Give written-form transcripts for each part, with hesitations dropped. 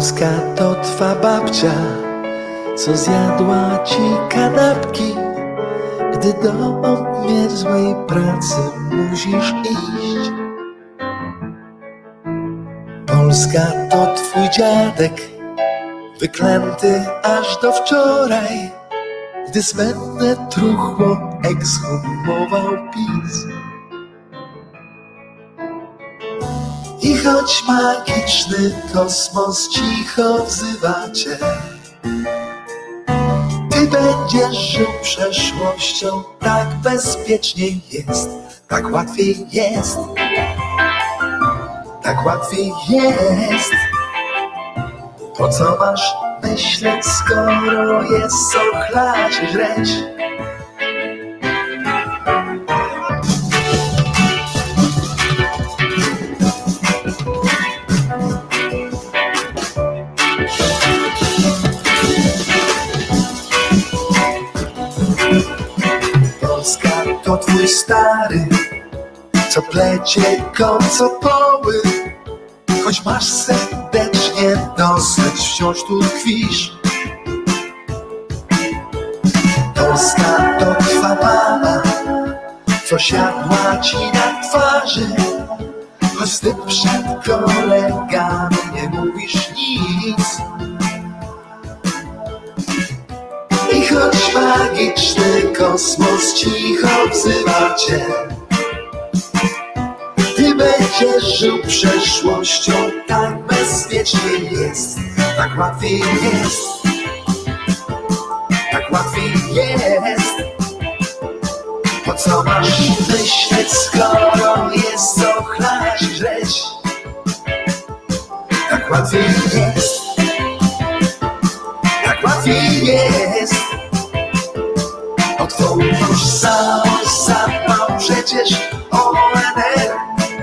Polska to twa babcia, co zjadła ci kanapki, gdy do niezłej pracy musisz iść. Polska to twój dziadek, wyklęty aż do wczoraj, gdy zbędne truchło ekshumował PiS. I choć magiczny kosmos cicho wzywa cię, ty będziesz żył przeszłością, tak bezpieczniej jest, tak łatwiej jest, tak łatwiej jest. Po co masz myśleć, skoro jest co chlać i żreć? Polska to twój stary, co plecie kocopoły. Choć masz serdecznie dosyć, wciąż tu tkwisz. Polska to twa mama, co siadła ci na twarzy, choć ty przed kolegami nie mówisz nic. I choć magiczny kosmos cicho wzywa cię, ty będziesz żył przeszłością, tak bezpiecznie jest, tak łatwiej jest, tak łatwiej jest. Po co masz myśleć, skoro jest co chlać i żreć? Tak łatwiej jest, tak łatwiej jest. O twą tożsamość zadbał przecież ONR.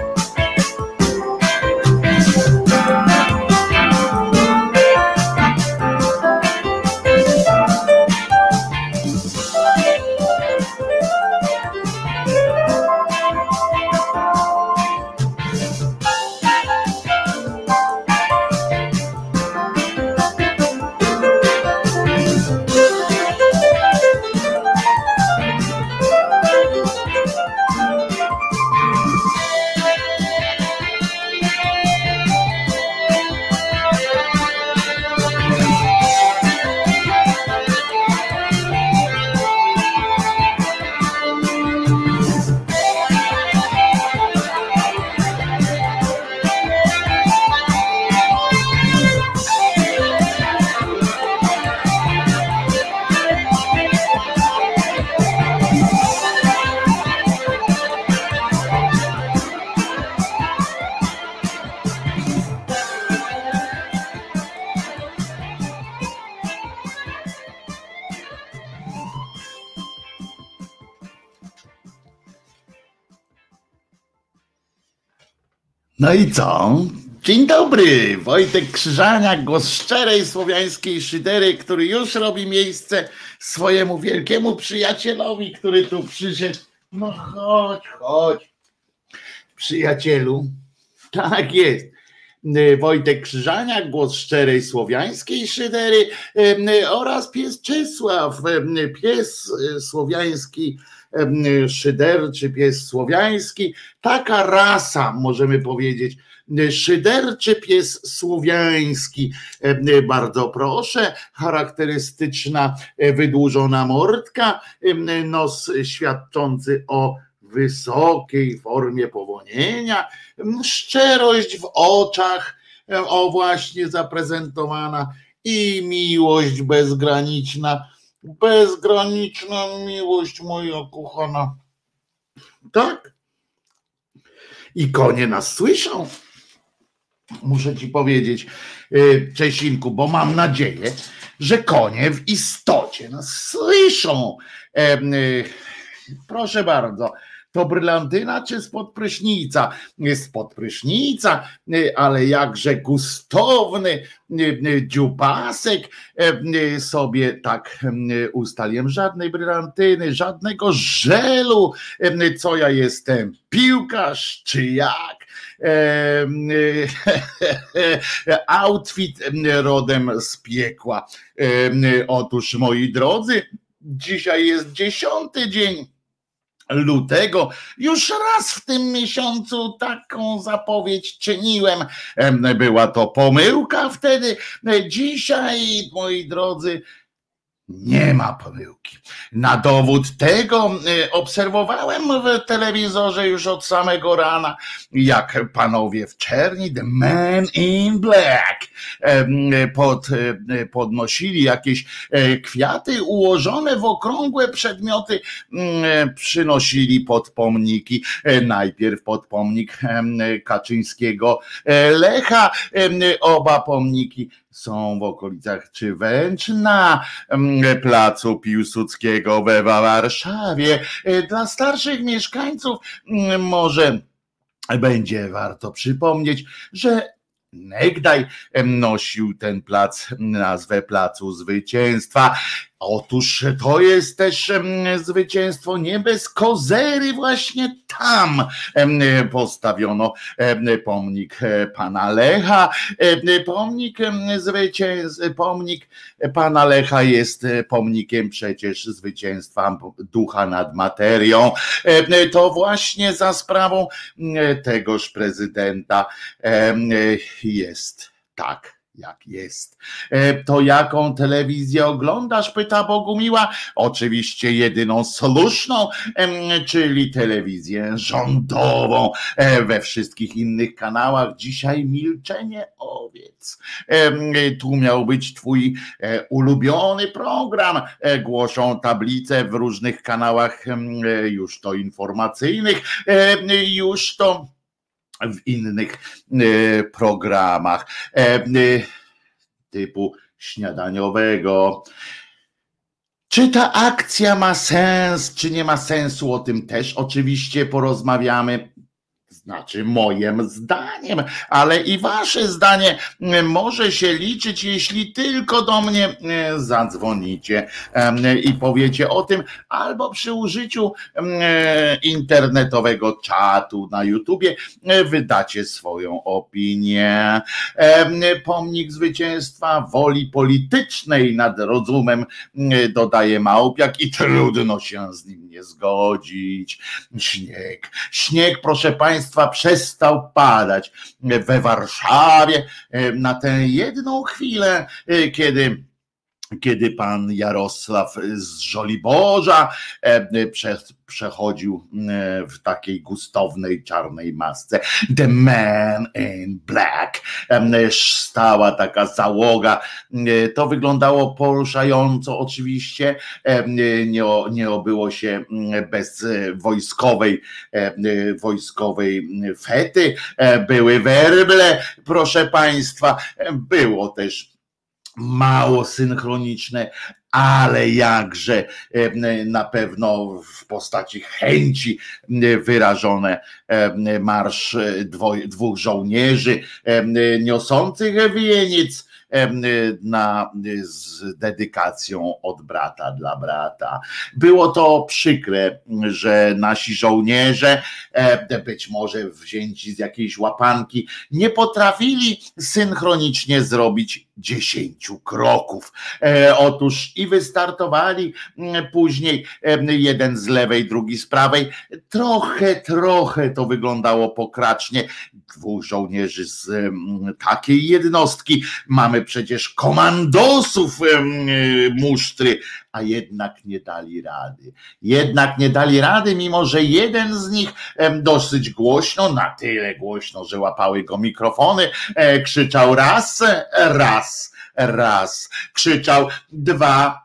No i co? Dzień dobry, Wojtek Krzyżaniak, głos szczerej słowiańskiej szydery, który już robi miejsce swojemu wielkiemu przyjacielowi, który tu przyszedł. No chodź, przyjacielu. Tak jest. Wojtek Krzyżaniak, głos szczerej słowiańskiej szydery oraz pies Czesław, pies słowiański szyderczy, pies słowiański, taka rasa, możemy powiedzieć, szyderczy pies słowiański. Bardzo proszę, charakterystyczna wydłużona mordka, nos świadczący o wysokiej formie powonienia, szczerość w oczach, o właśnie zaprezentowana, i miłość bezgraniczna miłość moja kochana. Tak? I konie nas słyszą. Muszę ci powiedzieć, Czesinku, bo mam nadzieję, że konie w istocie nas słyszą. Proszę bardzo, To brylantyna czy spod prysznica? Spod prysznica, ale jakże gustowny dziubasek sobie tak ustaliłem. Żadnej brylantyny, żadnego żelu. Co ja jestem? Piłkarz czy jak? Outfit rodem z piekła. Otóż, moi drodzy, dzisiaj jest 10 dzień lutego. Już raz w tym miesiącu taką zapowiedź czyniłem. Była to pomyłka wtedy. Dzisiaj, moi drodzy, nie ma pomyłki. Na dowód tego obserwowałem w telewizorze już od samego rana, jak panowie w czerni, the man in black, podnosili jakieś kwiaty ułożone w okrągłe przedmioty, przynosili pod pomniki. Najpierw pod pomnik Kaczyńskiego, Lecha, oba pomniki są w okolicach czy wręcz na placu Piłsudskiego we Warszawie. Dla starszych mieszkańców może będzie warto przypomnieć, że niegdaj nosił ten plac nazwę Placu Zwycięstwa. Otóż to jest też zwycięstwo nie bez kozery, właśnie tam postawiono pomnik pana Lecha. Pomnik pana Lecha jest pomnikiem przecież zwycięstwa ducha nad materią. To właśnie za sprawą tegoż prezydenta jest tak, jak jest. To jaką telewizję oglądasz? Pyta Bogumiła. Oczywiście jedyną słuszną, czyli telewizję rządową. We wszystkich innych kanałach dzisiaj milczenie owiec. Tu miał być twój ulubiony program. Głoszą tablice w różnych kanałach, już to informacyjnych, już to w innych programach typu śniadaniowego. Czy ta akcja ma sens, czy nie ma sensu? O tym też oczywiście porozmawiamy. Znaczy moim zdaniem, ale i wasze zdanie może się liczyć, jeśli tylko do mnie zadzwonicie i powiecie o tym, albo przy użyciu internetowego czatu na YouTubie wydacie swoją opinię. Pomnik zwycięstwa woli politycznej nad rozumem, dodaje Małpiak, i trudno się z nim nie zgodzić. Śnieg, proszę państwa, przestał padać we Warszawie na tę jedną chwilę, kiedy pan Jarosław z Żoliborza przechodził w takiej gustownej czarnej masce. The man in black. Stała taka załoga. To wyglądało poruszająco oczywiście. Nie obyło się bez wojskowej fety. Były werble, proszę państwa. Było też mało synchroniczne, ale jakże na pewno w postaci chęci wyrażone marsz dwóch żołnierzy niosących wieniec z dedykacją od brata dla brata. Było to przykre, że nasi żołnierze, być może wzięci z jakiejś łapanki, nie potrafili synchronicznie zrobić 10 kroków. Otóż i wystartowali później, jeden z lewej, drugi z prawej. Trochę to wyglądało pokracznie. Dwóch żołnierzy z takiej jednostki. Mamy przecież komandosów musztry, a jednak nie dali rady. Mimo że jeden z nich dosyć głośno, na tyle głośno, że łapały go mikrofony, krzyczał raz, krzyczał dwa,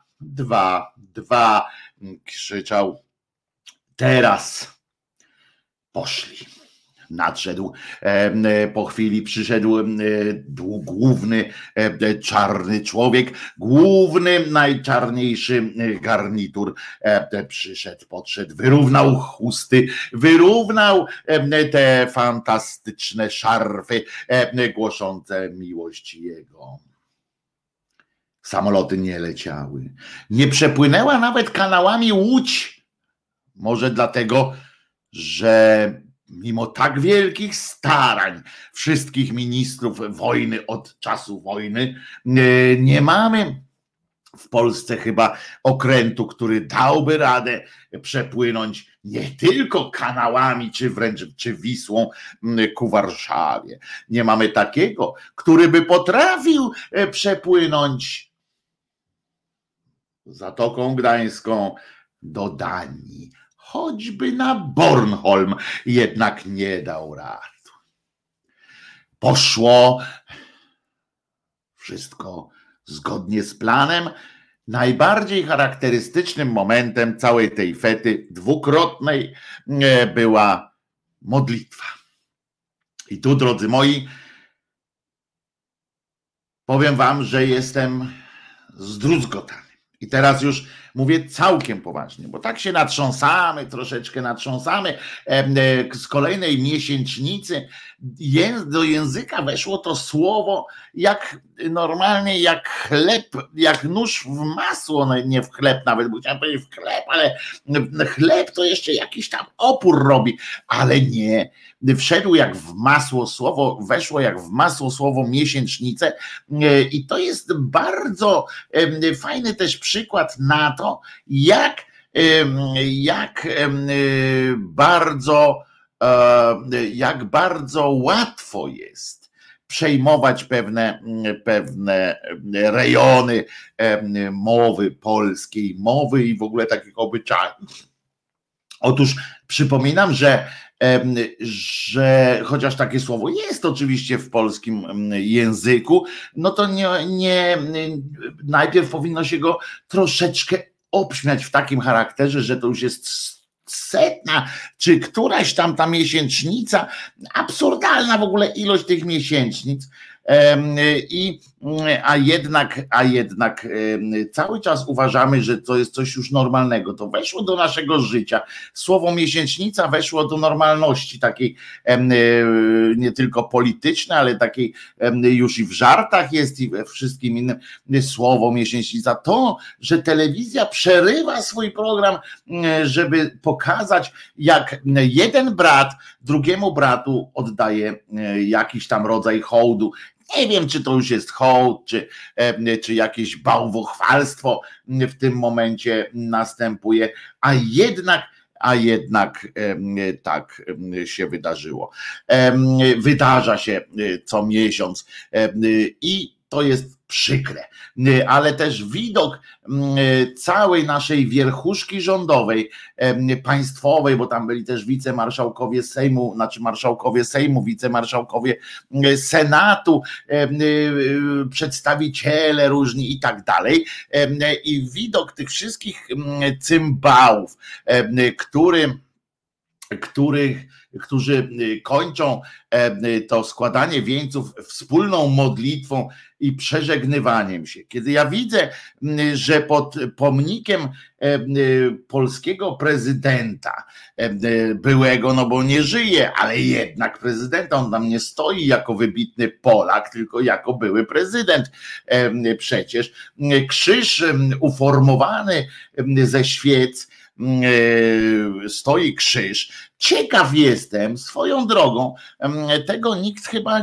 krzyczał teraz. Poszli. Nadszedł, po chwili przyszedł główny czarny człowiek, główny, najczarniejszy garnitur przyszedł, podszedł, wyrównał chusty, wyrównał te fantastyczne szarfy głoszące miłość jego. Samoloty nie leciały, nie przepłynęła nawet kanałami Łódź, może dlatego, że mimo tak wielkich starań wszystkich ministrów wojny od czasu wojny nie mamy w Polsce chyba okrętu, który dałby radę przepłynąć nie tylko kanałami, czy wręcz Wisłą ku Warszawie. Nie mamy takiego, który by potrafił przepłynąć Zatoką Gdańską do Danii. Choćby na Bornholm, jednak nie dał rady. Poszło wszystko zgodnie z planem. Najbardziej charakterystycznym momentem całej tej fety dwukrotnej była modlitwa. I tu, drodzy moi, powiem wam, że jestem zdruzgotany. I teraz już mówię całkiem poważnie, bo tak się troszeczkę natrząsamy z kolejnej miesięcznicy. Do języka weszło to słowo jak normalnie, jak chleb, jak nóż w masło, no nie w chleb nawet, bo chciałem powiedzieć w chleb, ale chleb to jeszcze jakiś tam opór robi, ale nie. Wszedł jak w masło słowo, weszło jak w masło słowo miesięcznicę i to jest bardzo fajny też przykład na to, jak bardzo łatwo jest przejmować pewne rejony mowy polskiej, mowy i w ogóle takich obyczajów. Otóż przypominam, że chociaż takie słowo jest oczywiście w polskim języku, no to nie najpierw powinno się go troszeczkę obśmiać w takim charakterze, że to już jest setna, czy któraś tam ta miesięcznica, absurdalna w ogóle ilość tych miesięcznic, a jednak cały czas uważamy, że to jest coś już normalnego. To weszło do naszego życia. Słowo miesięcznica weszło do normalności takiej nie tylko politycznej, ale takiej już i w żartach jest i we wszystkim innym. Słowo miesięcznica. To, że telewizja przerywa swój program, żeby pokazać, jak jeden brat drugiemu bratu oddaje jakiś tam rodzaj hołdu. Nie wiem, czy to już jest hołd, czy jakieś bałwochwalstwo w tym momencie następuje, a jednak tak się wydarzyło. Wydarza się co miesiąc i to jest przykre, ale też widok całej naszej wierchuszki rządowej, państwowej, bo tam byli też wicemarszałkowie Sejmu, znaczy marszałkowie Sejmu, wicemarszałkowie Senatu, przedstawiciele różni i tak dalej. I widok tych wszystkich cymbałów, którzy kończą to składanie wieńców wspólną modlitwą i przeżegnywaniem się. Kiedy ja widzę, że pod pomnikiem polskiego prezydenta byłego, no bo nie żyje, ale jednak prezydenta, on tam nie stoi jako wybitny Polak, tylko jako były prezydent przecież. Krzyż uformowany ze świec, stoi krzyż. Ciekaw jestem, swoją drogą, tego nikt chyba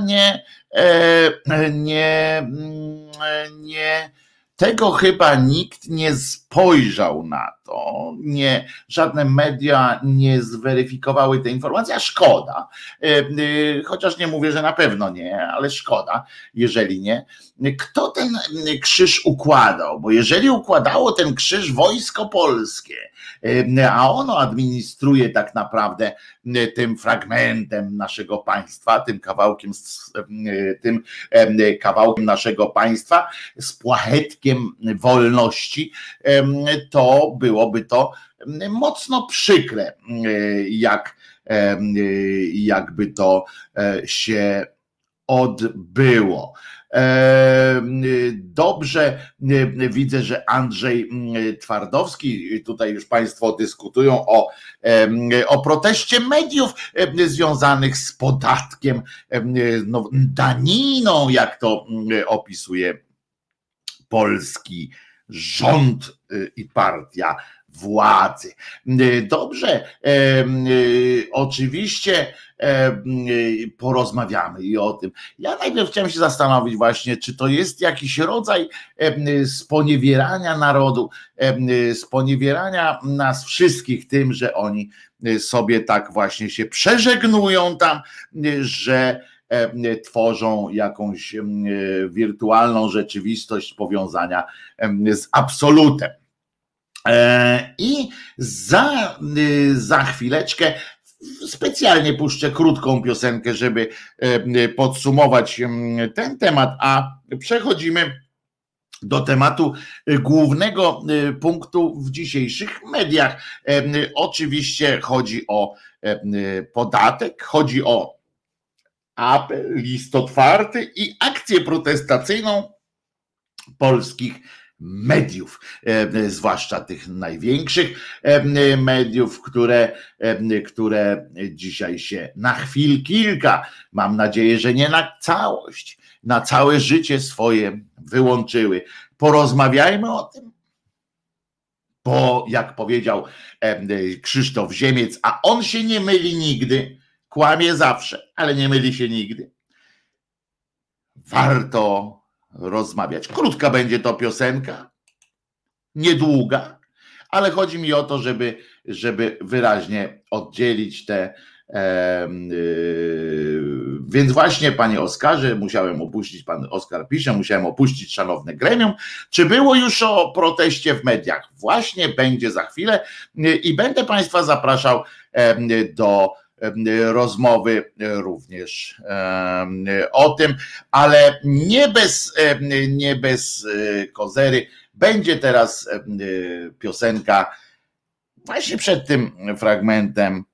tego chyba nikt nie spojrzał na to, żadne media nie zweryfikowały tej informacji, a szkoda, chociaż nie mówię, że na pewno nie, ale szkoda, jeżeli nie. Kto ten krzyż układał? Bo jeżeli układało ten krzyż Wojsko Polskie, a ono administruje tak naprawdę tym fragmentem naszego państwa, tym kawałkiem naszego państwa z płachetkiem wolności, to byłoby to mocno przykre, jak jakby to się odbyło. Dobrze, widzę, że Andrzej Twardowski, tutaj już Państwo dyskutują o proteście mediów związanych z podatkiem, daniną, jak to opisuje polski rząd i partia władzy. Dobrze, oczywiście porozmawiamy i o tym. Ja najpierw chciałem się zastanowić właśnie, czy to jest jakiś rodzaj sponiewierania narodu, sponiewierania nas wszystkich tym, że oni sobie tak właśnie się przeżegnują tam, że tworzą jakąś wirtualną rzeczywistość powiązania z absolutem. I za chwileczkę specjalnie puszczę krótką piosenkę, żeby podsumować ten temat, a przechodzimy do tematu głównego punktu w dzisiejszych mediach. Oczywiście chodzi o podatek, chodzi o apel, list otwarty i akcję protestacyjną polskich mediów, zwłaszcza tych największych mediów, które dzisiaj się na chwil kilka, mam nadzieję, że nie na całość, na całe życie swoje wyłączyły. Porozmawiajmy o tym, bo jak powiedział Krzysztof Ziemiec, a on się nie myli nigdy, kłamie zawsze, ale nie myli się nigdy. Warto rozmawiać. Krótka będzie to piosenka, niedługa, ale chodzi mi o to, żeby wyraźnie oddzielić te. Więc właśnie, panie Oskarze, musiałem opuścić, pan Oskar pisze, musiałem opuścić szanowne gremium. Czy było już o proteście w mediach? Właśnie będzie za chwilę i będę państwa zapraszał do rozmowy również o tym, ale nie bez kozery. Będzie teraz piosenka właśnie przed tym fragmentem.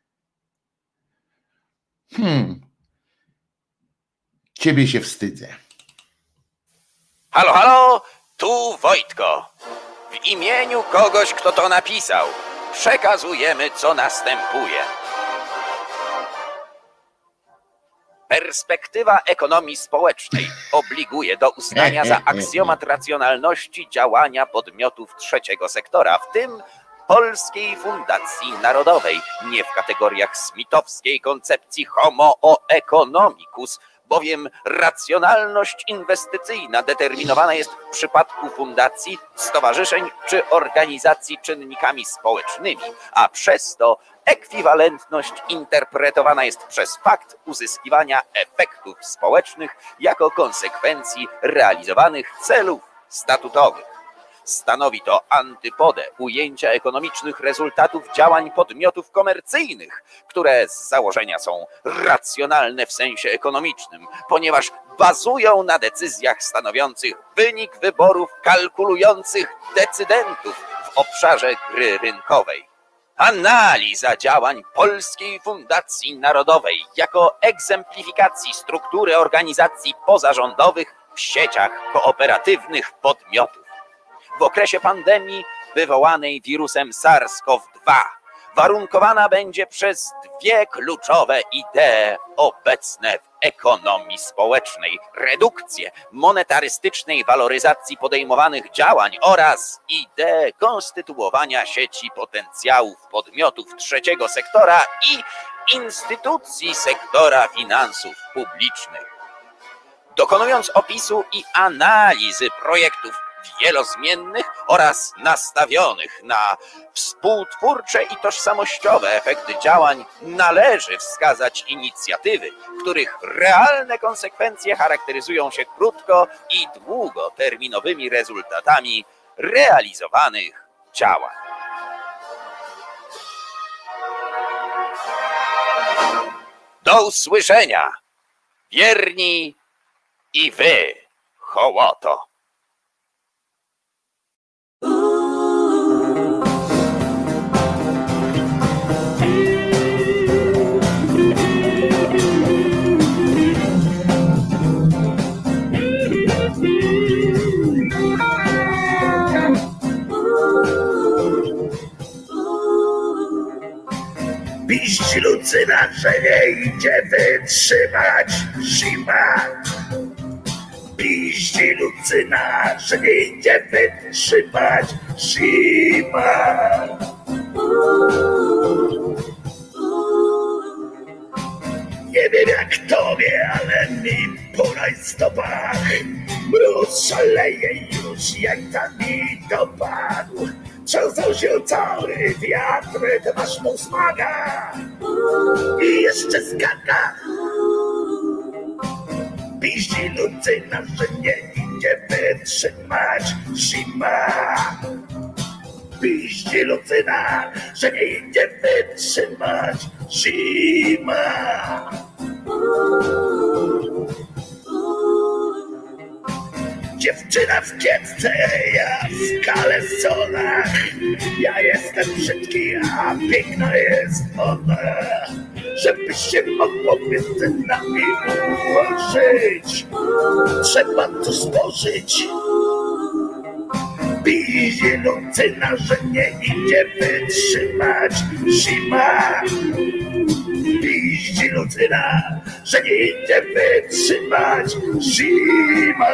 Ciebie się wstydzę. Halo, halo, tu Wojtko. W imieniu kogoś, kto to napisał, przekazujemy, co następuje. Perspektywa ekonomii społecznej obliguje do uznania za aksjomat racjonalności działania podmiotów trzeciego sektora, w tym Polskiej Fundacji Narodowej, nie w kategoriach smitowskiej koncepcji homo economicus, bowiem racjonalność inwestycyjna determinowana jest w przypadku fundacji, stowarzyszeń czy organizacji czynnikami społecznymi, a przez to ekwiwalentność interpretowana jest przez fakt uzyskiwania efektów społecznych jako konsekwencji realizowanych celów statutowych. Stanowi to antypodę ujęcia ekonomicznych rezultatów działań podmiotów komercyjnych, które z założenia są racjonalne w sensie ekonomicznym, ponieważ bazują na decyzjach stanowiących wynik wyborów kalkulujących decydentów w obszarze gry rynkowej. Analiza działań Polskiej Fundacji Narodowej jako egzemplifikacji struktury organizacji pozarządowych w sieciach kooperatywnych podmiotów. W okresie pandemii wywołanej wirusem SARS-CoV-2 warunkowana będzie przez dwie kluczowe idee obecne w ekonomii społecznej: redukcję monetarystycznej waloryzacji podejmowanych działań oraz ideę konstytuowania sieci potencjałów podmiotów trzeciego sektora i instytucji sektora finansów publicznych. Dokonując opisu i analizy projektów wielozmiennych oraz nastawionych na współtwórcze i tożsamościowe efekty działań, należy wskazać inicjatywy, których realne konsekwencje charakteryzują się krótko- i długoterminowymi rezultatami realizowanych działań. Do usłyszenia, wierni i wy, hołoto. Lucyna, że nie idzie wytrzymać zima. Piździ Lucyna, że nie idzie wytrzymać zima. Nie wiem jak tobie, ale mi po rajstopach mróz szaleje już, jajcami dopadł. Trzęsą się cały wiatr, twarz mu smaga i jeszcze skaka. Piździ Lucyna, że nie idzie wytrzymać zima. Piździ Lucyna, że nie idzie wytrzymać zima. Dziewczyna w kiecce, ja w kalesonach. Ja jestem brzydki, a piękna jest ona. Żeby się mogło między nami ułożyć, trzeba to stworzyć. Piździ Lucyna, że nie idzie wytrzymać zima. Piździ Lucyna, że nie idzie wytrzymać zima.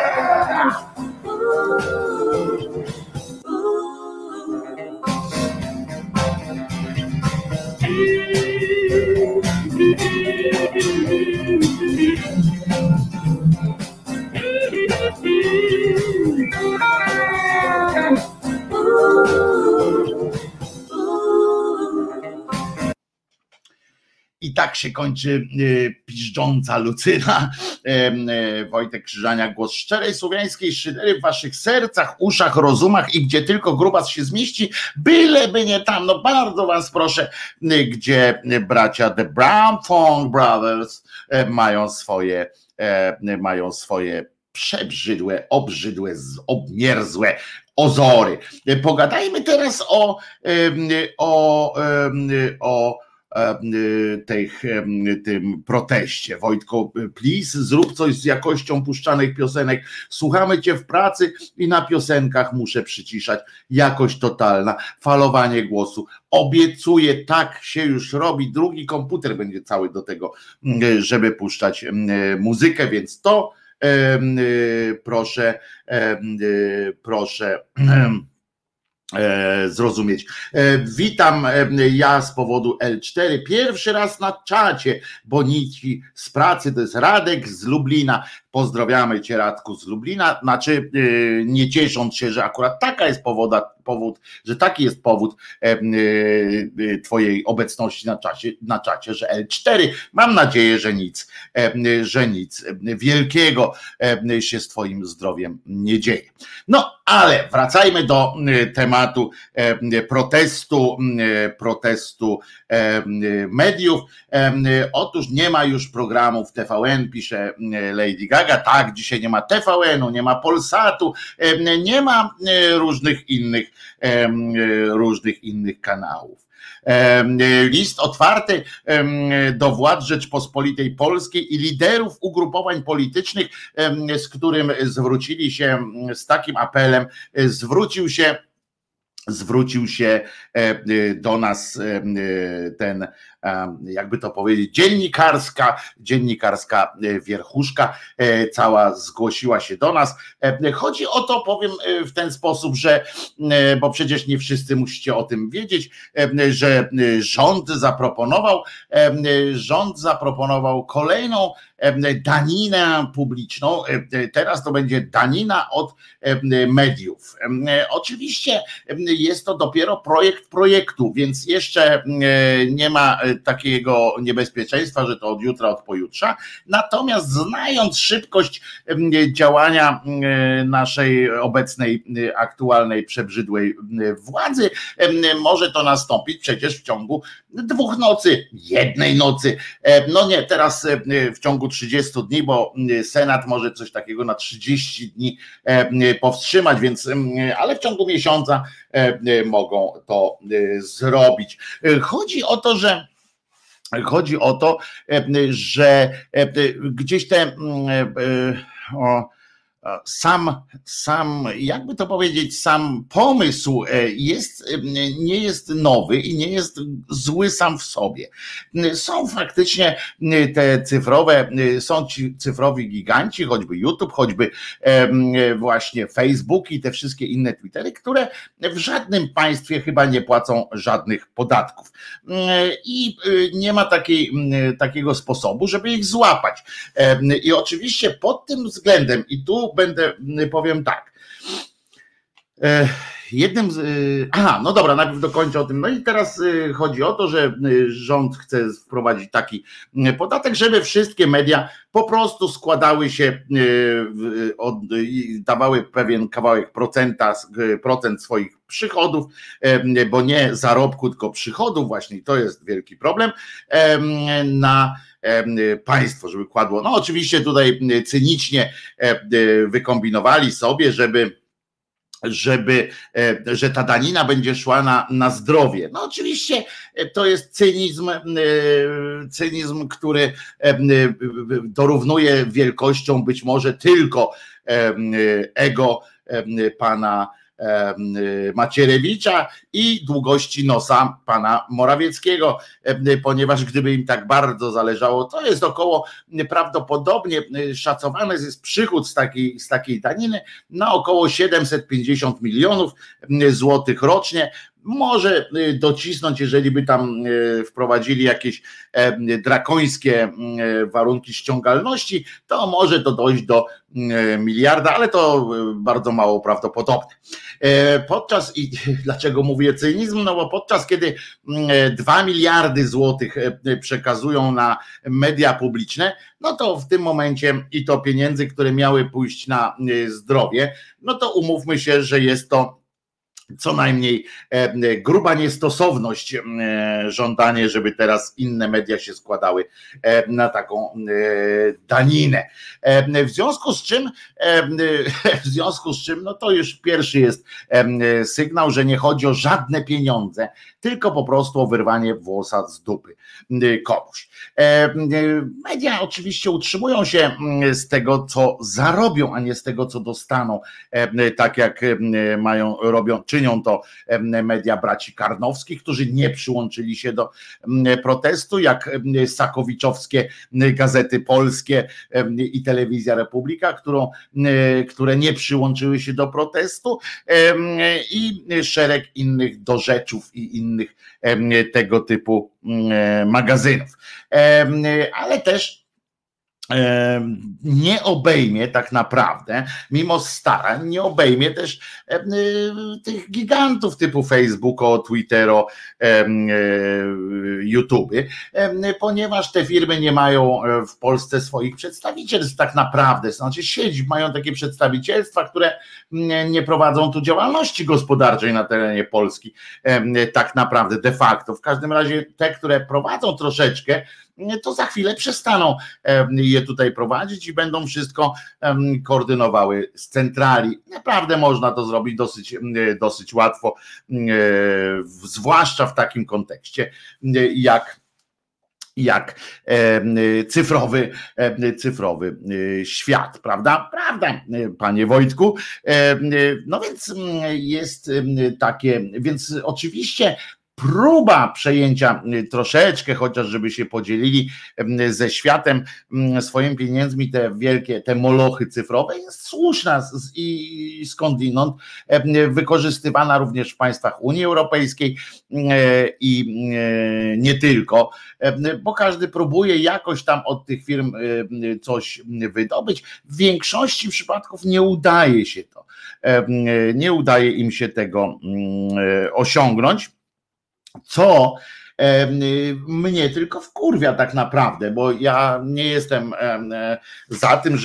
I tak się kończy piżdżąca Lucyna. Wojtek Krzyżania, głos szczerej słowiańskiej szydery w waszych sercach, uszach, rozumach i gdzie tylko grubas się zmieści, byleby nie tam. No bardzo was proszę, gdzie bracia The Brown Fong Brothers mają swoje przebrzydłe, obrzydłe, obmierzłe ozory. Pogadajmy teraz o tym proteście. Wojtko, please, zrób coś z jakością puszczanych piosenek. Słuchamy cię w pracy i na piosenkach muszę przyciszać. Jakość totalna, falowanie głosu. Obiecuję, tak się już robi. Drugi komputer będzie cały do tego, żeby puszczać muzykę, więc to proszę zrozumieć. Witam ja z powodu L4, pierwszy raz na czacie, bo nici z pracy, to jest Radek z Lublina. Pozdrawiamy cię, Radku, z Lublina, znaczy nie ciesząc się, że akurat taka jest powód, że taki jest powód twojej obecności na czacie, że L4, mam nadzieję, że nic wielkiego się z twoim zdrowiem nie dzieje. No, ale wracajmy do tematu protestu mediów. Otóż nie ma już programów TVN, pisze Lady Gaga. Tak, dzisiaj nie ma TVN-u, nie ma Polsatu, nie ma różnych innych kanałów. List otwarty do władz Rzeczpospolitej Polskiej i liderów ugrupowań politycznych, z którym zwrócili się z takim apelem, zwrócił się do nas ten, jakby to powiedzieć, dziennikarska wierchuszka, cała zgłosiła się do nas. Chodzi o to, powiem w ten sposób, że, bo przecież nie wszyscy musicie o tym wiedzieć, że rząd zaproponował kolejną daninę publiczną. Teraz to będzie danina od mediów. Oczywiście jest to dopiero projekt projektu, więc jeszcze nie ma takiego niebezpieczeństwa, że to od jutra, od pojutrza. Natomiast znając szybkość działania naszej obecnej, aktualnej, przebrzydłej władzy, może to nastąpić przecież w ciągu 2 nocy, 1 nocy. No nie, teraz w ciągu 30 dni, bo Senat może coś takiego na 30 dni powstrzymać, więc, ale w ciągu miesiąca mogą to zrobić. Chodzi o to, że gdzieś te jakby to powiedzieć, sam pomysł nie jest nowy i nie jest zły sam w sobie. Są faktycznie te są ci cyfrowi giganci, choćby YouTube, choćby właśnie Facebook i te wszystkie inne Twittery, które w żadnym państwie chyba nie płacą żadnych podatków. I nie ma takiego sposobu, żeby ich złapać. I oczywiście pod tym względem, i tu powiem tak. No dobra, najpierw dokończę o tym. No i teraz chodzi o to, że rząd chce wprowadzić taki podatek, żeby wszystkie media po prostu składały się, dawały pewien kawałek procent swoich przychodów, bo nie zarobku, tylko przychodów, właśnie to jest wielki problem, na państwo, żeby kładło. No oczywiście tutaj cynicznie wykombinowali sobie, że ta danina będzie szła na zdrowie. No oczywiście to jest cynizm, który dorównuje wielkością być może tylko ego pana Macierewicza i długości nosa pana Morawieckiego, ponieważ gdyby im tak bardzo zależało, to jest prawdopodobnie szacowany jest przychód z takiej daniny na około 750 milionów złotych rocznie. Może docisnąć, jeżeli by tam wprowadzili jakieś drakońskie warunki ściągalności, to może to dojść do miliarda, ale to bardzo mało prawdopodobne. Dlaczego mówię cynizm? No bo podczas kiedy 2 miliardy złotych przekazują na media publiczne, no to w tym momencie i to pieniędzy, które miały pójść na zdrowie, no to umówmy się, że jest to co najmniej gruba niestosowność, żądanie, żeby teraz inne media się składały na taką daninę. W związku z czym, no to już pierwszy jest sygnał, że nie chodzi o żadne pieniądze, tylko po prostu o wyrwanie włosa z dupy komuś. Media oczywiście utrzymują się z tego, co zarobią, a nie z tego, co dostaną, tak jak czynią to media braci Karnowskich, którzy nie przyłączyli się do protestu, jak sakowiczowskie Gazety Polskie i Telewizja Republika, które nie przyłączyły się do protestu, i szereg innych dorzeczów i innych tego typu magazynów. Ale też nie obejmie tak naprawdę, mimo starań, nie obejmie też tych gigantów typu Facebooko, Twittero, YouTube, ponieważ te firmy nie mają w Polsce swoich przedstawicielstw tak naprawdę, znaczy mają takie przedstawicielstwa, które nie prowadzą tu działalności gospodarczej na terenie Polski tak naprawdę de facto. W każdym razie te, które prowadzą troszeczkę, to za chwilę przestaną je tutaj prowadzić i będą wszystko koordynowały z centrali. Naprawdę można to zrobić dosyć łatwo, zwłaszcza w takim kontekście jak cyfrowy świat, prawda? Prawda, panie Wojtku? No więc jest takie, więc oczywiście próba przejęcia troszeczkę, chociaż żeby się podzielili ze światem swoimi pieniędzmi, te molochy cyfrowe, jest słuszna i skądinąd wykorzystywana również w państwach Unii Europejskiej i nie tylko, bo każdy próbuje jakoś tam od tych firm coś wydobyć. W większości przypadków nie udaje się to. Nie udaje im się tego osiągnąć, co mnie tylko wkurwia tak naprawdę, bo ja nie jestem za tym,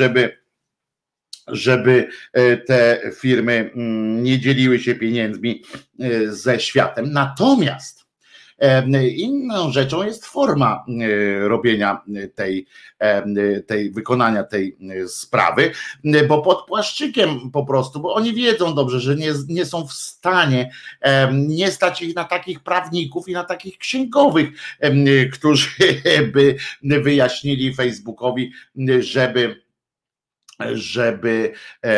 żeby te firmy nie dzieliły się pieniędzmi ze światem. Natomiast inną rzeczą jest forma robienia wykonania tej sprawy, bo pod płaszczykiem po prostu, bo oni wiedzą dobrze, że nie są w stanie, nie stać ich na takich prawników i na takich księgowych, którzy by wyjaśnili Facebookowi, żeby żeby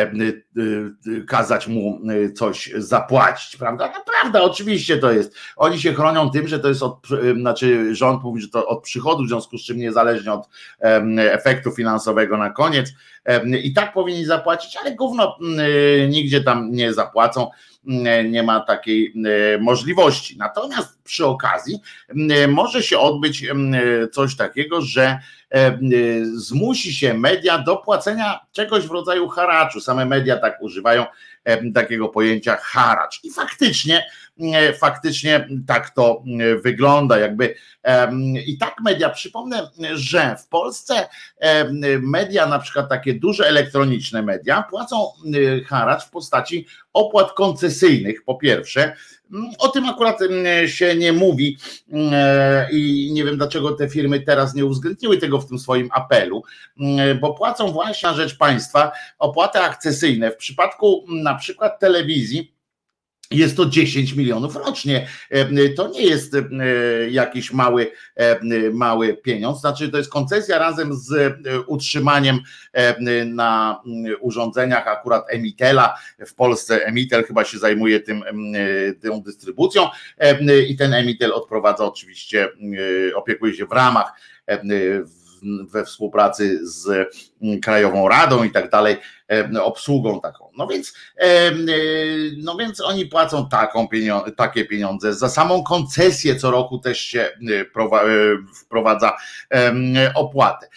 kazać mu coś zapłacić, prawda? Naprawdę, oczywiście to jest. Oni się chronią tym, że to jest znaczy rząd mówi, że to od przychodu, w związku z czym niezależnie od efektu finansowego na koniec i tak powinni zapłacić, ale gówno nigdzie tam nie zapłacą, nie ma takiej możliwości. Natomiast przy okazji może się odbyć coś takiego, że zmusi się media do płacenia czegoś w rodzaju haraczu. Same media tak używają takiego pojęcia haracz. I faktycznie tak to wygląda. I tak media, przypomnę, że w Polsce media, na przykład takie duże elektroniczne media, płacą haracz w postaci opłat koncesyjnych, po pierwsze. O tym akurat się nie mówi i nie wiem, dlaczego te firmy teraz nie uwzględniły tego w tym swoim apelu, bo płacą właśnie na rzecz państwa opłaty akcesyjne. W przypadku na przykład telewizji jest to 10 milionów rocznie. To nie jest jakiś mały pieniądz, znaczy to jest koncesja razem z utrzymaniem na urządzeniach akurat Emitela. W Polsce Emitel chyba się zajmuje tą dystrybucją i ten Emitel odprowadza oczywiście, opiekuje się w ramach we współpracy z Krajową Radą i tak dalej, obsługą taką. No więc oni płacą takie pieniądze. Za samą koncesję co roku też się wprowadza opłatę.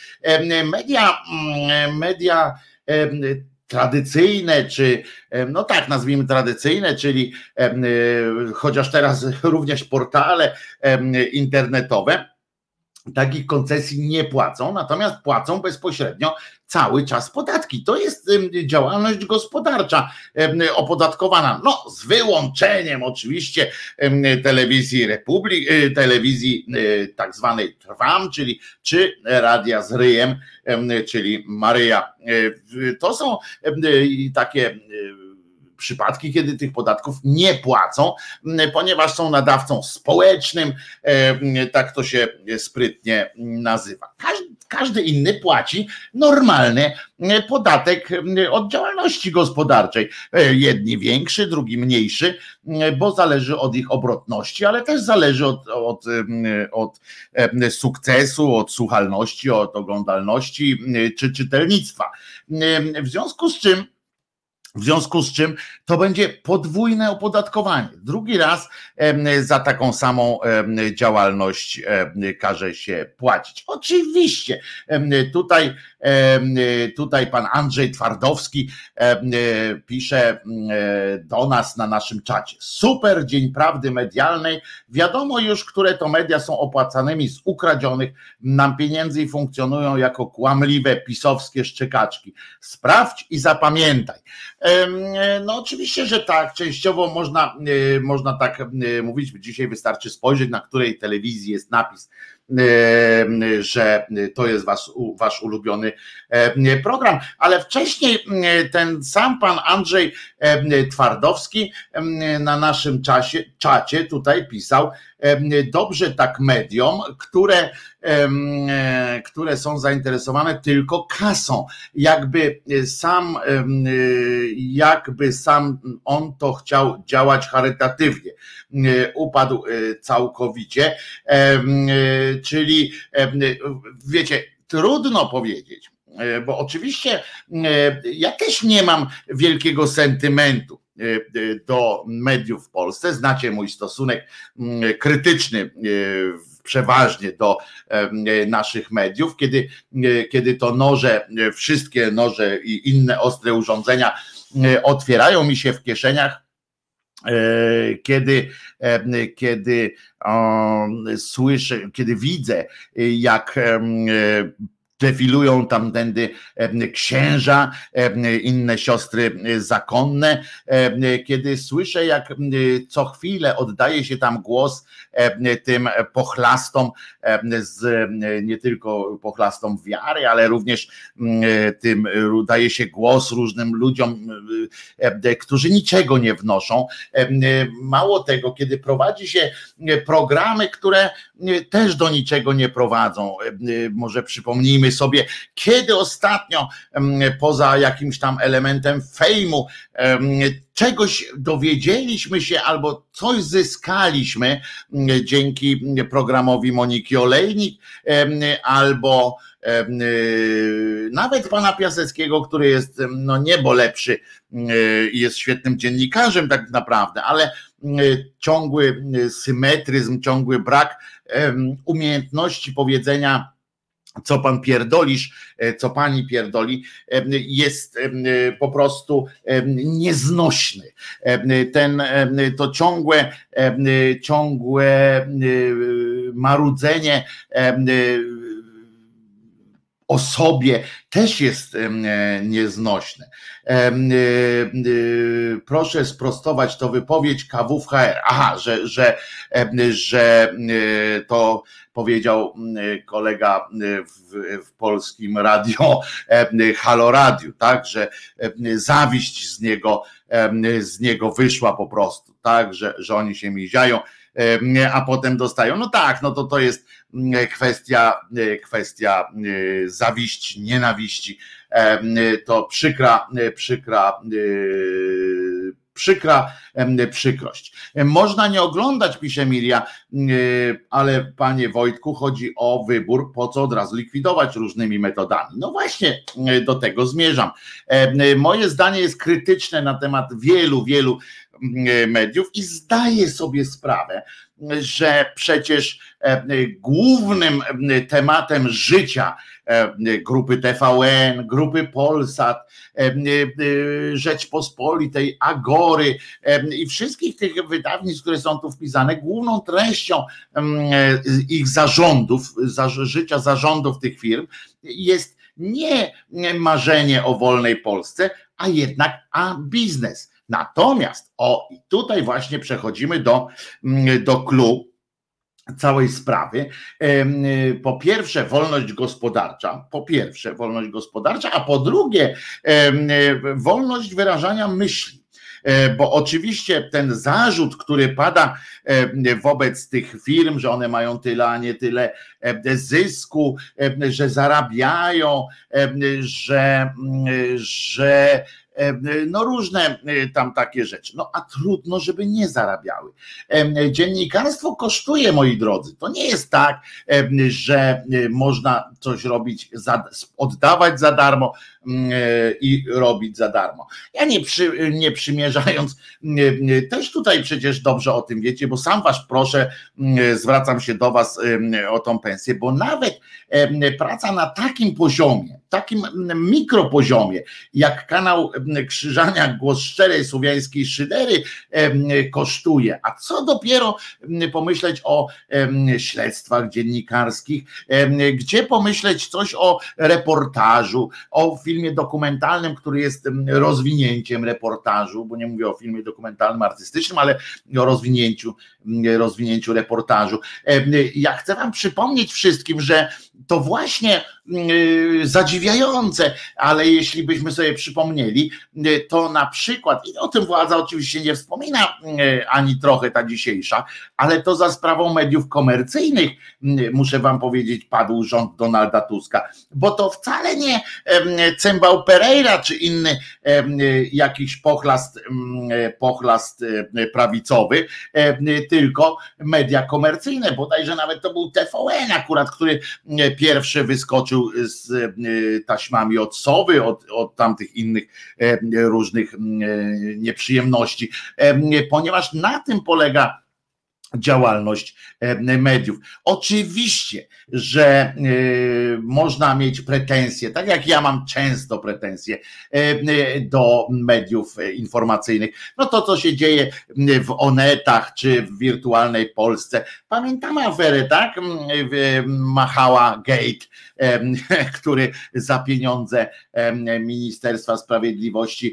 Media tradycyjne, czy no tak nazwijmy tradycyjne, czyli chociaż teraz również portale internetowe, takich koncesji nie płacą, natomiast płacą bezpośrednio cały czas podatki. To jest działalność gospodarcza opodatkowana, no z wyłączeniem oczywiście telewizji telewizji tak zwanej Trwam, czy radia z ryjem, czyli Maryja. To są takie przypadki, kiedy tych podatków nie płacą, ponieważ są nadawcą społecznym, tak to się sprytnie nazywa. Każdy inny płaci normalny podatek od działalności gospodarczej. Jedni większy, drugi mniejszy, bo zależy od ich obrotności, ale też zależy od sukcesu, od słuchalności, od oglądalności czy czytelnictwa. W związku z czym to będzie podwójne opodatkowanie. Drugi raz za taką samą działalność każe się płacić. Oczywiście tutaj pan Andrzej Twardowski pisze do nas na naszym czacie. Super dzień prawdy medialnej. Wiadomo już, które to media są opłacanymi z ukradzionych nam pieniędzy i funkcjonują jako kłamliwe pisowskie szczekaczki. Sprawdź i zapamiętaj. No oczywiście, że tak, częściowo można tak mówić. Dzisiaj wystarczy spojrzeć, na której telewizji jest napis, że to jest wasz ulubiony program, ale wcześniej ten sam pan Andrzej Twardowski na naszym czacie tutaj pisał: dobrze tak mediom, które są zainteresowane tylko kasą, jakby sam on to chciał działać charytatywnie. Upadł całkowicie, czyli wiecie, trudno powiedzieć, bo oczywiście ja też nie mam wielkiego sentymentu do mediów w Polsce. Znacie mój stosunek krytyczny przeważnie do naszych mediów, kiedy to wszystkie noże i inne ostre urządzenia otwierają mi się w kieszeniach, kiedy słyszę, kiedy widzę, jak defilują tamtędy księża, inne siostry zakonne, kiedy słyszę, jak co chwilę oddaje się tam głos tym pochlastom, nie tylko pochlastom wiary, ale również tym daje się głos różnym ludziom, którzy niczego nie wnoszą. Mało tego, kiedy prowadzi się programy, które też do niczego nie prowadzą. Może przypomnijmy sobie, kiedy ostatnio poza jakimś tam elementem fejmu czegoś dowiedzieliśmy się albo coś zyskaliśmy dzięki programowi Moniki Olejnik albo nawet pana Piaseckiego, który jest no niebo lepszy i jest świetnym dziennikarzem tak naprawdę, ale ciągły symetryzm, ciągły brak umiejętności powiedzenia, co pan pierdolisz, co pani pierdoli, jest po prostu nieznośny. To ciągłe marudzenie o sobie też jest nieznośne. Proszę sprostować to wypowiedź KWFHR. Aha, że to powiedział kolega w polskim radio, Halo Radio, tak, że zawiść z niego wyszła po prostu, tak, że oni się miziają, a potem dostają. No tak, no to jest kwestia zawiści, nienawiści. To przykrość. Można nie oglądać, pisze Miria, ale panie Wojtku, chodzi o wybór, po co od razu likwidować różnymi metodami. No właśnie do tego zmierzam. Moje zdanie jest krytyczne na temat wielu mediów i zdaję sobie sprawę, że przecież głównym tematem życia grupy TVN, grupy Polsat, Rzeczpospolitej, Agory i wszystkich tych wydawnictw, które są tu wpisane, główną treścią ich zarządów, życia zarządów tych firm jest nie marzenie o wolnej Polsce, a jednak biznes. Natomiast, i tutaj właśnie przechodzimy do clou całej sprawy. Po pierwsze wolność gospodarcza, a po drugie wolność wyrażania myśli. Bo oczywiście ten zarzut, który pada wobec tych firm, że one mają tyle, a nie tyle zysku, że zarabiają, że no różne tam takie rzeczy. No a trudno, żeby nie zarabiały. Dziennikarstwo kosztuje, moi drodzy. To nie jest tak, że można coś robić, oddawać za darmo i robić za darmo. Ja nie przymierzając, też tutaj przecież dobrze o tym wiecie, bo sam was proszę, zwracam się do was o tą pensję, bo nawet praca na takim poziomie, takim mikropoziomie, jak kanał Krzyżania, Głos Szczerej Słowiańskiej Szydery kosztuje, a co dopiero pomyśleć o śledztwach dziennikarskich, gdzie pomyśleć coś o reportażu, o filmie dokumentalnym, który jest rozwinięciem reportażu, bo nie mówię o filmie dokumentalnym artystycznym, ale o rozwinięciu reportażu. Ja chcę wam przypomnieć wszystkim, że to właśnie zadziwiające, ale jeśli byśmy sobie przypomnieli, to na przykład, i o tym władza oczywiście nie wspomina ani trochę ta dzisiejsza, ale to za sprawą mediów komercyjnych, muszę wam powiedzieć, padł rząd Donalda Tuska, bo to wcale nie Cymbał Pereira czy inny jakiś pochlast prawicowy, tylko media komercyjne, bodajże nawet to był TVN akurat, który pierwszy wyskoczył z taśmami od Sowy, od tamtych innych różnych nieprzyjemności, ponieważ na tym polega działalność mediów. Oczywiście, że można mieć pretensje, tak jak ja mam często pretensje do mediów informacyjnych. No to, co się dzieje w Onetach czy w wirtualnej Polsce. Pamiętamy aferę, tak? Machała Gate, który za pieniądze Ministerstwa Sprawiedliwości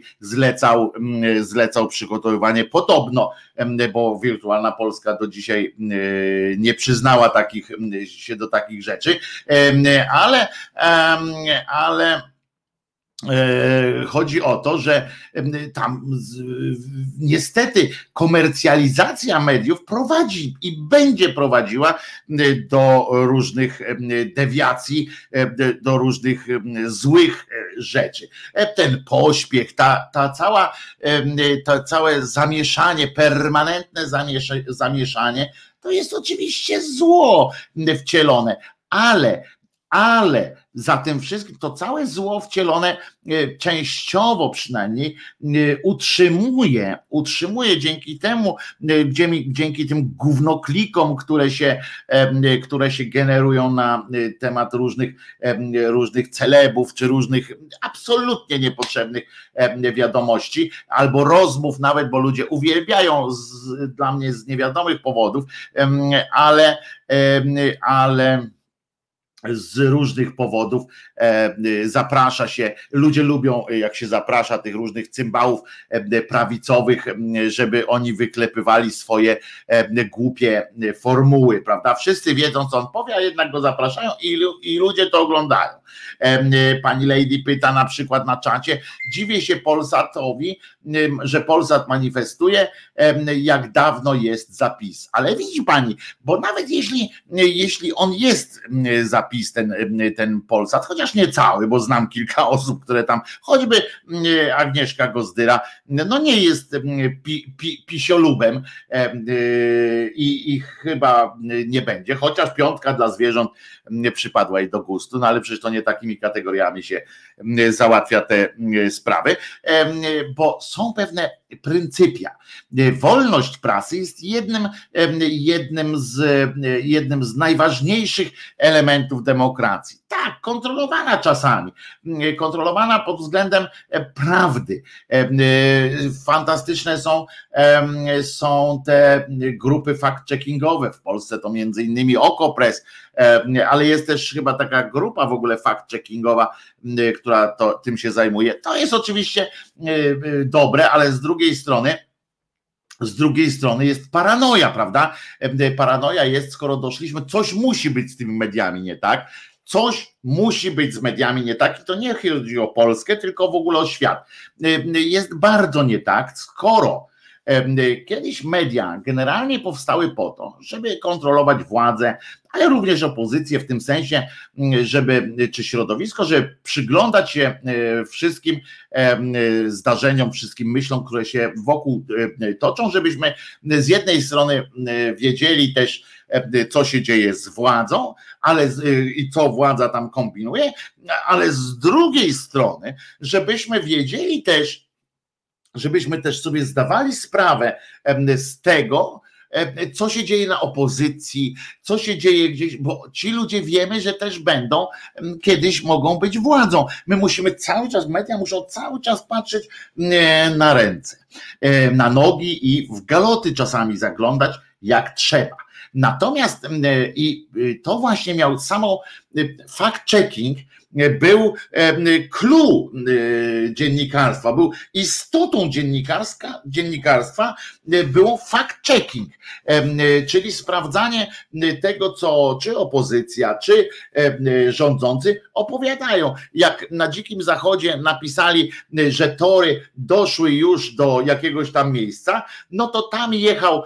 zlecał przygotowywanie podobno, bo wirtualna Polska do dzisiaj nie przyznała się do takich rzeczy, ale Chodzi o to, że tam niestety komercjalizacja mediów prowadzi i będzie prowadziła do różnych dewiacji, do różnych złych rzeczy. Ten pośpiech, to całe zamieszanie, permanentne zamieszanie, to jest oczywiście zło wcielone, ale za tym wszystkim to całe zło wcielone częściowo przynajmniej utrzymuje dzięki temu, dzięki tym gównoklikom, które się generują na temat różnych celebów, czy różnych absolutnie niepotrzebnych wiadomości, albo rozmów nawet, bo ludzie uwielbiają dla mnie z niewiadomych powodów, ale z różnych powodów zaprasza się, ludzie lubią, jak się zaprasza tych różnych cymbałów prawicowych, żeby oni wyklepywali swoje głupie formuły, prawda? Wszyscy wiedzą, co on powie, a jednak go zapraszają i ludzie to oglądają. Pani Lady pyta na przykład na czacie, dziwię się Polsatowi, że Polsat manifestuje, jak dawno jest zapis. Ale widzi pani, bo nawet jeśli on jest zapis, ten Polsat, chociaż nie cały, bo znam kilka osób, które tam, choćby Agnieszka Gozdyra, no nie jest pisiolubem i chyba nie będzie, chociaż piątka dla zwierząt przypadła jej do gustu, no ale przecież to nie takimi kategoriami się załatwia te sprawy, bo są pewne pryncypia. Wolność prasy jest jednym z najważniejszych elementów demokracji. Tak, kontrolowana czasami, kontrolowana pod względem prawdy. Fantastyczne są te grupy fact-checkingowe. W Polsce to między innymi Okopres, ale jest też chyba taka grupa w ogóle fact-checkingowa, która tym się zajmuje. To jest oczywiście dobre, ale z drugiej strony jest paranoja, prawda? Paranoja jest, skoro doszliśmy, coś musi być z tymi mediami nie tak. Coś musi być z mediami nie tak i to nie chodzi o Polskę, tylko w ogóle o świat. Jest bardzo nie tak, skoro kiedyś media generalnie powstały po to, żeby kontrolować władzę, ale również opozycję w tym sensie, czy środowisko, żeby przyglądać się wszystkim zdarzeniom, wszystkim myślom, które się wokół toczą, żebyśmy z jednej strony wiedzieli też, co się dzieje z władzą, i co władza tam kombinuje, ale z drugiej strony, żebyśmy wiedzieli też, żebyśmy też sobie zdawali sprawę z tego, co się dzieje na opozycji, co się dzieje gdzieś, bo ci ludzie wiemy, że też kiedyś mogą być władzą. My musimy cały czas, media muszą cały czas patrzeć na ręce, na nogi i w galoty czasami zaglądać, jak trzeba. Natomiast i to właśnie miał samo fact-checking, był clue dziennikarstwa, był istotą dziennikarstwa, było fact-checking, czyli sprawdzanie tego, co czy opozycja, czy rządzący opowiadają. Jak na Dzikim Zachodzie napisali, że tory doszły już do jakiegoś tam miejsca, no to tam jechał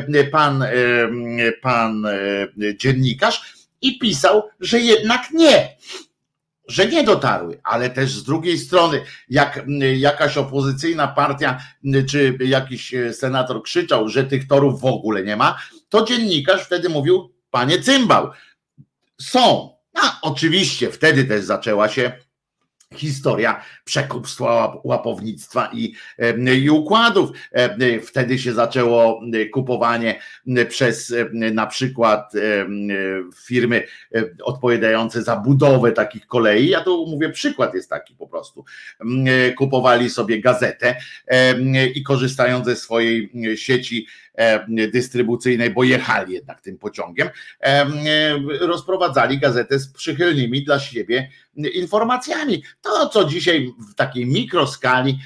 pan dziennikarz i pisał, że jednak że nie dotarły, ale też z drugiej strony, jak jakaś opozycyjna partia czy jakiś senator krzyczał, że tych torów w ogóle nie ma, to dziennikarz wtedy mówił, panie cymbał, są. A oczywiście wtedy też zaczęła się historia przekupstwa, łapownictwa i układów. Wtedy się zaczęło kupowanie przez na przykład firmy odpowiadające za budowę takich kolei. Ja tu mówię, przykład jest taki po prostu. Kupowali sobie gazetę i korzystając ze swojej sieci dystrybucyjnej, bo jechali jednak tym pociągiem, rozprowadzali gazetę z przychylnymi dla siebie informacjami. To, co dzisiaj w takiej mikroskali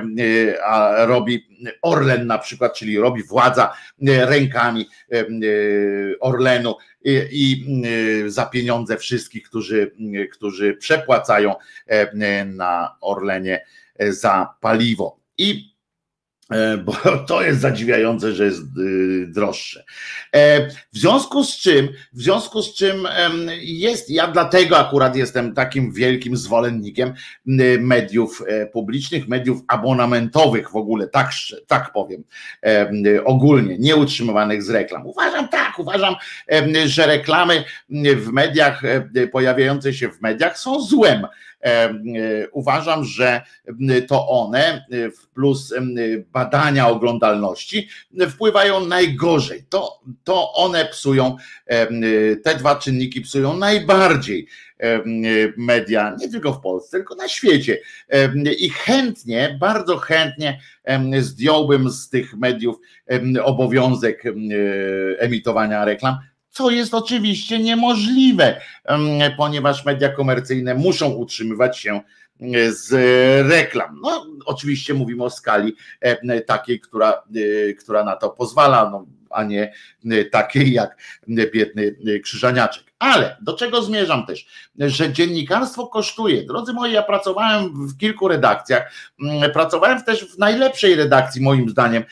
robi Orlen na przykład, czyli robi władza rękami Orlenu i za pieniądze wszystkich, którzy przepłacają na Orlenie za paliwo. Bo to jest zadziwiające, że jest droższe. W związku z czym jest, ja dlatego akurat jestem takim wielkim zwolennikiem mediów publicznych, mediów abonamentowych w ogóle, tak powiem, ogólnie, nieutrzymywanych z reklam. Uważam, że reklamy w mediach, pojawiające się w mediach są złem. Uważam, że to one plus badania oglądalności wpływają najgorzej. To one psują, te dwa czynniki psują najbardziej media, nie tylko w Polsce, tylko na świecie. I bardzo chętnie zdjąłbym z tych mediów obowiązek emitowania reklam, co jest oczywiście niemożliwe, ponieważ media komercyjne muszą utrzymywać się z reklam. No, oczywiście mówimy o skali takiej, która na to pozwala, a nie takiej jak biedny Krzyżaniaczek. Ale do czego zmierzam też, że dziennikarstwo kosztuje. Drodzy moi, ja pracowałem w kilku redakcjach, pracowałem też w najlepszej redakcji moim zdaniem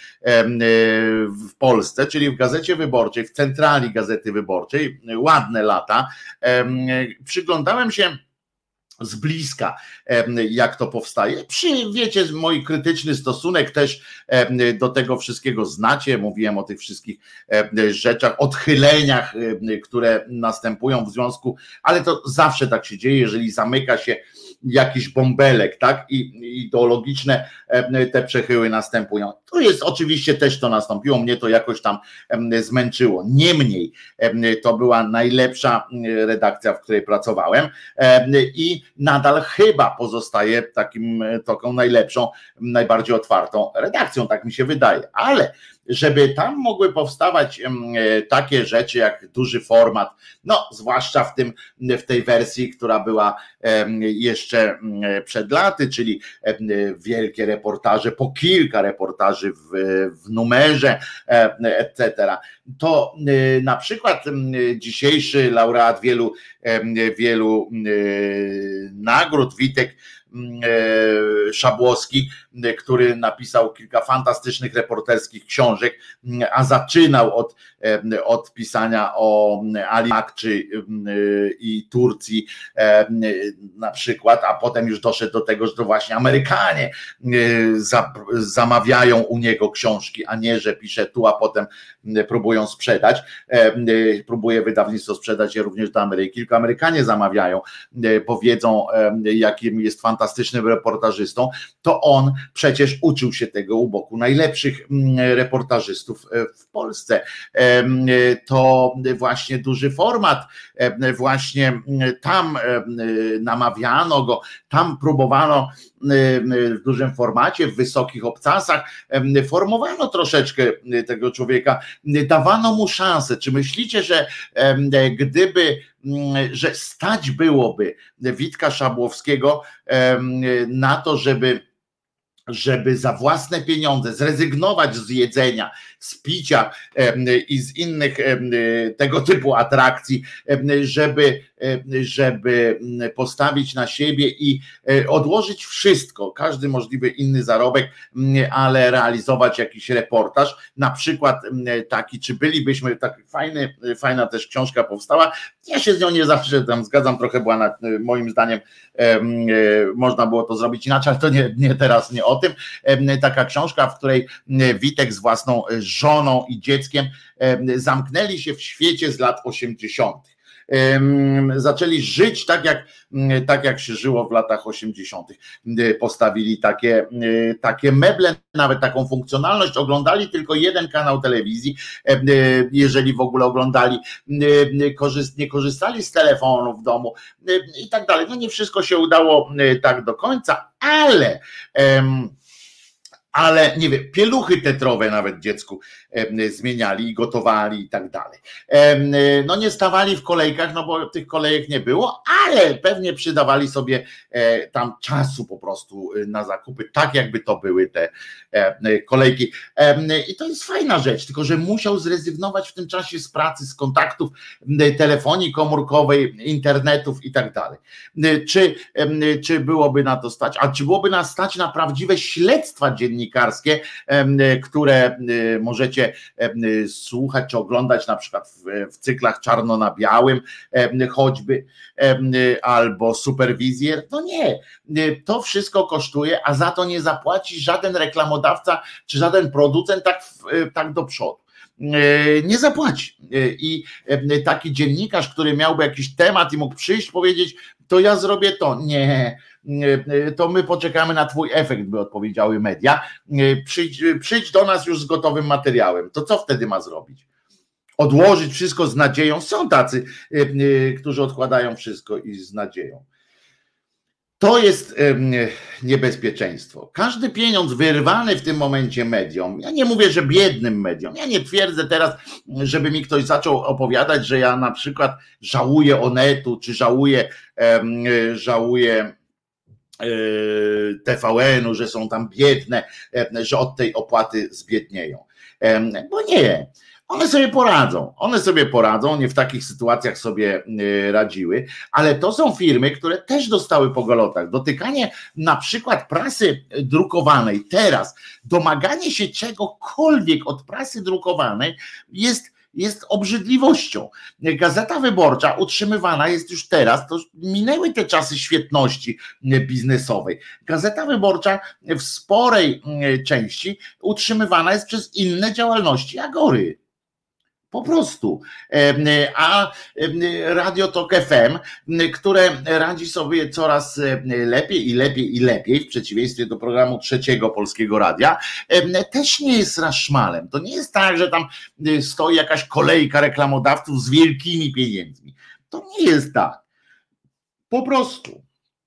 w Polsce, czyli w Gazecie Wyborczej, w centrali Gazety Wyborczej, ładne lata. Przyglądałem się z bliska, jak to powstaje. Wiecie, mój krytyczny stosunek też do tego wszystkiego znacie. Mówiłem o tych wszystkich rzeczach, odchyleniach, które następują w związku, ale to zawsze tak się dzieje, jeżeli zamyka się jakiś bąbelek, tak? I ideologiczne te przechyły następują. To jest oczywiście też to nastąpiło, mnie to jakoś tam zmęczyło. Niemniej to była najlepsza redakcja, w której pracowałem i nadal chyba pozostaje taką najlepszą, najbardziej otwartą redakcją, tak mi się wydaje. Ale żeby tam mogły powstawać takie rzeczy jak duży format, zwłaszcza w tej wersji, która była jeszcze przed laty, czyli wielkie reportaże, po kilka reportaży w numerze, etc. To na przykład dzisiejszy laureat wielu nagród, Witek Szabłowski, który napisał kilka fantastycznych reporterskich książek, a zaczynał od pisania o Ali Akczy i Turcji na przykład, a potem już doszedł do tego, że to właśnie Amerykanie zamawiają u niego książki, a nie, że pisze tu, a potem próbują sprzedać. Próbuje wydawnictwo sprzedać je również do Ameryki. Tylko Amerykanie zamawiają, bo wiedzą, jakim jest fantastycznym reportażystą. To on przecież uczył się tego u boku najlepszych reportażystów w Polsce. To właśnie duży format, właśnie tam namawiano go, tam próbowano w dużym formacie, w wysokich obcasach, formowano troszeczkę tego człowieka, dawano mu szansę. Czy myślicie, że że stać byłoby Witka Szabłowskiego na to, żeby za własne pieniądze zrezygnować z jedzenia, z picia i z innych tego typu atrakcji, żeby postawić na siebie i odłożyć wszystko, każdy możliwy inny zarobek, ale realizować jakiś reportaż, na przykład taki, czy bylibyśmy, taki fajna też książka powstała, ja się z nią nie zawsze tam zgadzam, trochę była moim zdaniem można było to zrobić inaczej, ale to nie teraz, nie o tym. Taka książka, w której Witek z własną żoną i dzieckiem zamknęli się w świecie z lat 80. Zaczęli żyć tak jak się żyło w latach 80. Postawili takie meble, nawet taką funkcjonalność, oglądali tylko jeden kanał telewizji, jeżeli w ogóle oglądali, nie korzystali z telefonu w domu i tak dalej. No nie wszystko się udało tak do końca, ale ale nie wiem, pieluchy tetrowe nawet dziecku zmieniali i gotowali i tak dalej. No nie stawali w kolejkach, no bo tych kolejek nie było, ale pewnie przydawali sobie tam czasu po prostu na zakupy, tak jakby to były te kolejki. I to jest fajna rzecz, tylko że musiał zrezygnować w tym czasie z pracy, z kontaktów, telefonii komórkowej, internetów i tak dalej. Czy byłoby na to stać? A czy byłoby nas stać na prawdziwe śledztwa dziennikarskie, które możecie słuchać czy oglądać na przykład w cyklach czarno na białym choćby, albo superwizjer? No nie, to wszystko kosztuje, a za to nie zapłaci żaden reklamodawca czy żaden producent tak do przodu. Nie zapłaci. I taki dziennikarz, który miałby jakiś temat i mógł przyjść, powiedzieć, to ja zrobię to. Nie, to my poczekamy na twój efekt, by odpowiedziały media. Przyjdź do nas już z gotowym materiałem. To co wtedy ma zrobić? Odłożyć wszystko z nadzieją? Są tacy, którzy odkładają wszystko i z nadzieją. To jest niebezpieczeństwo. Każdy pieniądz wyrwany w tym momencie mediom, ja nie mówię, że biednym mediom, ja nie twierdzę teraz, żeby mi ktoś zaczął opowiadać, że ja na przykład żałuję Onetu, czy żałuję TVN-u, że są tam biedne, że od tej opłaty zbiednieją. Bo nie. One sobie poradzą, nie w takich sytuacjach sobie radziły, ale to są firmy, które też dostały po golotach. Dotykanie na przykład prasy drukowanej teraz, domaganie się czegokolwiek od prasy drukowanej jest obrzydliwością. Gazeta Wyborcza utrzymywana jest już teraz, to minęły te czasy świetności biznesowej. Gazeta Wyborcza w sporej części utrzymywana jest przez inne działalności Agory. Po prostu. A Radio Tok FM, które radzi sobie coraz lepiej, w przeciwieństwie do programu Trzeciego Polskiego Radia, też nie jest raszmalem. To nie jest tak, że tam stoi jakaś kolejka reklamodawców z wielkimi pieniędzmi. To nie jest tak. Po prostu.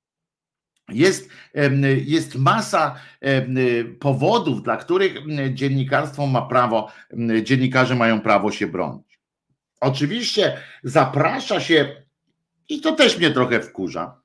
Jest masa powodów, dla których dziennikarstwo ma prawo, dziennikarze mają prawo się bronić. Oczywiście zaprasza się, i to też mnie trochę wkurza,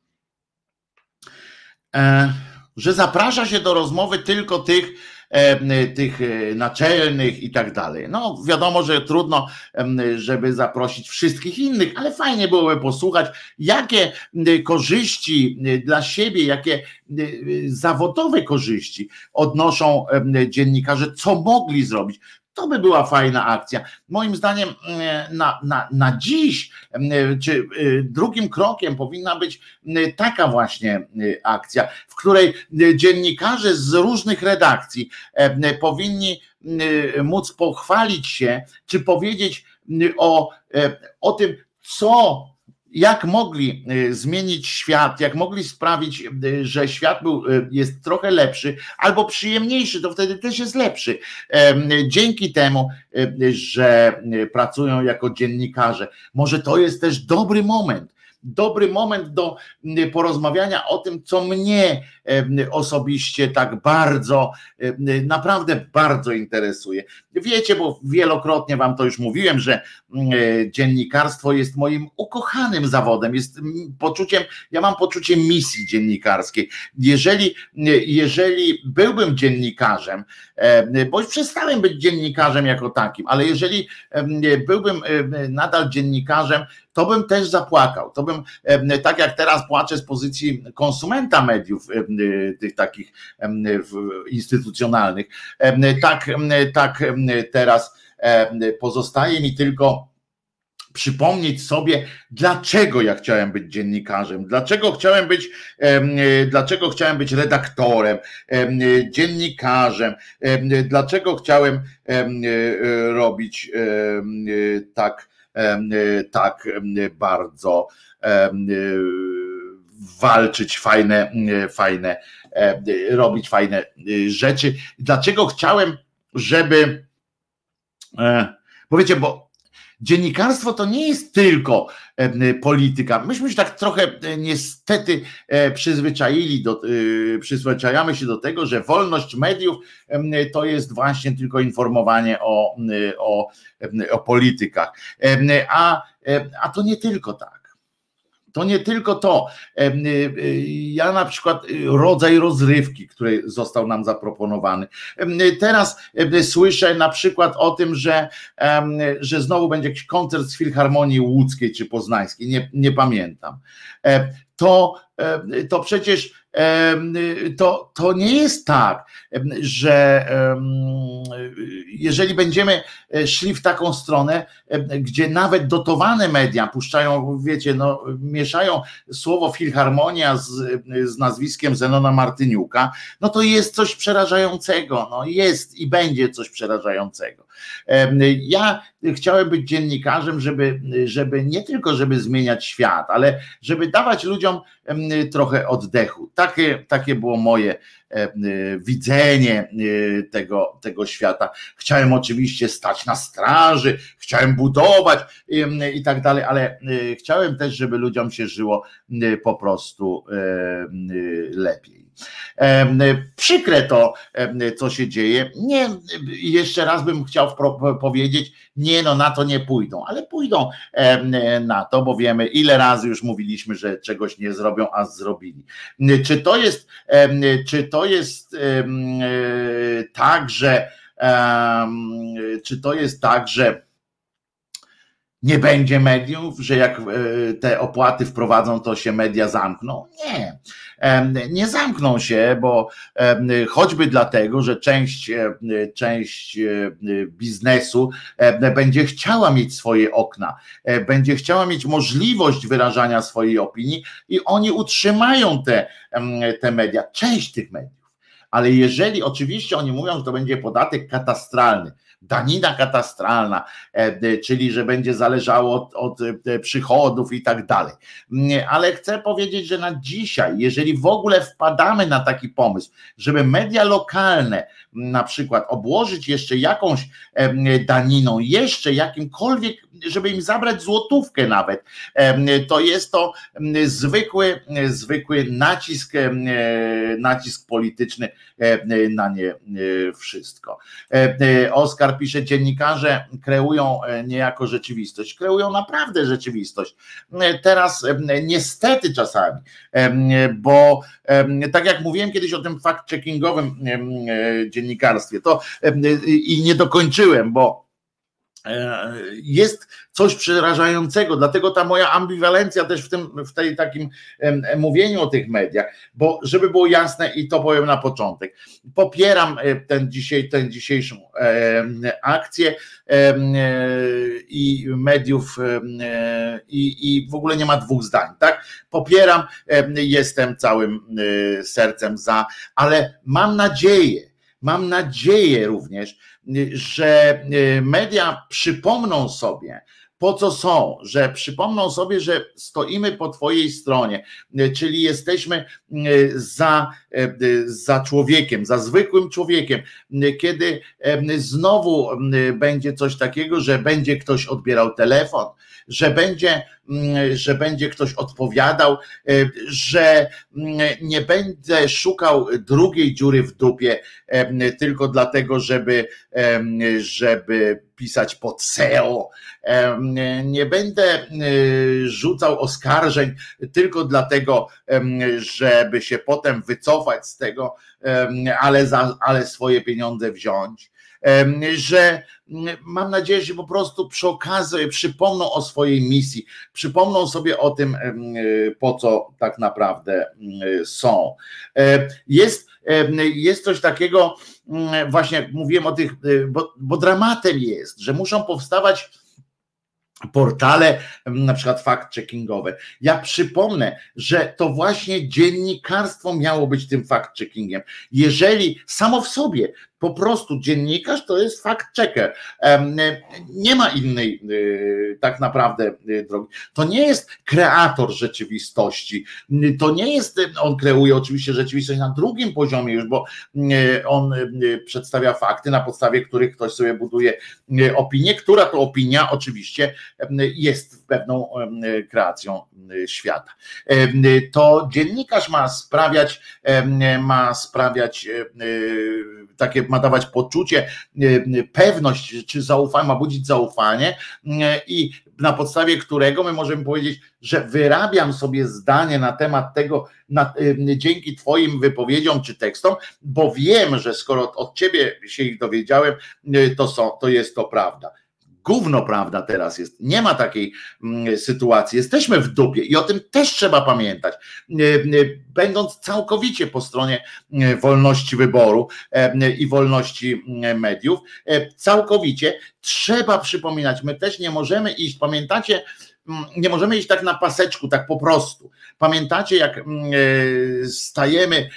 że zaprasza się do rozmowy tylko tych naczelnych i tak dalej. No wiadomo, że trudno, żeby zaprosić wszystkich innych, ale fajnie byłoby posłuchać, jakie korzyści dla siebie, jakie zawodowe korzyści odnoszą dziennikarze, co mogli zrobić. To by była fajna akcja. Moim zdaniem na dziś, czy drugim krokiem powinna być taka właśnie akcja, w której dziennikarze z różnych redakcji powinni móc pochwalić się, czy powiedzieć o tym, jak mogli zmienić świat, jak mogli sprawić, że świat jest trochę lepszy albo przyjemniejszy, to wtedy też jest lepszy. Dzięki temu, że pracują jako dziennikarze. Może to jest też dobry moment do porozmawiania o tym, co mnie osobiście tak bardzo, naprawdę bardzo interesuje. Wiecie, bo wielokrotnie wam to już mówiłem, że dziennikarstwo jest moim ukochanym zawodem, ja mam poczucie misji dziennikarskiej. Jeżeli byłbym dziennikarzem, bo już przestałem być dziennikarzem jako takim, ale jeżeli byłbym nadal dziennikarzem, to bym też zapłakał. To bym, tak jak teraz płaczę z pozycji konsumenta mediów, tych takich instytucjonalnych, tak teraz pozostaje mi tylko przypomnieć sobie, dlaczego ja chciałem być dziennikarzem, dlaczego chciałem być redaktorem, dziennikarzem, dlaczego chciałem robić tak bardzo walczyć, robić fajne rzeczy. Dlaczego chciałem, żeby, bo wiecie, bo Dziennikarstwo to nie jest tylko polityka. Myśmy się tak trochę niestety przyzwyczajamy się do tego, że wolność mediów to jest właśnie tylko informowanie o politykach. A to nie tylko tak. To nie tylko to. Ja na przykład rodzaj rozrywki, który został nam zaproponowany. Teraz słyszę na przykład o tym, że znowu będzie jakiś koncert z Filharmonii Łódzkiej czy Poznańskiej, nie pamiętam. To przecież to nie jest tak, że jeżeli będziemy szli w taką stronę, gdzie nawet dotowane media puszczają, wiecie, no, mieszają słowo filharmonia z nazwiskiem Zenona Martyniuka, no to jest coś przerażającego, no jest i będzie coś przerażającego. Ja chciałem być dziennikarzem, żeby nie tylko żeby zmieniać świat, ale żeby dawać ludziom trochę oddechu. Takie było moje widzenie tego świata. Chciałem oczywiście stać na straży, chciałem budować i tak dalej, ale chciałem też, żeby ludziom się żyło po prostu lepiej. Przykre to, co się dzieje. Nie, jeszcze raz bym chciał powiedzieć, nie, no na to nie pójdą, ale pójdą na to, bo wiemy, ile razy już mówiliśmy, że czegoś nie zrobią, a zrobili. Czy to jest tak, że nie będzie mediów, że jak te opłaty wprowadzą, to się media zamkną? Nie zamkną się, bo choćby dlatego, że część biznesu będzie chciała mieć swoje okna, będzie chciała mieć możliwość wyrażania swojej opinii i oni utrzymają te media, część tych mediów. Ale jeżeli oczywiście oni mówią, że to będzie podatek katastralny, danina katastralna, czyli że będzie zależało od przychodów i tak dalej. Ale chcę powiedzieć, że na dzisiaj, jeżeli w ogóle wpadamy na taki pomysł, żeby media lokalne na przykład obłożyć jeszcze jakąś daniną, jeszcze jakimkolwiek, żeby im zabrać złotówkę nawet, to jest to zwykły nacisk polityczny na nie wszystko. Oskar pisze, dziennikarze kreują niejako rzeczywistość. Kreują naprawdę rzeczywistość. Teraz niestety czasami, bo tak jak mówiłem kiedyś o tym fact-checkingowym dziennikarstwie, to i nie dokończyłem, bo jest coś przerażającego, dlatego ta moja ambiwalencja też w tej takim mówieniu o tych mediach, bo żeby było jasne i to powiem na początek, popieram tę dzisiejszą akcję i mediów i w ogóle nie ma dwóch zdań, tak? Popieram, jestem całym sercem za, ale mam nadzieję również, że media przypomną sobie, po co są, że przypomną sobie, że stoimy po twojej stronie, czyli jesteśmy za człowiekiem, za zwykłym człowiekiem, kiedy znowu będzie coś takiego, że będzie ktoś odbierał telefon, że będzie ktoś odpowiadał, że nie będę szukał drugiej dziury w dupie tylko dlatego, żeby pisać pod SEO, nie będę rzucał oskarżeń tylko dlatego, żeby się potem wycofać z tego, ale swoje pieniądze wziąć. Że mam nadzieję, że po prostu przy okazji przypomną o swojej misji, przypomną sobie o tym, po co tak naprawdę są. Jest coś takiego, właśnie jak mówiłem o tych, bo dramatem jest, że muszą powstawać portale, na przykład fact-checkingowe. Ja przypomnę, że to właśnie dziennikarstwo miało być tym fact-checkingiem. Jeżeli samo w sobie Po prostu dziennikarz to jest fact-checker. Nie ma innej tak naprawdę drogi. To nie jest kreator rzeczywistości. To nie jest, on kreuje oczywiście rzeczywistość na drugim poziomie już, bo on przedstawia fakty, na podstawie których ktoś sobie buduje opinię, która to opinia oczywiście jest pewną kreacją świata. To dziennikarz ma sprawiać takie, ma dawać poczucie, pewność czy zaufanie, ma budzić zaufanie i na podstawie którego my możemy powiedzieć, że wyrabiam sobie zdanie na temat tego dzięki twoim wypowiedziom czy tekstom, bo wiem, że skoro od ciebie się ich dowiedziałem, to jest to prawda. Gówno prawda teraz jest. Nie ma takiej sytuacji. Jesteśmy w dupie i o tym też trzeba pamiętać. Będąc całkowicie po stronie wolności wyboru i wolności mediów, całkowicie trzeba przypominać. My też nie możemy iść, pamiętacie, nie możemy iść tak na paseczku, tak po prostu. Pamiętacie, jak stajemy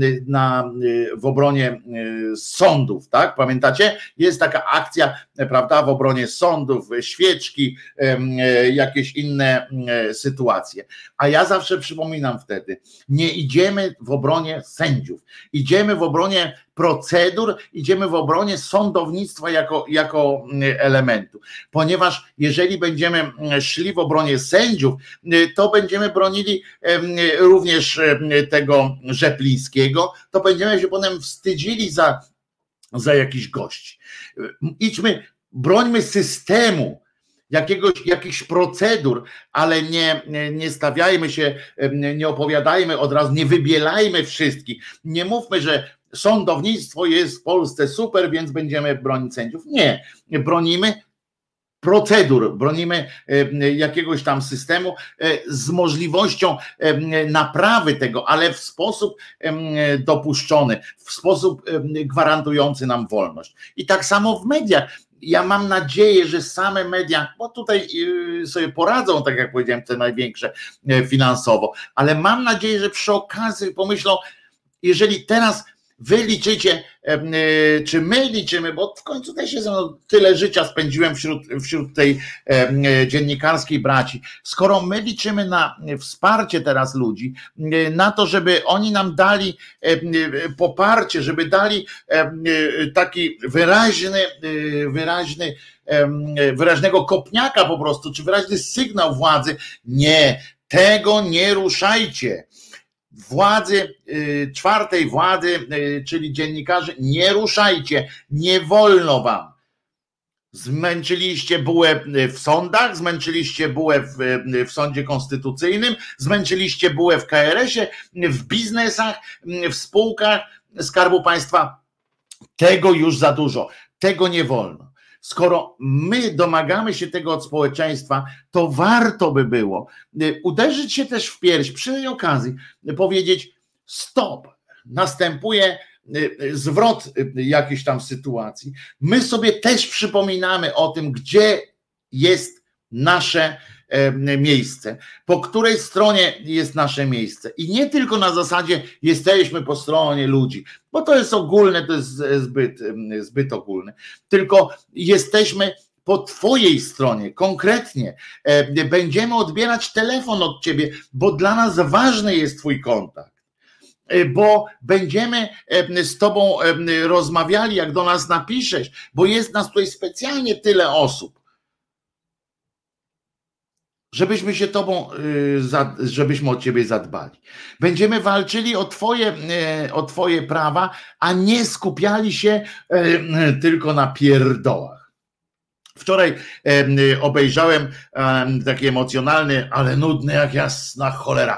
w obronie sądów, tak? Pamiętacie? Jest taka akcja, prawda, w obronie sądów, świeczki, jakieś inne sytuacje. A ja zawsze przypominam wtedy, nie idziemy w obronie sędziów, idziemy w obronie procedur, idziemy w obronie sądownictwa jako elementu. Ponieważ jeżeli będziemy szli w obronie sędziów, to będziemy bronili również tego Rzeplińskiego, to będziemy się potem wstydzili za jakichś gości. Idźmy, brońmy systemu, jakichś procedur, ale nie stawiajmy się, nie opowiadajmy od razu, nie wybielajmy wszystkich, nie mówmy, że sądownictwo jest w Polsce super, więc będziemy bronić sędziów. Nie, bronimy procedur, bronimy jakiegoś tam systemu z możliwością naprawy tego, ale w sposób dopuszczony, w sposób gwarantujący nam wolność. I tak samo w mediach. Ja mam nadzieję, że same media, bo tutaj sobie poradzą, tak jak powiedziałem, te największe finansowo, ale mam nadzieję, że przy okazji pomyślą, jeżeli teraz wy liczycie, czy my liczymy, bo w końcu też jest tyle życia spędziłem wśród tej dziennikarskiej braci. Skoro my liczymy na wsparcie teraz ludzi, na to, żeby oni nam dali poparcie, żeby dali taki wyraźnego kopniaka po prostu, czy wyraźny sygnał władzy, nie, tego nie ruszajcie. Władzy, czwartej władzy, czyli dziennikarzy, nie ruszajcie, nie wolno wam. Zmęczyliście bułę w sądach, zmęczyliście bułę w sądzie konstytucyjnym, zmęczyliście bułę w KRS-ie, w biznesach, w spółkach Skarbu Państwa. Tego już za dużo, tego nie wolno. Skoro my domagamy się tego od społeczeństwa, to warto by było uderzyć się też w pierś przy tej okazji, powiedzieć stop, następuje zwrot jakiejś tam sytuacji. My sobie też przypominamy o tym, gdzie jest nasze miejsce, po której stronie jest nasze miejsce i nie tylko na zasadzie jesteśmy po stronie ludzi, bo to jest ogólne, to jest zbyt ogólne, tylko jesteśmy po twojej stronie, konkretnie będziemy odbierać telefon od ciebie, bo dla nas ważny jest twój kontakt, bo będziemy z tobą rozmawiali, jak do nas napiszesz, bo jest nas tutaj specjalnie tyle osób, żebyśmy się żebyśmy o ciebie zadbali. Będziemy walczyli o twoje prawa, a nie skupiali się tylko na pierdołach. Wczoraj obejrzałem taki emocjonalny, ale nudny jak jasna cholera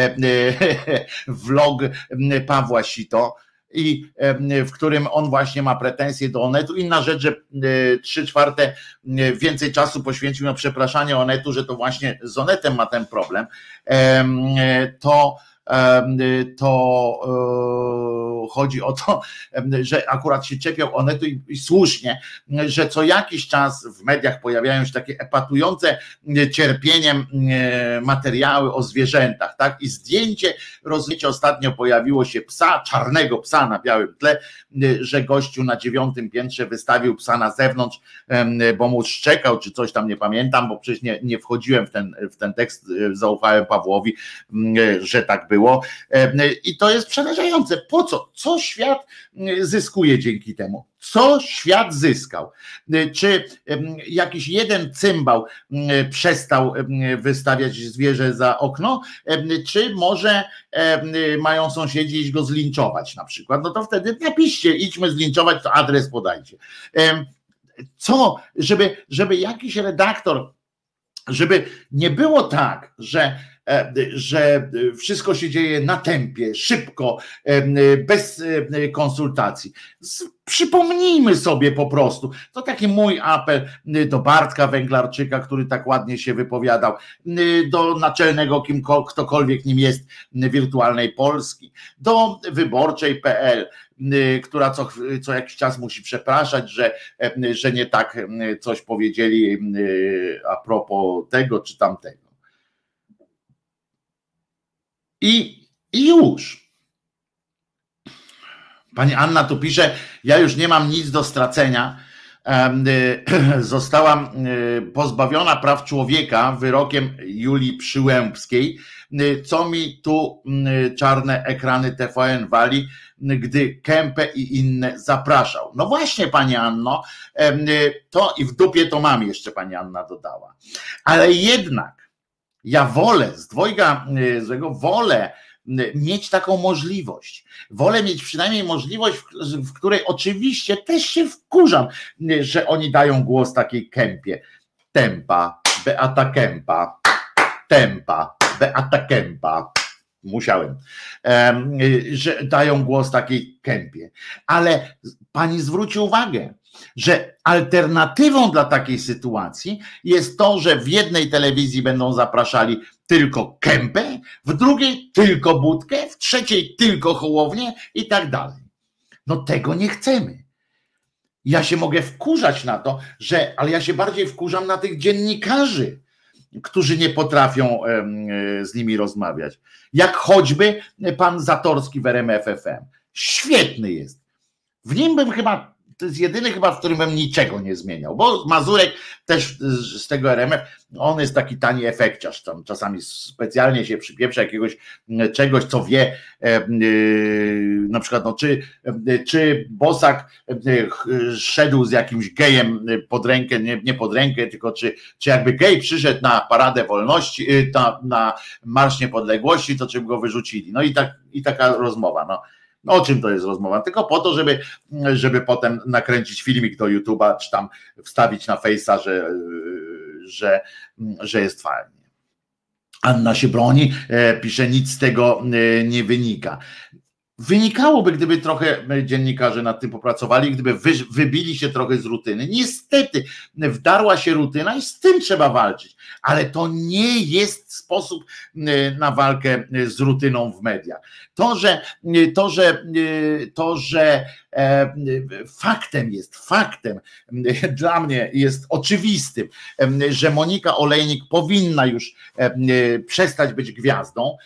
vlog Pawła Sito, i w którym on właśnie ma pretensje do Onetu. Inna rzecz, że 3/4 więcej czasu poświęcił na przepraszanie Onetu, że to właśnie z Onetem ma ten problem, to chodzi o to, że akurat się czepiał Onetu i słusznie, że co jakiś czas w mediach pojawiają się takie epatujące cierpieniem materiały o zwierzętach, tak? I zdjęcie, rozumiecie, ostatnio pojawiło się psa, czarnego psa na białym tle, że gościu na 9. piętrze wystawił psa na zewnątrz, bo mu szczekał, czy coś tam, nie pamiętam, bo przecież nie wchodziłem w ten tekst, zaufałem Pawłowi, że tak było. I to jest przerażające. Po co? Co świat zyskuje dzięki temu? Co świat zyskał? Czy jakiś jeden cymbał przestał wystawiać zwierzę za okno, czy może mają sąsiedzi iść go zlinczować na przykład? No to wtedy napiszcie, idźmy zlinczować, to adres podajcie. Co? Żeby jakiś redaktor, żeby nie było tak, że wszystko się dzieje na tempie, szybko, bez konsultacji. Przypomnijmy sobie po prostu, to taki mój apel do Bartka Węglarczyka, który tak ładnie się wypowiadał, do naczelnego ktokolwiek nim jest wirtualnej Polski, do wyborczej.pl, która co jakiś czas musi przepraszać, że nie tak coś powiedzieli a propos tego czy tamtego. I już. Pani Anna tu pisze, ja już nie mam nic do stracenia. Zostałam pozbawiona praw człowieka wyrokiem Julii Przyłębskiej. Co mi tu czarne ekrany TVN wali, gdy Kempę i inne zapraszał. No właśnie, pani Anno, to i w dupie to mam, jeszcze pani Anna dodała. Ale jednak ja wolę, z dwojga złego, wolę mieć taką możliwość. Wolę mieć przynajmniej możliwość, w której oczywiście też się wkurzam, że oni dają głos takiej Kempie. Tempa, Beata Kempa, Tempa, Beata Kempa. Musiałem, że dają głos takiej Kempie. Ale pani zwróci uwagę, że alternatywą dla takiej sytuacji jest to, że w jednej telewizji będą zapraszali tylko Kempę, w drugiej tylko Budkę, w trzeciej tylko Hołownię i tak dalej. No tego nie chcemy. Ja się mogę wkurzać na to, ale ja się bardziej wkurzam na tych dziennikarzy, którzy nie potrafią z nimi rozmawiać. Jak choćby pan Zatorski w RMF FM. Świetny jest. W nim bym chyba, to jest jedyny chyba, w którym bym niczego nie zmieniał, bo Mazurek też z tego RMF, on jest taki tani efekciarz, tam czasami specjalnie się przypieprza jakiegoś czegoś, co wie, na przykład, no, czy Bosak szedł z jakimś gejem pod rękę, nie pod rękę, tylko czy jakby gej przyszedł na Paradę Wolności, na Marsz Niepodległości, to czym go wyrzucili. No i taka rozmowa, no. O czym to jest rozmowa? Tylko po to, żeby potem nakręcić filmik do YouTube'a, czy tam wstawić na Face'a, że jest fajnie. Anna się broni, pisze, nic z tego nie wynika. Wynikałoby, gdyby trochę dziennikarze nad tym popracowali, gdyby wybili się trochę z rutyny. Niestety wdarła się rutyna i z tym trzeba walczyć, ale to nie jest sposób na walkę z rutyną w mediach. To, że faktem dla mnie jest oczywistym, że Monika Olejnik powinna już przestać być gwiazdą,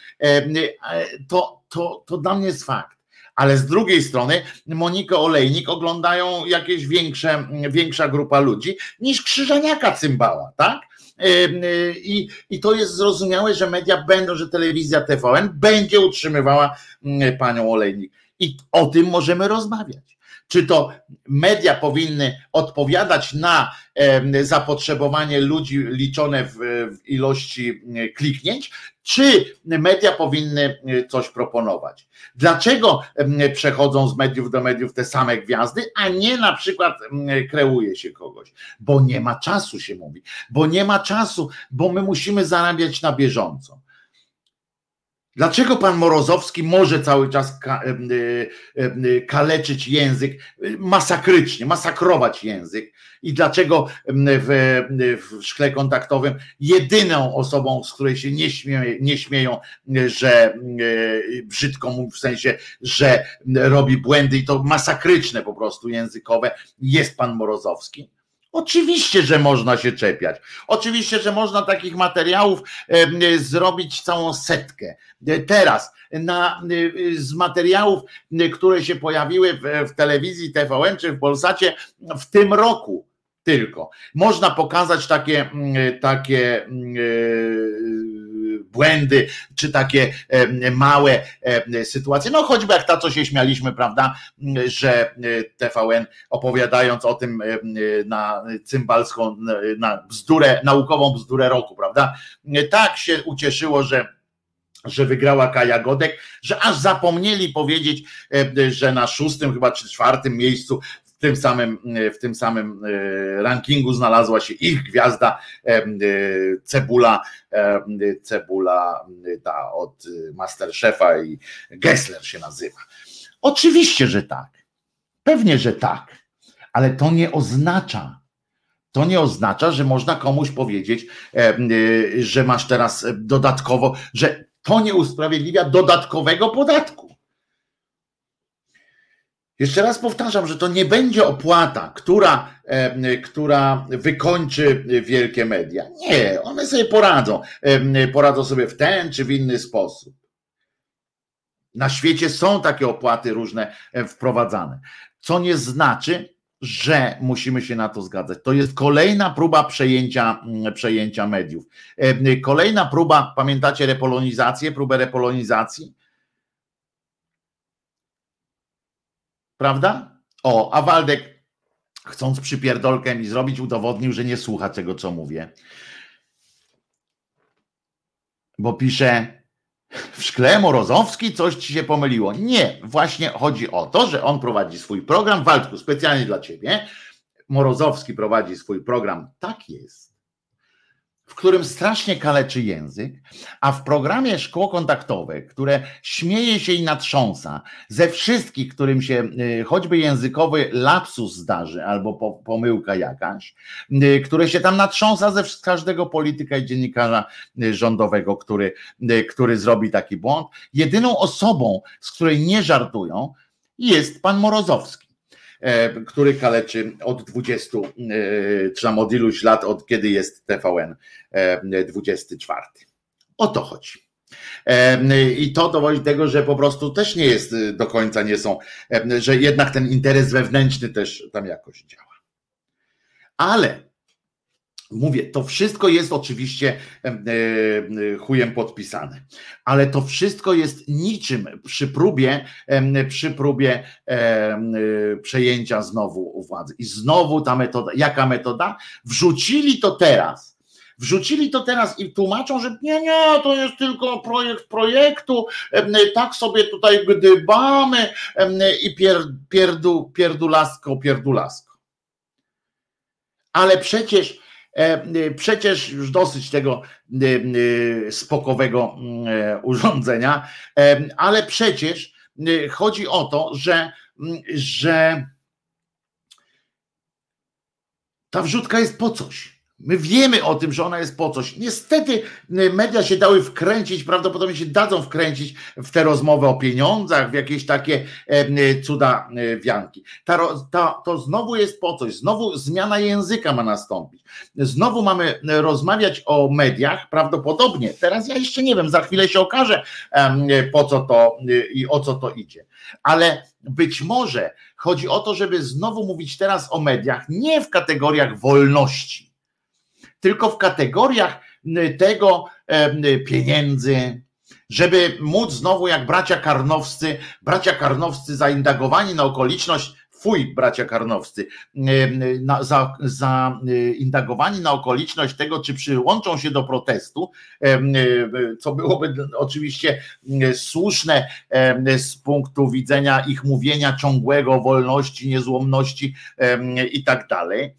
to dla mnie jest fakt. Ale z drugiej strony Monikę Olejnik oglądają jakieś większa grupa ludzi niż Krzyżaniaka Cymbała, tak? I to jest zrozumiałe, że media będą, że telewizja TVN będzie utrzymywała panią Olejnik. I o tym możemy rozmawiać. Czy to media powinny odpowiadać na zapotrzebowanie ludzi liczone w ilości kliknięć, czy media powinny coś proponować? Dlaczego przechodzą z mediów do mediów te same gwiazdy, a nie na przykład kreuje się kogoś? Bo nie ma czasu, się mówi. Bo nie ma czasu, bo my musimy zarabiać na bieżąco. Dlaczego pan Morozowski może cały czas kaleczyć język, masakrycznie, masakrować język i dlaczego w szkle kontaktowym jedyną osobą, z której się nie śmieją, że brzydko mówi, w sensie, że robi błędy i to masakryczne po prostu językowe, jest pan Morozowski? Oczywiście, że można się czepiać. Oczywiście, że można takich materiałów zrobić całą setkę. Teraz z materiałów, które się pojawiły w telewizji TVN czy w Polsacie w tym roku tylko, można pokazać takie błędy, czy takie małe sytuacje, no choćby jak ta, co się śmialiśmy, prawda, że TVN opowiadając o tym na cymbalską, na bzdurę, naukową bzdurę roku, prawda, tak się ucieszyło, że wygrała Kaja Godek, że aż zapomnieli powiedzieć, że na 6. chyba czy 4. miejscu w tym samym rankingu znalazła się ich gwiazda Cebula ta od Masterchefa i Gessler się nazywa. Oczywiście, że tak. Pewnie, że tak. Ale to nie oznacza, że można komuś powiedzieć, że masz teraz dodatkowo, że to nie usprawiedliwia dodatkowego podatku. Jeszcze raz powtarzam, że to nie będzie opłata, która wykończy wielkie media. Nie, one sobie poradzą sobie w ten czy w inny sposób. Na świecie są takie opłaty różne wprowadzane, co nie znaczy, że musimy się na to zgadzać. To jest kolejna próba przejęcia mediów. Kolejna próba, pamiętacie próbę repolonizacji? Prawda? A Waldek, chcąc przypierdolkę mi zrobić, udowodnił, że nie słucha tego, co mówię. Bo pisze, w szkle Morozowski coś ci się pomyliło. Nie, właśnie chodzi o to, że on prowadzi swój program. Waldku, specjalnie dla ciebie. Morozowski prowadzi swój program, tak jest, w którym strasznie kaleczy język, a w programie Szkło Kontaktowe, które śmieje się i natrząsa ze wszystkich, którym się choćby językowy lapsus zdarzy albo pomyłka jakaś, które się tam natrząsa ze każdego polityka i dziennikarza rządowego, który zrobi taki błąd. Jedyną osobą, z której nie żartują, jest pan Morozowski, który kaleczy od 20, czy tam od iluś lat, od kiedy jest TVN 24. O to chodzi. I to dowodzi tego, że po prostu też nie jest do końca, nie są, że jednak ten interes wewnętrzny też tam jakoś działa. Ale mówię, to wszystko jest oczywiście chujem podpisane, ale to wszystko jest niczym przy próbie przejęcia znowu władzy. I znowu ta metoda, jaka metoda? Wrzucili to teraz i tłumaczą, że nie, to jest tylko projekt projektu, tak sobie tutaj gdybamy i pierdulasko. Ale przecież już dosyć tego spokowego urządzenia, ale przecież chodzi o to, że ta wrzutka jest po coś. My wiemy o tym, że ona jest po coś. Niestety media się dały wkręcić, prawdopodobnie się dadzą wkręcić w te rozmowy o pieniądzach, w jakieś takie cuda wianki. To znowu jest po coś, znowu zmiana języka ma nastąpić. Znowu mamy rozmawiać o mediach, prawdopodobnie. Teraz ja jeszcze nie wiem, za chwilę się okaże, po co to i o co to idzie. Ale być może chodzi o to, żeby znowu mówić teraz o mediach nie w kategoriach wolności, tylko w kategoriach tego pieniędzy, żeby móc znowu jak bracia Karnowscy zaindagowani na okoliczność, bracia Karnowscy, zaindagowani na okoliczność tego, czy przyłączą się do protestu, co byłoby oczywiście słuszne z punktu widzenia ich mówienia ciągłego o wolności, niezłomności i tak dalej.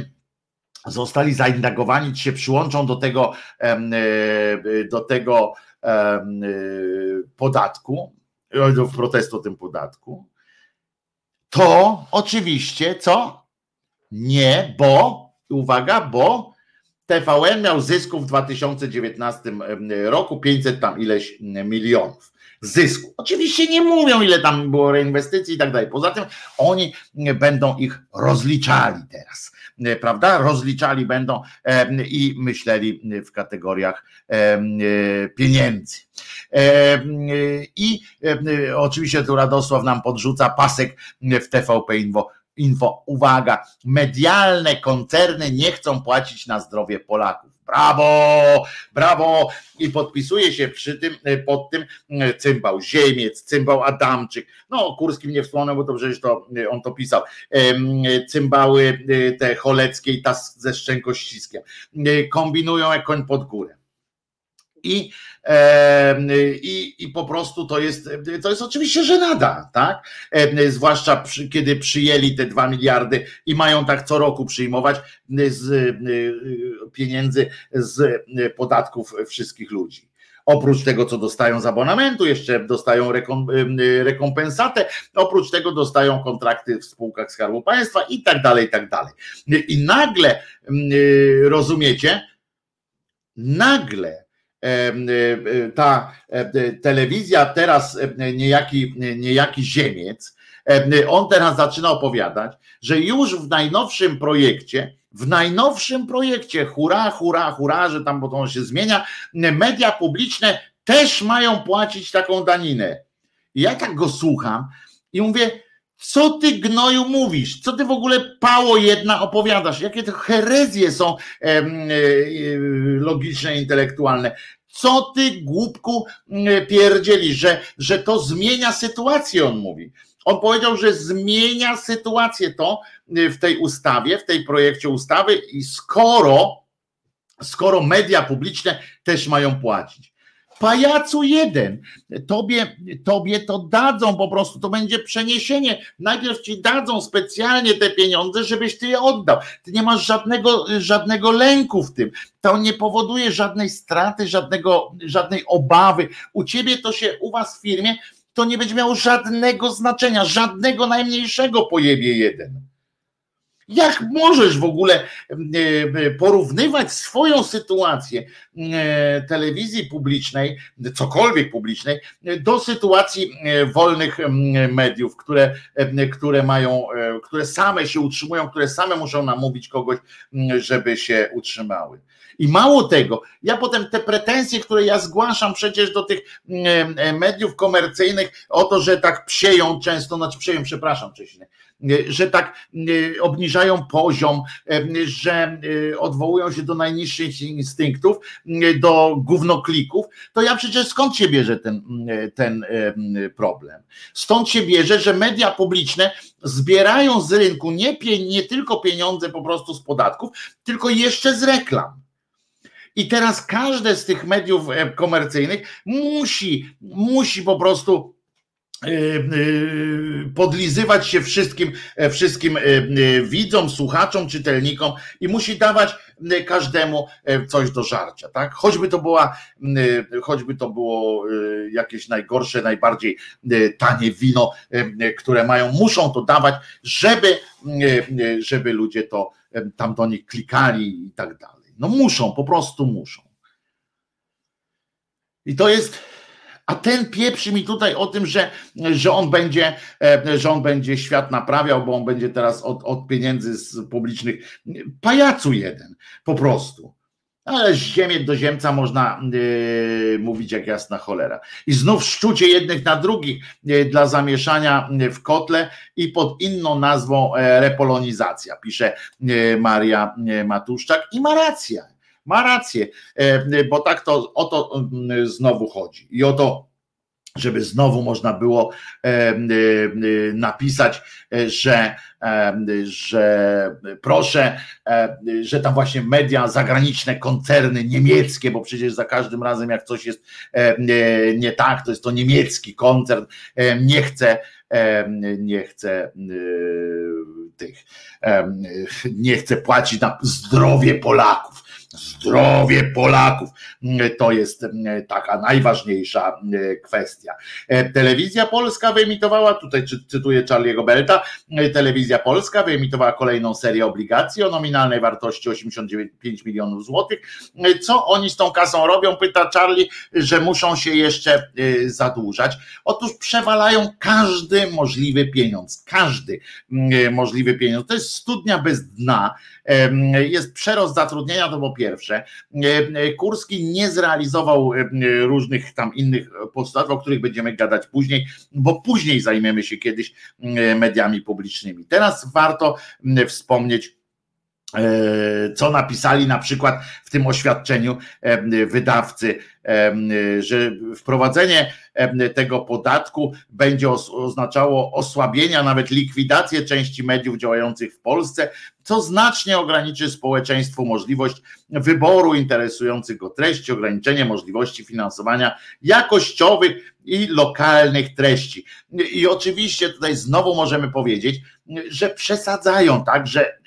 Zostali zaindagowani, czy się przyłączą do tego podatku, w protestu o tym podatku, to oczywiście co? Nie, bo, uwaga, bo TVN miał zysku w 2019 roku 500 tam ileś milionów zysku. Oczywiście nie mówią, ile tam było reinwestycji i tak dalej. Poza tym oni będą ich rozliczali teraz, prawda? Rozliczali będą i myśleli w kategoriach pieniędzy. I oczywiście tu Radosław nam podrzuca pasek w TVP Info. Uwaga, medialne koncerny nie chcą płacić na zdrowie Polaków. Brawo, brawo! I podpisuje się pod tym Cymbał Ziemiec, Cymbał Adamczyk. No o Kurskim nie wspomnę, bo to przecież on to pisał. Cymbały te Choleckie i ta ze Szczękościskiem. Kombinują jak koń pod górę. I po prostu to jest oczywiście żenada, tak? Zwłaszcza kiedy przyjęli te 2 miliardy i mają tak co roku przyjmować z pieniędzy z podatków wszystkich ludzi. Oprócz tego, co dostają z abonamentu, jeszcze dostają rekompensatę, oprócz tego dostają kontrakty w spółkach Skarbu Państwa i tak dalej, i tak dalej. I nagle, rozumiecie, ta telewizja teraz, niejaki Ziemiec, on teraz zaczyna opowiadać, że już w najnowszym projekcie, hurra, hurra, hurra, że tam, bo to on się zmienia, media publiczne też mają płacić taką daninę. I ja tak go słucham i mówię, co ty gnoju mówisz? Co ty w ogóle pało jedna opowiadasz? Jakie to herezje są logiczne, intelektualne? Co ty głupku pierdzielisz, że to zmienia sytuację, on mówi. On powiedział, że zmienia sytuację to w tej ustawie, w tej projekcie ustawy i skoro media publiczne też mają płacić. Pajacu jeden, tobie to dadzą po prostu, to będzie przeniesienie. Najpierw ci dadzą specjalnie te pieniądze, żebyś ty je oddał. Ty nie masz żadnego lęku w tym. To nie powoduje żadnej straty, żadnej obawy. U was w firmie to nie będzie miało żadnego znaczenia, żadnego najmniejszego pojebie jeden. Jak możesz w ogóle porównywać swoją sytuację telewizji publicznej, cokolwiek publicznej, do sytuacji wolnych mediów, które same się utrzymują, które same muszą namówić kogoś, żeby się utrzymały. I mało tego, ja potem te pretensje, które ja zgłaszam przecież do tych mediów komercyjnych o to, że tak psieją często, że tak obniżają poziom, że odwołują się do najniższych instynktów, do gównoklików, to ja przecież skąd się bierze ten problem? Stąd się bierze, że media publiczne zbierają z rynku nie tylko pieniądze po prostu z podatków, tylko jeszcze z reklam. I teraz każde z tych mediów komercyjnych musi po prostu podlizywać się wszystkim widzom, słuchaczom, czytelnikom i musi dawać każdemu coś do żarcia, tak? Choćby to było jakieś najgorsze, najbardziej tanie wino, które muszą to dawać, żeby ludzie to tam do nich klikali i tak dalej. No muszą, po prostu muszą. I to jest, a ten pieprzy mi tutaj o tym, że on będzie świat naprawiał, bo on będzie teraz od pieniędzy z publicznych. Pajacu jeden, po prostu. Ale z ziemię do ziemca można mówić jak jasna cholera. I znów szczucie jednych na drugich dla zamieszania w kotle i pod inną nazwą repolonizacja, pisze Maria Matuszczak i ma rację, bo tak to o to znowu chodzi. I o to, żeby znowu można było napisać, że proszę, że tam właśnie media zagraniczne, koncerny niemieckie, bo przecież za każdym razem jak coś jest nie tak, to jest to niemiecki koncern, nie chce płacić na zdrowie Polaków. zdrowie Polaków. To jest taka najważniejsza kwestia. Telewizja Polska wyemitowała, tutaj cytuję Charlie'ego Belta, Telewizja Polska wyemitowała kolejną serię obligacji o nominalnej wartości 85 milionów złotych. Co oni z tą kasą robią? Pyta Charlie, że muszą się jeszcze zadłużać. Otóż przewalają każdy możliwy pieniądz. Każdy możliwy pieniądz. To jest studnia bez dna. Jest przerost zatrudnienia, to po pierwsze. Kurski nie zrealizował różnych tam innych postulatów, o których będziemy gadać później, bo później zajmiemy się kiedyś mediami publicznymi. Teraz warto wspomnieć, co napisali na przykład w tym oświadczeniu wydawcy, że wprowadzenie tego podatku będzie oznaczało osłabienie, a nawet likwidację części mediów działających w Polsce, co znacznie ograniczy społeczeństwu możliwość wyboru interesujących go treści, ograniczenie możliwości finansowania jakościowych i lokalnych treści. I oczywiście tutaj znowu możemy powiedzieć, że przesadzają, tak,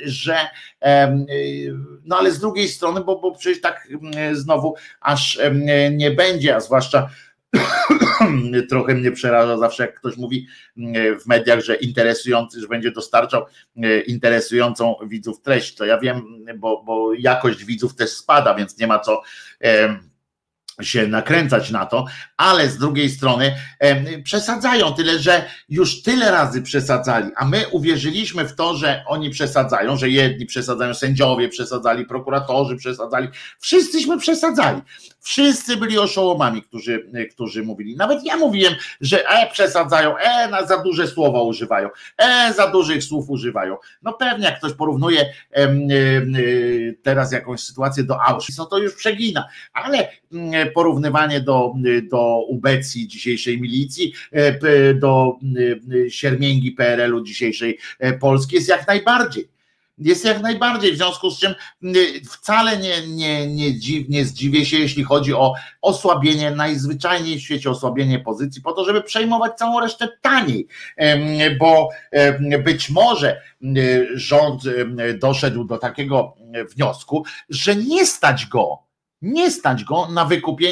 no ale z drugiej strony, bo przecież tak znowu aż nie będzie, a zwłaszcza trochę mnie przeraża zawsze, jak ktoś mówi w mediach, że interesujący, że będzie dostarczał interesującą widzów treść. To ja wiem, bo jakość widzów też spada, więc nie ma co się nakręcać na to, ale z drugiej strony przesadzają, tyle że już tyle razy przesadzali, a my uwierzyliśmy w to, że oni przesadzają, że jedni przesadzają, sędziowie przesadzali, prokuratorzy przesadzali, wszyscyśmy przesadzali. Wszyscy byli oszołomami, którzy mówili. Nawet ja mówiłem, że przesadzają, za duże słowa używają, za dużych słów używają. No pewnie, jak ktoś porównuje teraz jakąś sytuację do Auschwitz, no to już przegina, ale porównywanie do ubecji dzisiejszej milicji, do siermięgi PRL-u dzisiejszej Polski jest jak najbardziej. W związku z czym wcale nie zdziwię się, jeśli chodzi o osłabienie, najzwyczajniej w świecie osłabienie pozycji, po to, żeby przejmować całą resztę taniej, bo być może rząd doszedł do takiego wniosku, że nie stać go na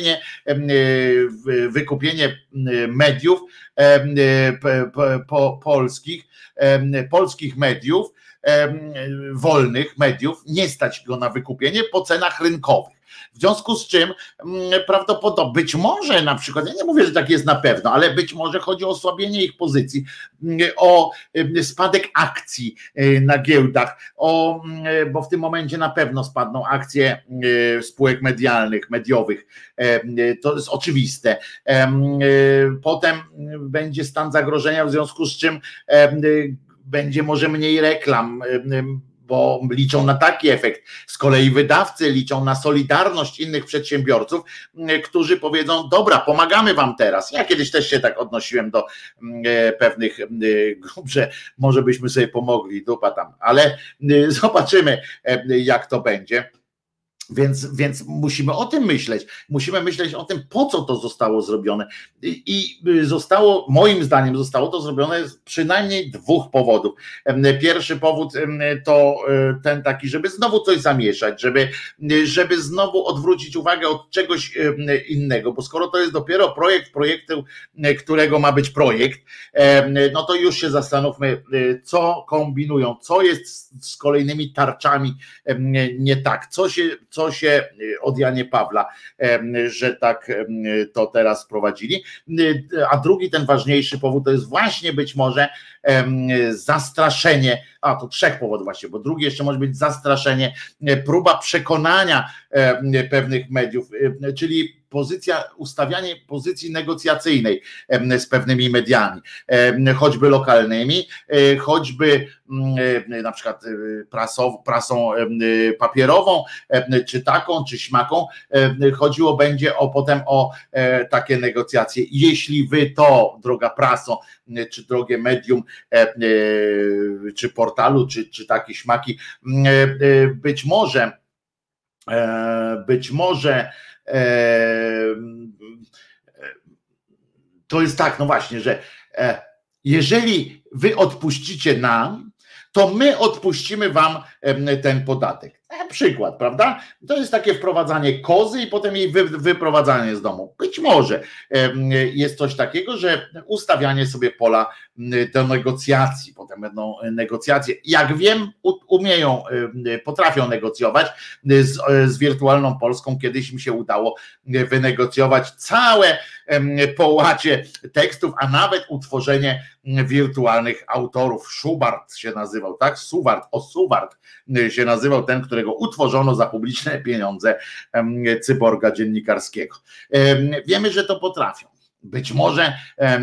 wykupienie mediów polskich mediów, wolnych mediów, nie stać go na wykupienie po cenach rynkowych. W związku z czym prawdopodobnie, być może na przykład, ja nie mówię, że tak jest na pewno, ale być może chodzi o osłabienie ich pozycji, o spadek akcji na giełdach, bo w tym momencie na pewno spadną akcje spółek mediowych, to jest oczywiste. Potem będzie stan zagrożenia, w związku z czym będzie może mniej reklam, bo liczą na taki efekt. Z kolei wydawcy liczą na solidarność innych przedsiębiorców, którzy powiedzą, dobra, pomagamy wam teraz. Ja kiedyś też się tak odnosiłem do pewnych grup, że może byśmy sobie pomogli, dupa tam, ale zobaczymy, jak to będzie. Więc musimy o tym myśleć. Musimy myśleć o tym, po co to zostało zrobione. I zostało, moim zdaniem, zostało to zrobione z przynajmniej dwóch powodów. Pierwszy powód to ten taki, żeby znowu coś zamieszać, żeby znowu odwrócić uwagę od czegoś innego, bo skoro to jest dopiero projektu, którego ma być projekt, no to już się zastanówmy, co kombinują, co jest z kolejnymi tarczami nie tak, co się od Janie Pawla, że tak to teraz prowadzili. A drugi, ten ważniejszy powód, to jest właśnie być może zastraszenie, to trzech powodów właśnie, bo drugi jeszcze może być zastraszenie, próba przekonania pewnych mediów, czyli ustawianie pozycji negocjacyjnej z pewnymi mediami, choćby lokalnymi, choćby na przykład prasą papierową, czy taką, czy śmaką. Chodziło będzie potem o takie negocjacje. Jeśli wy to, droga praso, czy drogie medium, czy portalu, czy takie śmaki, być może to jest tak, no właśnie, że jeżeli wy odpuścicie nam, to my odpuścimy wam ten podatek. Przykład, prawda? To jest takie wprowadzanie kozy i potem jej wyprowadzanie z domu. Być może jest coś takiego, że ustawianie sobie pola do negocjacji, potem będą negocjacje. Jak wiem, umieją, potrafią negocjować z wirtualną Polską. Kiedyś mi się udało wynegocjować całe połacie tekstów, a nawet utworzenie wirtualnych autorów. Schubart się nazywał, tak? Suwart się nazywał ten, którego utworzono za publiczne pieniądze cyborga dziennikarskiego. Wiemy, że to potrafią. Być może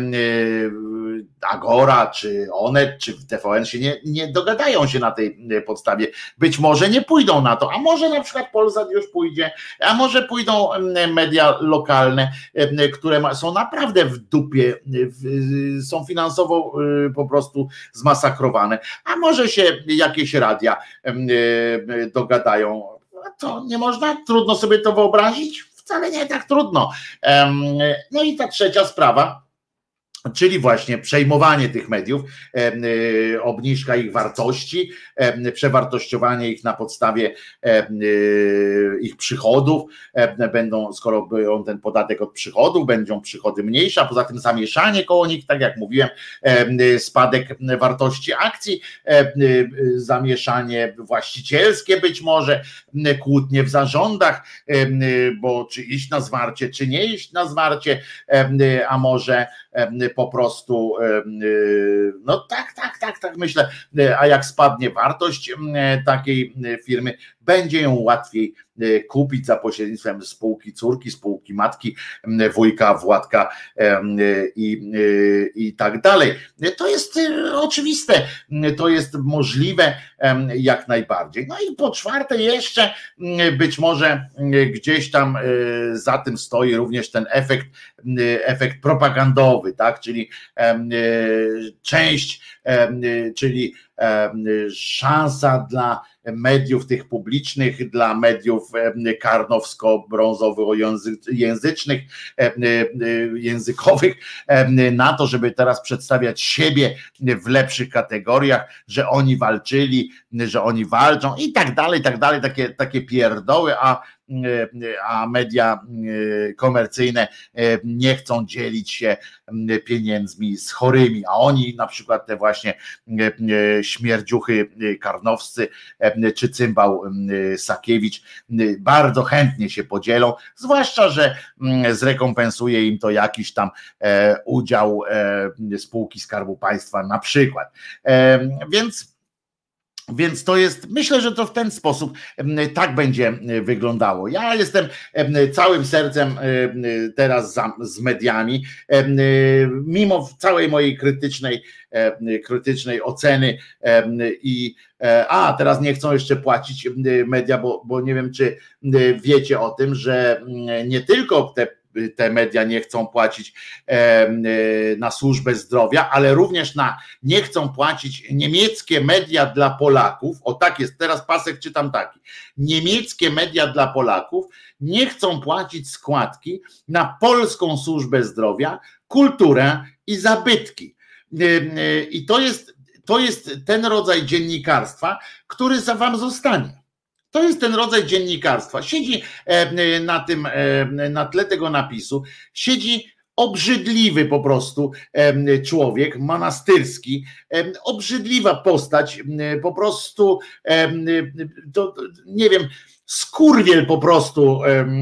Agora, czy Onet, czy TVN się nie dogadają się na tej podstawie. Być może nie pójdą na to, a może na przykład Polsat już pójdzie, a może pójdą media lokalne, które są naprawdę w dupie, są finansowo po prostu zmasakrowane, a może się jakieś radia dogadają. To nie można, trudno sobie to wyobrazić? Wcale nie tak trudno. No i ta trzecia sprawa, czyli właśnie przejmowanie tych mediów, obniżka ich wartości, przewartościowanie ich na podstawie ich przychodów. Będą, skoro biorą ten podatek od przychodów, będą przychody mniejsze, a poza tym zamieszanie koło nich, tak jak mówiłem, spadek wartości akcji, zamieszanie właścicielskie być może, kłótnie w zarządach, bo czy iść na zwarcie, czy nie iść na zwarcie, a może po prostu, no tak myślę, a jak spadnie wartość takiej firmy, będzie ją łatwiej kupić za pośrednictwem spółki córki, spółki matki, wujka, Władka i tak dalej. To jest oczywiste, to jest możliwe jak najbardziej. No i po czwarte jeszcze być może gdzieś tam za tym stoi również ten efekt propagandowy, tak, czyli część, czyli szansa dla mediów tych publicznych, dla mediów karnowsko-brązowo-języcznych, językowych, na to, żeby teraz przedstawiać siebie w lepszych kategoriach, że oni walczyli, że oni walczą i tak dalej, takie pierdoły, a media komercyjne nie chcą dzielić się pieniędzmi z chorymi, a oni na przykład te właśnie śmierdziuchy karnowscy czy cymbał Sakiewicz bardzo chętnie się podzielą, zwłaszcza, że zrekompensuje im to jakiś tam udział spółki Skarbu Państwa na przykład. Więc to jest, myślę, że to w ten sposób tak będzie wyglądało. Ja jestem całym sercem teraz z mediami, mimo całej mojej krytycznej oceny teraz nie chcą jeszcze płacić media, bo nie wiem, czy wiecie o tym, że nie tylko te media nie chcą płacić na służbę zdrowia, ale również nie chcą płacić niemieckie media dla Polaków. O tak jest, teraz pasek czytam taki. Niemieckie media dla Polaków nie chcą płacić składki na polską służbę zdrowia, kulturę i zabytki. I to jest ten rodzaj dziennikarstwa, który za wam zostanie. To jest ten rodzaj dziennikarstwa. Siedzi na tle tego napisu, siedzi obrzydliwy po prostu człowiek, monastyrski, obrzydliwa postać, po prostu, nie wiem, skurwiel po prostu,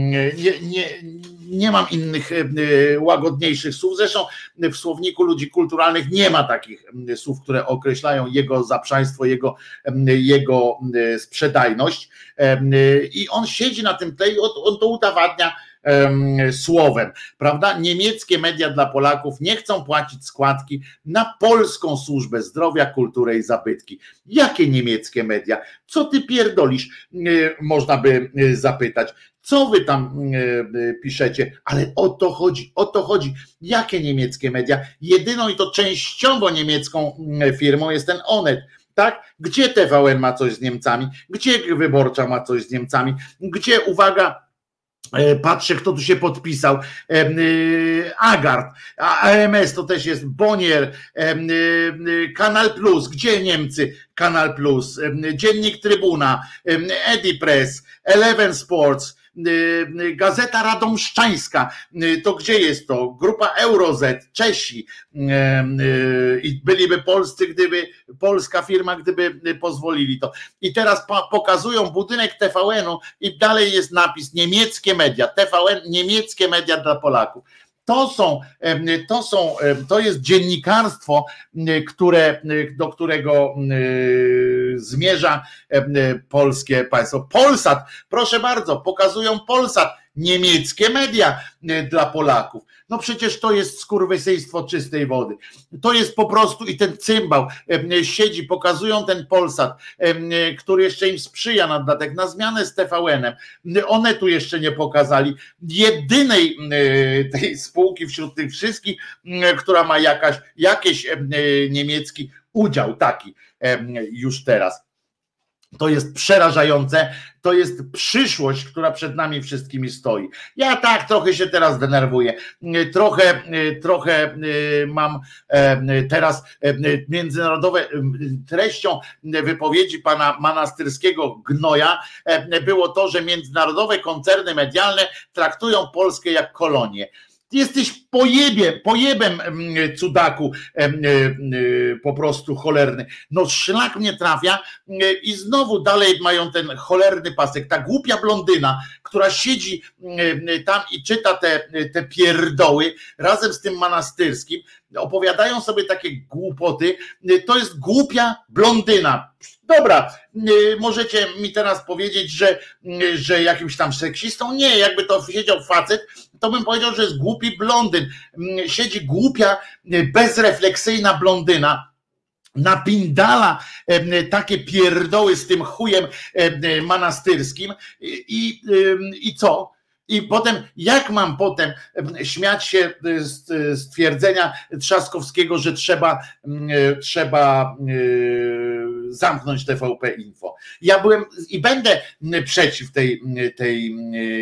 nie mam innych łagodniejszych słów. Zresztą w słowniku ludzi kulturalnych nie ma takich słów, które określają jego zaprzaństwo, jego sprzedajność. I on siedzi na tym tle i on to udowadnia słowem, prawda? Niemieckie media dla Polaków nie chcą płacić składki na polską służbę zdrowia, kulturę i zabytki. Jakie niemieckie media? Co ty pierdolisz? Można by zapytać. Co wy tam piszecie? Ale o to chodzi. Jakie niemieckie media? Jedyną i to częściowo niemiecką firmą jest ten Onet. Tak? Gdzie TVN ma coś z Niemcami? Gdzie Wyborcza ma coś z Niemcami? Gdzie, uwaga, Patrzę, kto tu się podpisał. Agard, AMS to też jest, Bonier, Kanal Plus, gdzie Niemcy? Kanal Plus, Dziennik Trybuna, Edipress, Eleven Sports, Gazeta Radomszczańska, to gdzie jest to? Grupa Euroz, Czesi i byliby polscy, gdyby polska firma, gdyby pozwolili to. I teraz pokazują budynek TVN-u i dalej jest napis niemieckie media, TVN, niemieckie media dla Polaków. To jest dziennikarstwo, do którego zmierza polskie państwo. Polsat, proszę bardzo, pokazują Polsat, niemieckie media dla Polaków. No przecież to jest skurwysyństwo czystej wody. To jest po prostu i ten cymbał siedzi, pokazują ten Polsat, który jeszcze im sprzyja na dodatek, na zmianę z TVN-em. One tu jeszcze nie pokazali jedynej tej spółki wśród tych wszystkich, która ma jakiś niemiecki udział taki już teraz. To jest przerażające, to jest przyszłość, która przed nami wszystkimi stoi. Ja tak trochę się teraz denerwuję, trochę mam teraz międzynarodowe, treścią wypowiedzi pana Manastyrskiego Gnoja było to, że międzynarodowe koncerny medialne traktują Polskę jak kolonię. Jesteś pojebem, cudaku, po prostu cholerny. No szlak mnie trafia i znowu dalej mają ten cholerny pasek. Ta głupia blondyna, która siedzi tam i czyta te pierdoły razem z tym Manastyrskim, opowiadają sobie takie głupoty. To jest głupia blondyna. Dobra, możecie mi teraz powiedzieć, że jakimś tam seksistą? Nie, jakby to siedział facet, to bym powiedział, że jest głupi blondyn. Siedzi głupia, bezrefleksyjna blondyna, napindala takie pierdoły z tym chujem Manastyrskim i co? I potem, jak mam potem śmiać się z twierdzenia Trzaskowskiego, że trzeba zamknąć TVP Info. Ja byłem i będę przeciw tej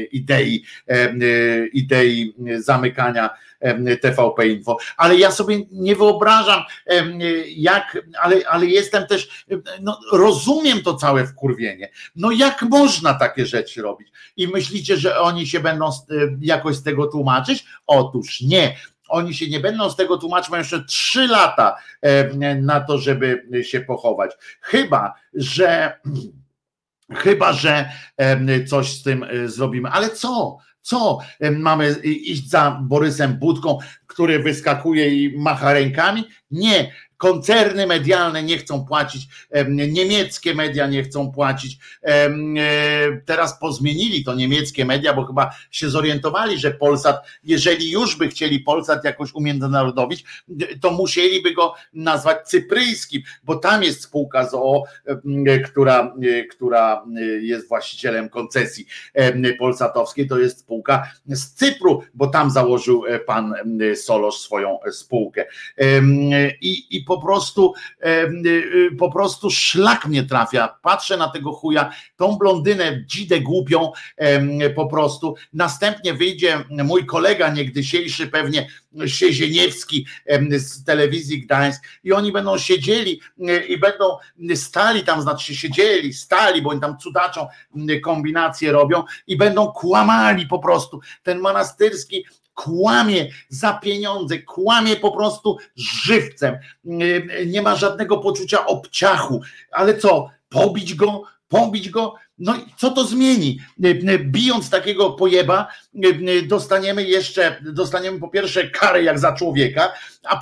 idei zamykania TVP Info, ale ja sobie nie wyobrażam ale jestem też, no, rozumiem to całe wkurwienie. No jak można takie rzeczy robić? I myślicie, że oni się będą jakoś z tego tłumaczyć? Otóż nie. Oni się nie będą z tego tłumaczyć, mają jeszcze 3 lata na to, żeby się pochować. Chyba, że coś z tym zrobimy. Ale co? Co? Mamy iść za Borysem Budką, który wyskakuje i macha rękami? Nie. Koncerny medialne nie chcą płacić, niemieckie media nie chcą płacić. Teraz pozmienili to niemieckie media, bo chyba się zorientowali, że Polsat, jeżeli już by chcieli Polsat jakoś umiędzynarodowić, to musieliby go nazwać cypryjskim, bo tam jest spółka z o.o., która jest właścicielem koncesji polsatowskiej, to jest spółka z Cypru, bo tam założył pan Solosz swoją spółkę. I po prostu szlak mnie trafia. Patrzę na tego chuja, tą blondynę, dzidę głupią po prostu. Następnie wyjdzie mój kolega niegdysiejszy, pewnie Siezieniewski z telewizji Gdańsk i oni będą siedzieli i będą stali tam, znaczy stali, bo oni tam cudaczą kombinacje robią i będą kłamali po prostu. Ten Manastyrski kłamie za pieniądze, kłamie po prostu żywcem, nie ma żadnego poczucia obciachu, ale co, pobić go, no i co to zmieni? Bijąc takiego pojeba dostaniemy po pierwsze karę jak za człowieka,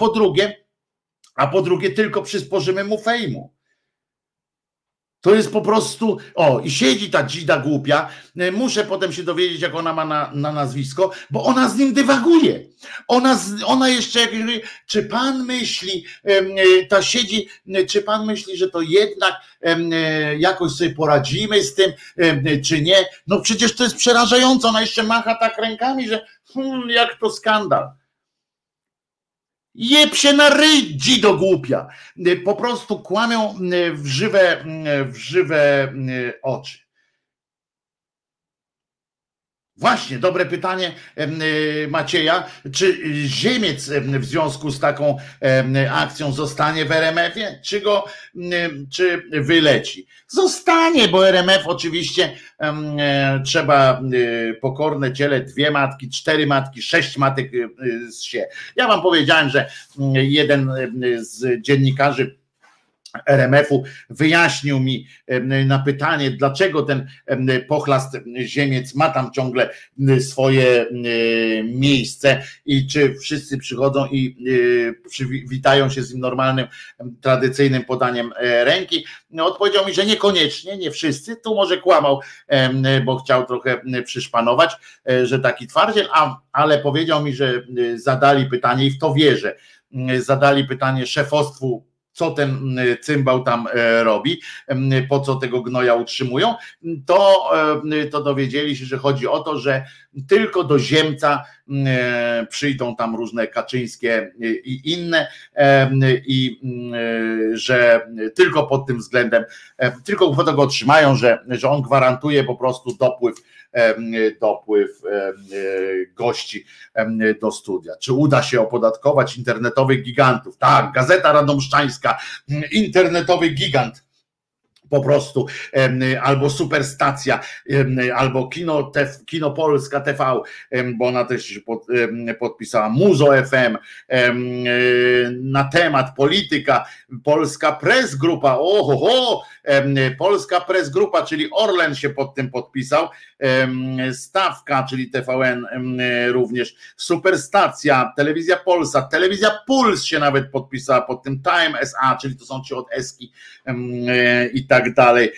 a po drugie tylko przysporzymy mu fejmu. To jest po prostu, i siedzi ta dzida głupia, muszę potem się dowiedzieć, jak ona ma na nazwisko, bo ona z nim dywaguje. Ona jeszcze, czy pan myśli, ta siedzi, czy pan myśli, że to jednak jakoś sobie poradzimy z tym, czy nie? No przecież to jest przerażające, ona jeszcze macha tak rękami, że jak to skandal. Jeb się na ryj, dzido głupia. Po prostu kłamią w żywe oczy. Właśnie, dobre pytanie Macieja. Czy Ziemiec w związku z taką akcją zostanie w RMF-ie, czy wyleci? Zostanie, bo RMF oczywiście trzeba pokorne ciele, 2 matki, 4 matki, 6 matek się. Ja wam powiedziałem, że jeden z dziennikarzy RMF-u wyjaśnił mi na pytanie, dlaczego ten pochlast Ziemiec ma tam ciągle swoje miejsce i czy wszyscy przychodzą i witają się z nim normalnym, tradycyjnym podaniem ręki. Odpowiedział mi, że niekoniecznie, nie wszyscy, tu może kłamał, bo chciał trochę przyszpanować, że taki twardziel, ale powiedział mi, że zadali pytanie i w to wierzę, zadali pytanie szefostwu, co ten cymbał tam robi, po co tego gnoja utrzymują, to dowiedzieli się, że chodzi o to, że tylko do Ziemca przyjdą tam różne Kaczyńskie i inne i że tylko pod tym względem, tylko po to go otrzymają, że on gwarantuje po prostu dopływ gości do studia. Czy uda się opodatkować internetowych gigantów? Tak, Gazeta Radomszczańska, internetowy gigant. Po prostu, albo Superstacja, albo Kino Polska TV, bo ona też się podpisała, Muzo FM, na temat polityka, Polska Press Grupa, Polska Press Grupa, czyli Orlen się pod tym podpisał, Stawka, czyli TVN również, Superstacja, Telewizja Polsat, Telewizja Puls się nawet podpisała pod tym, Time SA, czyli to są ci od Eski i tak dalej.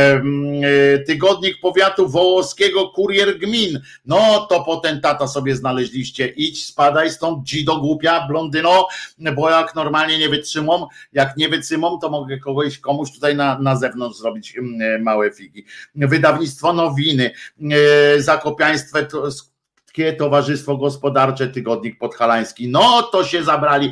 Tygodnik Powiatu Wołoskiego, Kurier Gmin. No to potentata sobie znaleźliście. Idź, spadaj stąd, dzido głupia, blondyno, bo jak normalnie nie wytrzymam, jak nie wytrzymam, to mogę komuś tutaj na zewnątrz zrobić małe figi. Wydawnictwo Nowiny, Zakopiaństwo Towarzystwo Gospodarcze, Tygodnik Podhalański, no to się zabrali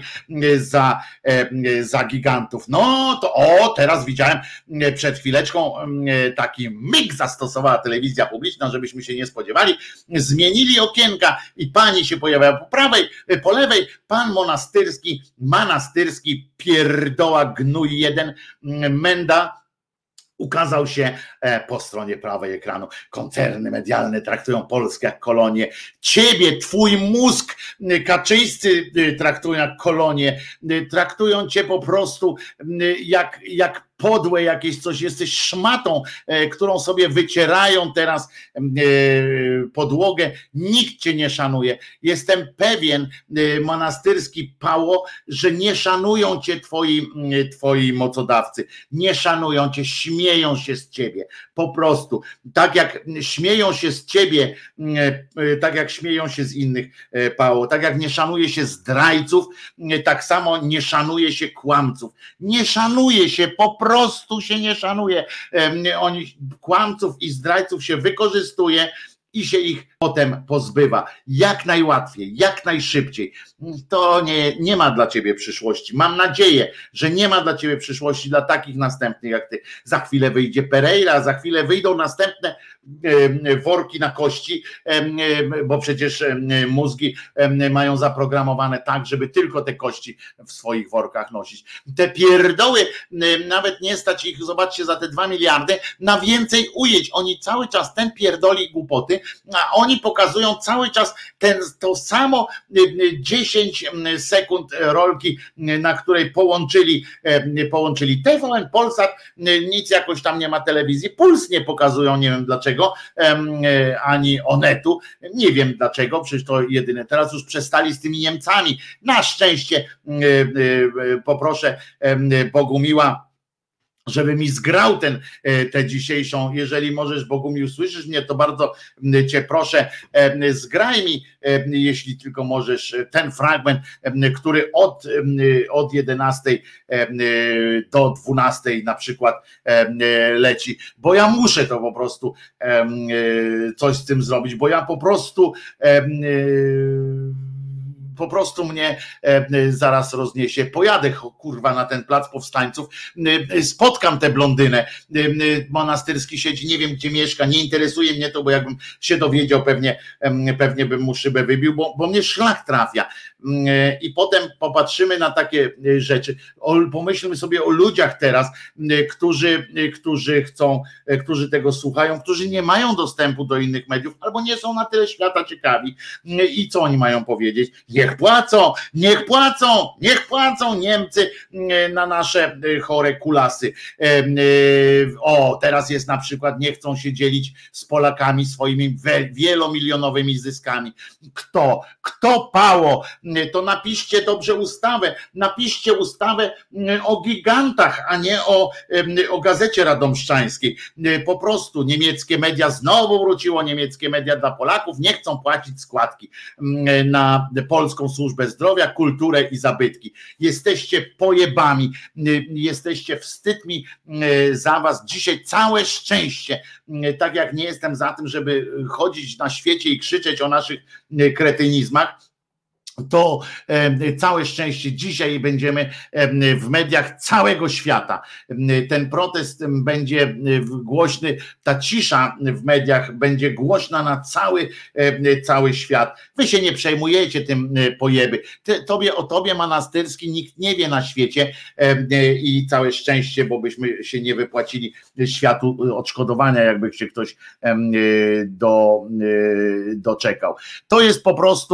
za gigantów. No to teraz widziałem przed chwileczką taki myk zastosowała telewizja publiczna, żebyśmy się nie spodziewali. Zmienili okienka i pani się pojawia po prawej, po lewej, pan Manastyrski, pierdoła gnój jeden, menda, ukazał się po stronie prawej ekranu. Koncerny medialne traktują Polskę jak kolonię. Ciebie, twój mózg kaczyńscy traktują jak kolonię. Traktują cię po prostu jak podłe jakieś coś, jesteś szmatą, którą sobie wycierają teraz podłogę, nikt cię nie szanuje. Jestem pewien, Manastyrski Pało, że nie szanują cię twoi mocodawcy, nie szanują cię, śmieją się z ciebie, po prostu, tak jak śmieją się z ciebie, tak jak śmieją się z innych, Pało, tak jak nie szanuje się zdrajców, tak samo nie szanuje się kłamców, nie szanuje się, po prostu się nie szanuje. Oni kłamców i zdrajców się wykorzystuje i się ich potem pozbywa. Jak najłatwiej, jak najszybciej. To nie ma dla ciebie przyszłości. Mam nadzieję, że nie ma dla ciebie przyszłości dla takich następnych jak ty. Za chwilę wyjdzie Pereira, za chwilę wyjdą następne worki na kości, bo przecież mózgi mają zaprogramowane tak, żeby tylko te kości w swoich workach nosić. Te pierdoły, nawet nie stać ich, zobaczcie, za te 2 miliardy na więcej ujęć. Oni cały czas ten pierdoli głupoty, a oni pokazują cały czas to samo 10 sekund rolki, na której połączyli TVN, Polsat, nic jakoś tam nie ma telewizji, Puls nie pokazują, nie wiem dlaczego, ani Onetu, nie wiem dlaczego, przecież to jedyne, teraz już przestali z tymi Niemcami, na szczęście. Poproszę Bogumiła, żeby mi zgrał tę dzisiejszą, jeżeli możesz, Bogumił, słyszysz mnie, to bardzo cię proszę, zgraj mi, jeśli tylko możesz, ten fragment, który od 11 do 12 na przykład leci, bo ja muszę to po prostu coś z tym zrobić, bo ja po prostu po prostu mnie zaraz rozniesie. Pojadę kurwa na ten plac powstańców, spotkam tę blondynę. Monastyrski siedzi, nie wiem gdzie mieszka, nie interesuje mnie to, bo jakbym się dowiedział, pewnie bym mu szybę wybił, bo mnie szlak trafia. I potem popatrzymy na takie rzeczy. Pomyślmy sobie o ludziach teraz, którzy chcą, którzy tego słuchają, którzy nie mają dostępu do innych mediów, albo nie są na tyle świata ciekawi. I co oni mają powiedzieć? Niech płacą, niech płacą, niech płacą Niemcy na nasze chore kulasy. O, teraz jest na przykład, nie chcą się dzielić z Polakami swoimi wielomilionowymi zyskami. Kto pało? To napiszcie dobrze ustawę, napiszcie ustawę o gigantach, a nie o Gazecie Radomszczańskiej. Po prostu niemieckie media, znowu wróciło niemieckie media dla Polaków, nie chcą płacić składki na Polską Służbę Zdrowia, kulturę i zabytki. Jesteście pojebami, jesteście, wstyd mi za was. Dzisiaj całe szczęście, tak jak nie jestem za tym, żeby chodzić na świecie i krzyczeć o naszych kretynizmach, to całe szczęście dzisiaj będziemy w mediach całego świata. Ten protest będzie głośny, ta cisza w mediach będzie głośna na cały świat. Wy się nie przejmujecie tym, pojeby. O tobie Monastyrski nikt nie wie na świecie i całe szczęście, bo byśmy się nie wypłacili światu odszkodowania, jakby się ktoś doczekał. To jest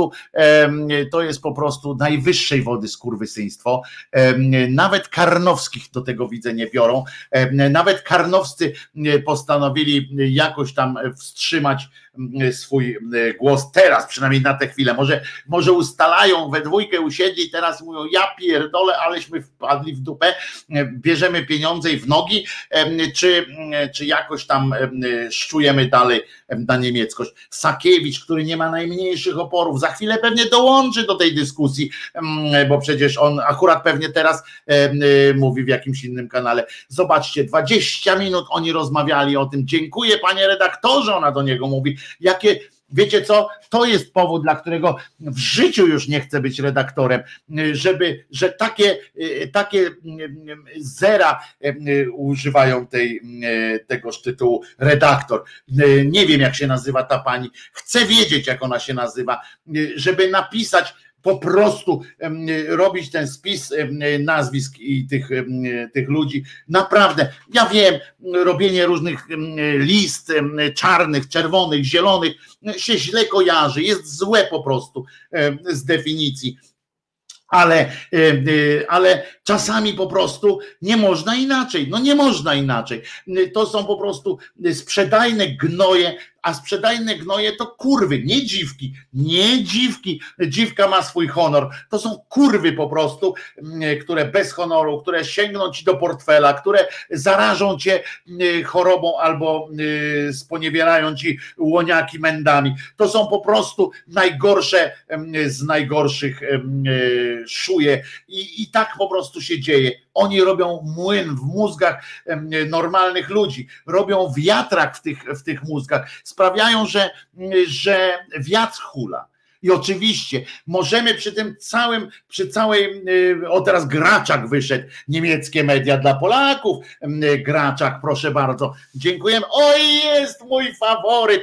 po prostu najwyższej wody skurwysyństwo. Nawet Karnowskich do tego widzę nie biorą. Nawet Karnowscy postanowili jakoś tam wstrzymać swój głos teraz, przynajmniej na tę chwilę. Może ustalają, we dwójkę usiedli i teraz mówią, ja pierdolę, aleśmy wpadli w dupę, bierzemy pieniądze i w nogi, czy jakoś tam szczujemy dalej na niemieckość. Sakiewicz, który nie ma najmniejszych oporów, za chwilę pewnie dołączy do tej dyskusji, bo przecież on akurat pewnie teraz mówi w jakimś innym kanale. Zobaczcie, 20 minut oni rozmawiali o tym. Dziękuję panie redaktorze, ona do niego mówi. Wiecie co, to jest powód, dla którego w życiu już nie chcę być redaktorem, że takie zera używają tegoż tytułu redaktor. Nie wiem jak się nazywa ta pani, chcę wiedzieć jak ona się nazywa, żeby napisać, po prostu robić ten spis nazwisk i tych ludzi. Naprawdę, ja wiem, robienie różnych list czarnych, czerwonych, zielonych się źle kojarzy, jest złe po prostu z definicji. Ale czasami po prostu nie można inaczej. No nie można inaczej. To są po prostu sprzedajne gnoje, a sprzedajne gnoje to kurwy, nie dziwki. Nie dziwki. Dziwka ma swój honor. To są kurwy po prostu, które bez honoru, które sięgną ci do portfela, które zarażą cię chorobą albo sponiewierają ci łoniaki mędami. To są po prostu najgorsze z najgorszych szuje i tak po prostu się dzieje. Oni robią młyn w mózgach normalnych ludzi, robią wiatrak w tych mózgach, sprawiają, że wiatr hula. I oczywiście możemy przy całej, teraz Graczak wyszedł, niemieckie media dla Polaków, Graczak, proszę bardzo, dziękujemy, oj jest mój faworyt,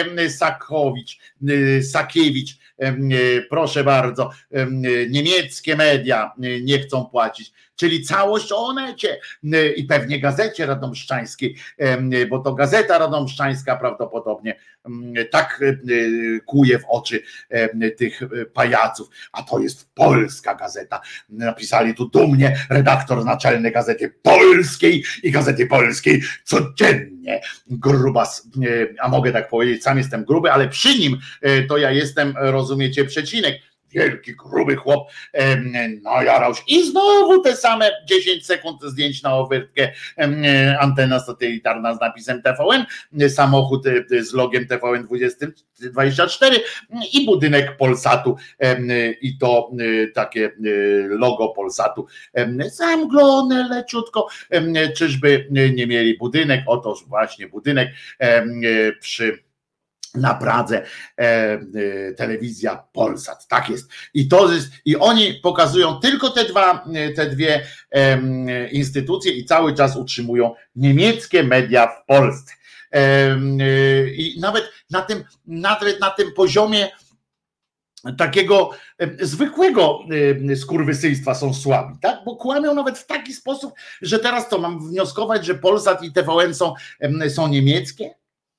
Sakiewicz, proszę bardzo, niemieckie media nie chcą płacić, czyli całość o Onecie i pewnie Gazecie Radomszczańskiej, bo to Gazeta Radomszczańska prawdopodobnie tak kłuje w oczy tych pajaców, a to jest polska gazeta. Napisali tu dumnie redaktor naczelny Gazety Polskiej i Gazety Polskiej codziennie. Grubas, a mogę tak powiedzieć, sam jestem gruby, ale przy nim to ja jestem, rozumiecie, przecinek. Wielki, gruby chłop, najarał się i znowu te same 10 sekund zdjęć na ofertkę, antena satelitarna z napisem TVN, samochód z logiem TVN 24 i budynek Polsatu i to takie logo Polsatu zamglone leciutko, czyżby nie mieli budynek, otóż właśnie budynek przy na Pradze telewizja Polsat. Tak jest. I oni pokazują tylko te dwie instytucje i cały czas utrzymują niemieckie media w Polsce. I nawet na tym poziomie takiego zwykłego skurwysyństwa są słabi, tak? Bo kłamią nawet w taki sposób, że teraz to mam wnioskować, że Polsat i TVN są niemieckie?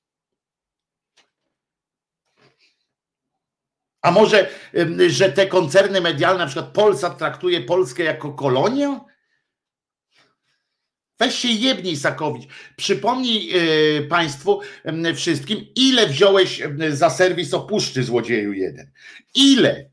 A może, że te koncerny medialne, na przykład Polsat traktuje Polskę jako kolonię? Weź się jebnij, Sakowicz. Przypomnij państwu wszystkim, ile wziąłeś za serwis Opuszczy, złodzieju jeden. Ile?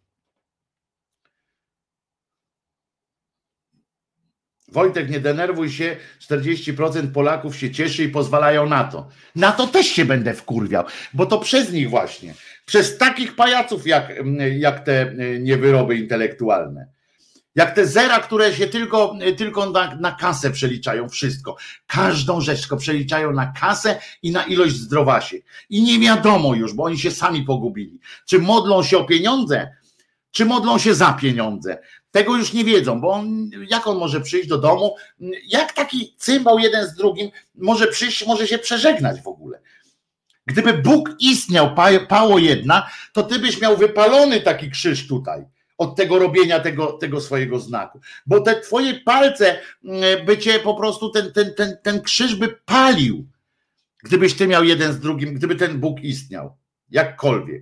Wojtek, nie denerwuj się, 40% Polaków się cieszy i pozwalają na to. Na to też się będę wkurwiał, bo to przez nich właśnie. Przez takich pajaców jak te niewyroby intelektualne. Jak te zera, które się tylko na kasę przeliczają wszystko. Każdą rzecz tylko przeliczają na kasę i na ilość zdrowasiek. I nie wiadomo już, bo oni się sami pogubili. Czy modlą się o pieniądze, czy modlą się za pieniądze. Tego już nie wiedzą, bo jak on może przyjść do domu, jak taki cymbał jeden z drugim może przyjść, może się przeżegnać w ogóle. Gdyby Bóg istniał, pało jedna, to ty byś miał wypalony taki krzyż tutaj. Od tego robienia tego swojego znaku. Bo te twoje palce by cię po prostu, ten krzyż by palił, gdybyś ty miał jeden z drugim, gdyby ten Bóg istniał. Jakkolwiek.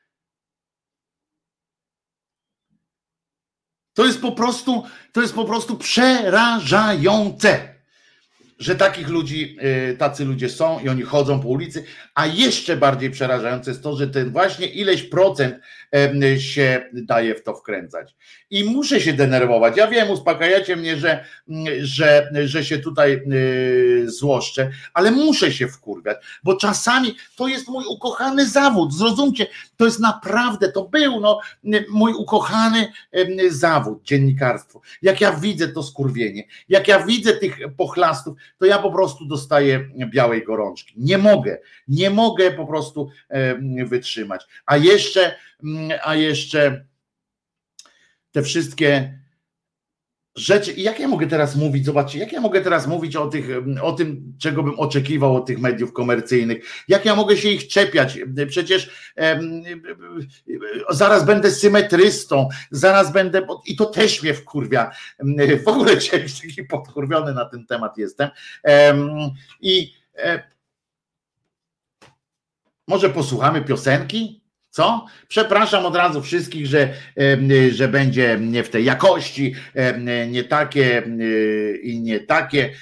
To jest po prostu przerażające, że tacy ludzie są i oni chodzą po ulicy, a jeszcze bardziej przerażające jest to, że ten właśnie ileś procent się daje w to wkręcać. I muszę się denerwować. Ja wiem, uspokajacie mnie, że się tutaj złoszczę, ale muszę się wkurwiać, bo czasami to jest mój ukochany zawód. Zrozumcie, to jest naprawdę, to był mój ukochany zawód, dziennikarstwo. Jak ja widzę to skurwienie, jak ja widzę tych pochlastów, to ja po prostu dostaję białej gorączki. Nie mogę po prostu wytrzymać. A jeszcze te wszystkie rzeczy, jak ja mogę teraz mówić, zobaczcie, jak ja mogę teraz mówić o tym, czego bym oczekiwał od tych mediów komercyjnych, jak ja mogę się ich czepiać, przecież zaraz będę symetrystą, zaraz będę, i to też mnie wkurwia, w ogóle taki podkurwiony na ten temat jestem może posłuchamy piosenki? Co? Przepraszam od razu wszystkich, że będzie nie w tej jakości, nie takie i nie takie,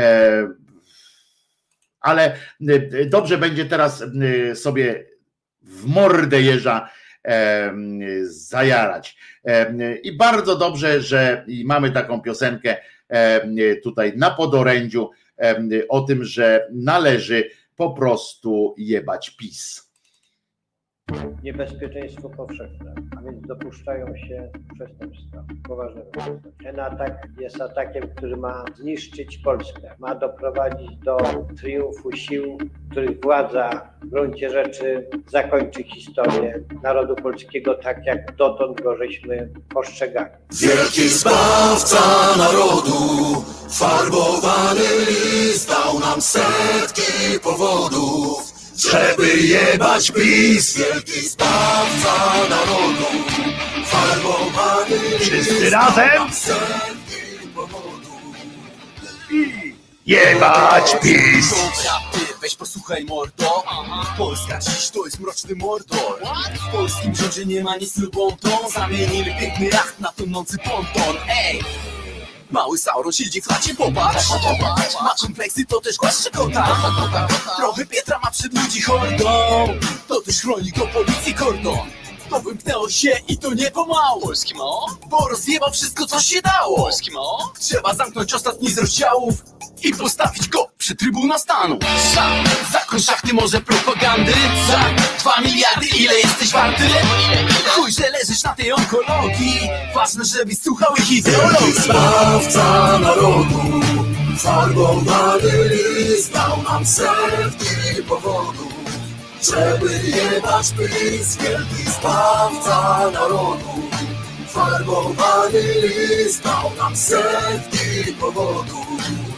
ale dobrze będzie teraz sobie w mordę jeża zajarać. I bardzo dobrze, że mamy taką piosenkę tutaj na podorędziu o tym, że należy po prostu jebać PiS. Niebezpieczeństwo powszechne, a więc dopuszczają się przestępstwa poważnego. Ten atak jest atakiem, który ma zniszczyć Polskę, ma doprowadzić do triumfu sił, których władza w gruncie rzeczy zakończy historię narodu polskiego tak, jak dotąd go żeśmy postrzegali. Wielki zbawca narodu, farbowany list dał nam setki powodów, żeby jebać PiS. Wielki zbawca narodu, farbowany wszyscy razem setki powodów i jebać PiS. Dobra, ty weź posłuchaj mordo. Polska dziś to jest mroczny mordor. W polskim rządzie nie ma nic lubątą. Zamienili piękny jacht na tonący ponton. Ej! Mały Sauron siedzi w chacie, popatrz. Ma kompleksy, to też głaszcze kota. Trochę Pietra ma przed ludzi hordą. To też chroni go policji kordon. To wymknęło się i to nie pomału. Polski mo? Bo rozjebał wszystko, co się dało. Polski mo? Trzeba zamknąć ostatni z rozdziałów i postawić go przy Trybunał Stanu. Zakon szachty, może propagandy. Za 2 miliardy ile jesteś warty? Chuj, że leżysz na tej onkologii. Ważne, żebyś słuchał ich ideologii. zbawca narodu, farbowany list dał nam setki powodów, żeby jebać PiS, wielki zbawca narodu. Farbowany list dał nam setki powodów.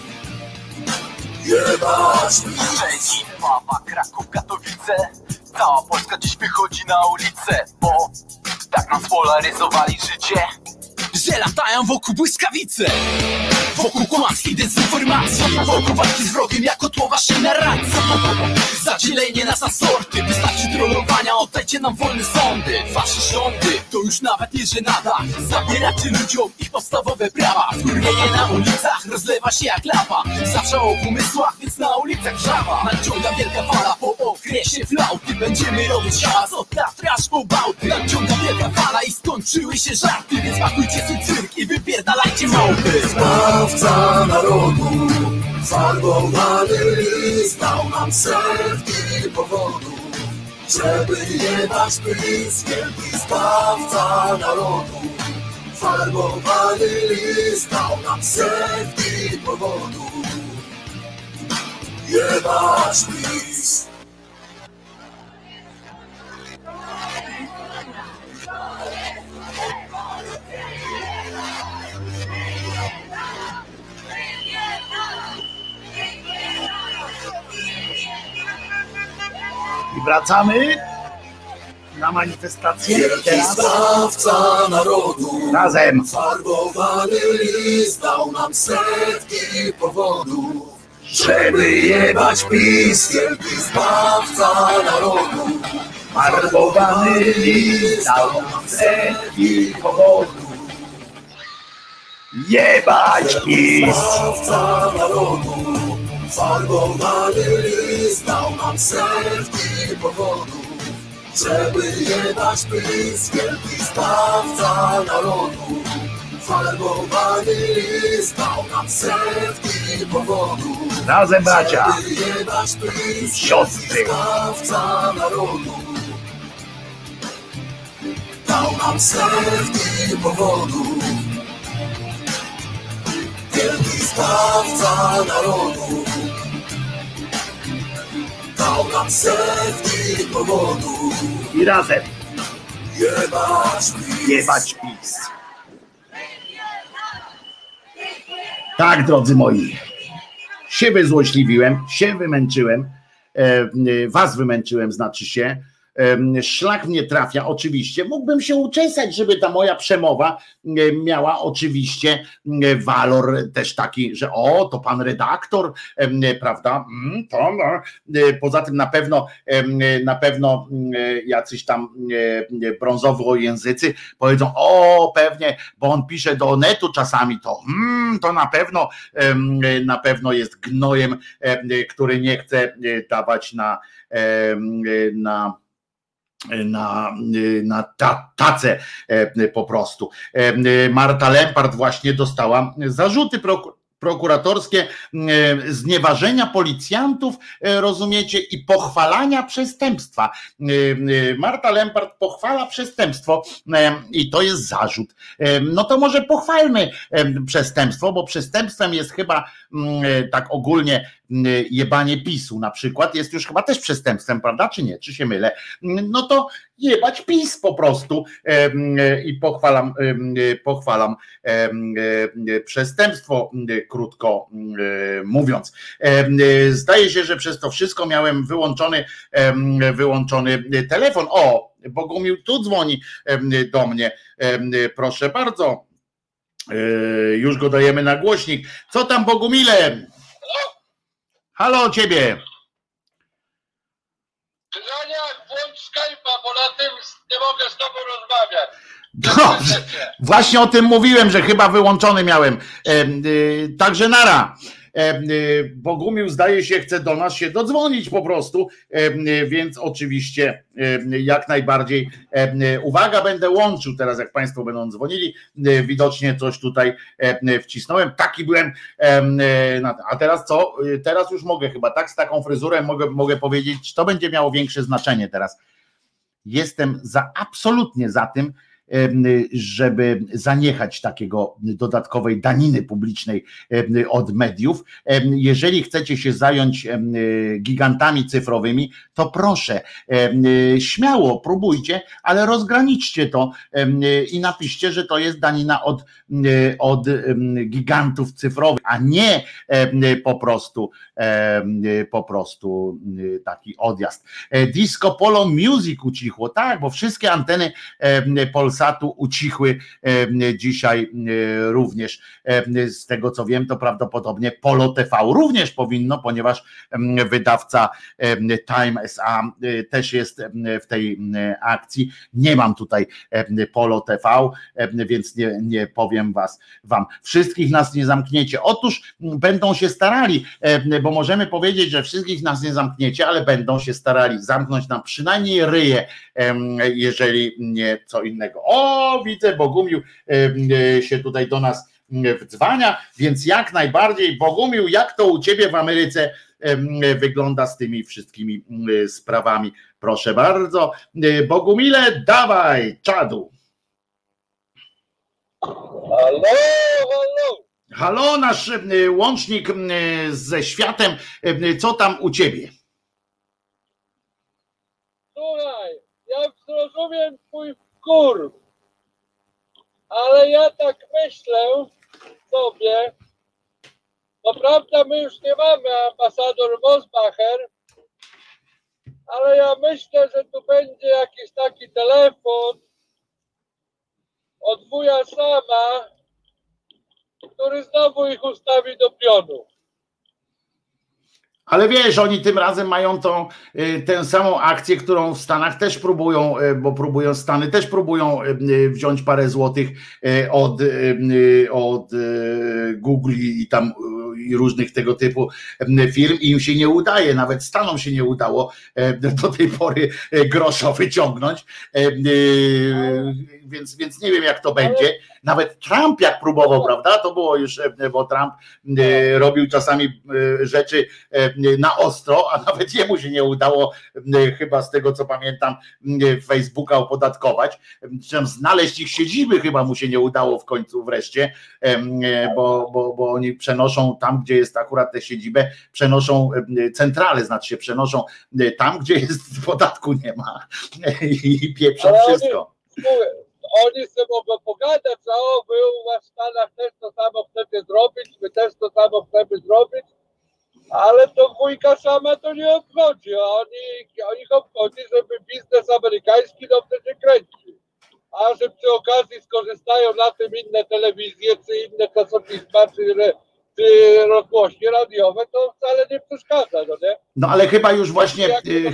Jebać PiS. Szczecin, Wawa, Kraków, Katowice. Cała Polska dziś wychodzi na ulicę, bo tak nam spolaryzowali życie, że latają wokół błyskawice, wokół kłamstw i dezinformacji, wokół walki z wrogiem jak kotło waszej narracji. Zadzielenie nas na sorty, wystarczy trollowania, oddajcie nam wolne sądy. Wasze rządy to już nawet nie żenada, zabieracie ludziom ich podstawowe prawa. Wkurwienie na ulicach rozlewa się jak lawa, zawsze o pomysłach, więc na ulicach wrzawa. Nadciąga wielka fala po okresie flauty, będziemy robić hałas od Tatry aż po Bałty. Nadciąga wielka fala i skończyły się żarty, więc pakujcie swój cyrk i wypierdalajcie małpy. Zbawca narodu, farbowany list dał nam setki powodów, żeby jebać PiS, wielki zbawca narodu. Farbowany list dał nam setki powodów, jebać PiS. I wracamy na manifestację. Wielki zbawca narodu, Razem. Farbowany list dał nam setki powodów, żeby jebać PiS. Wielki zbawca narodu, Farbowany list dał nam setki powodów. Jebać PiS! zbawca narodu, farbowany list dał nam setki powodów, żeby jebać PiS. Wielki zbawca narodu, farbowany list dał nam setki powodów. Razem, bracia! Żeby jebać PiS. Siostry! Zbawca narodu dał nam setki powodów. Wielki zbawca narodu dał nam setki powodów. I razem. Jebać PiS. Jebać PiS! Tak, drodzy moi, się wyzłośliwiłem, się wymęczyłem, was wymęczyłem, znaczy się. Szlak mnie trafia, oczywiście. Mógłbym się uczesać, żeby ta moja przemowa miała oczywiście walor też taki, że o, to pan redaktor, prawda? To, no. Poza tym na pewno jacyś tam brązowo-języcy powiedzą, o, pewnie, bo on pisze do Onetu czasami, to na pewno jest gnojem, który nie chce dawać na tacę po prostu. Marta Lempart właśnie dostała zarzuty prokuratorskie znieważenia policjantów, rozumiecie, i pochwalania przestępstwa. Marta Lempart pochwala przestępstwo i to jest zarzut. No to może pochwalmy przestępstwo, bo przestępstwem jest chyba tak ogólnie jebanie PiS-u na przykład, jest już chyba też przestępstwem, prawda, czy nie, czy się mylę? No to jebać PiS po prostu i pochwalam przestępstwo, krótko mówiąc. Zdaje się, że przez to wszystko miałem wyłączony telefon. O, Bogumił tu dzwoni do mnie, proszę bardzo, już go dajemy na głośnik. Co tam, Bogumile? Halo, ciebie. Krzyżaniak, włącz Skype'a, bo na tym nie mogę z tobą rozmawiać. Dobrze. Właśnie o tym mówiłem, że chyba wyłączony miałem. Także nara. Bogumił, zdaje się, chce do nas się dodzwonić po prostu, więc oczywiście jak najbardziej uwaga, będę łączył teraz, jak państwo będą dzwonili, widocznie coś tutaj wcisnąłem, taki byłem, a teraz co? Teraz już mogę chyba, tak, z taką fryzurą mogę powiedzieć, to będzie miało większe znaczenie teraz. Jestem absolutnie za tym, żeby zaniechać takiego dodatkowej daniny publicznej od mediów. Jeżeli chcecie się zająć gigantami cyfrowymi, to proszę, śmiało próbujcie, ale rozgraniczcie to i napiszcie, że to jest danina od gigantów cyfrowych, a nie po prostu taki odjazd. Disco Polo Music ucichło, tak, bo wszystkie anteny Polsatu ucichły dzisiaj również. Z tego co wiem, to prawdopodobnie Polo TV również powinno, ponieważ wydawca Time SA też jest w tej akcji. Nie mam tutaj Polo TV, więc nie powiem wam. Wszystkich nas nie zamkniecie. Otóż będą się starali, bo możemy powiedzieć, że wszystkich nas nie zamkniecie, ale będą się starali zamknąć nam przynajmniej ryje, jeżeli nie co innego. O, widzę, Bogumił się tutaj do nas wdzwania, więc jak najbardziej. Bogumił, jak to u ciebie w Ameryce wygląda z tymi wszystkimi sprawami? Proszę bardzo. Bogumile, dawaj, czadu. Halo, halo. Halo, nasz łącznik ze światem, co tam u ciebie? Słuchaj, ja zrozumiem twój wkurw, ale ja tak myślę sobie, no prawda, my już nie mamy ambasador Mosbacher, ale ja myślę, że tu będzie jakiś taki telefon od wuja Sama, który znowu ich ustawi do pionu. Ale wiesz, oni tym razem mają tę samą akcję, którą w Stanach też próbują, bo Stany też próbują wziąć parę złotych od Google i tam i różnych tego typu firm i im się nie udaje, nawet Stanom się nie udało do tej pory grosza wyciągnąć, więc nie wiem jak to będzie. Nawet Trump jak próbował, prawda, to było już, bo Trump robił czasami rzeczy na ostro, a nawet jemu się nie udało, chyba z tego co pamiętam, Facebooka opodatkować, znaleźć ich siedziby chyba mu się nie udało w końcu wreszcie, bo oni przenoszą tam, gdzie jest akurat tę siedzibę, przenoszą centrale, znaczy się przenoszą tam, gdzie jest podatku nie ma i pieprzą wszystko. Oni sobie mogą pogadać, że wy u was w Stanach też to samo chcecie zrobić, my też to samo chcemy zrobić, ale to wujka Sama to nie obchodzi, a ich obchodzi, żeby biznes amerykański dobrze się kręci. A że przy okazji skorzystają na tym inne telewizje, czy inne czasopisma, czy rozgłośnie radiowe, to wcale nie przeszkadza, no nie? No ale chyba już właśnie,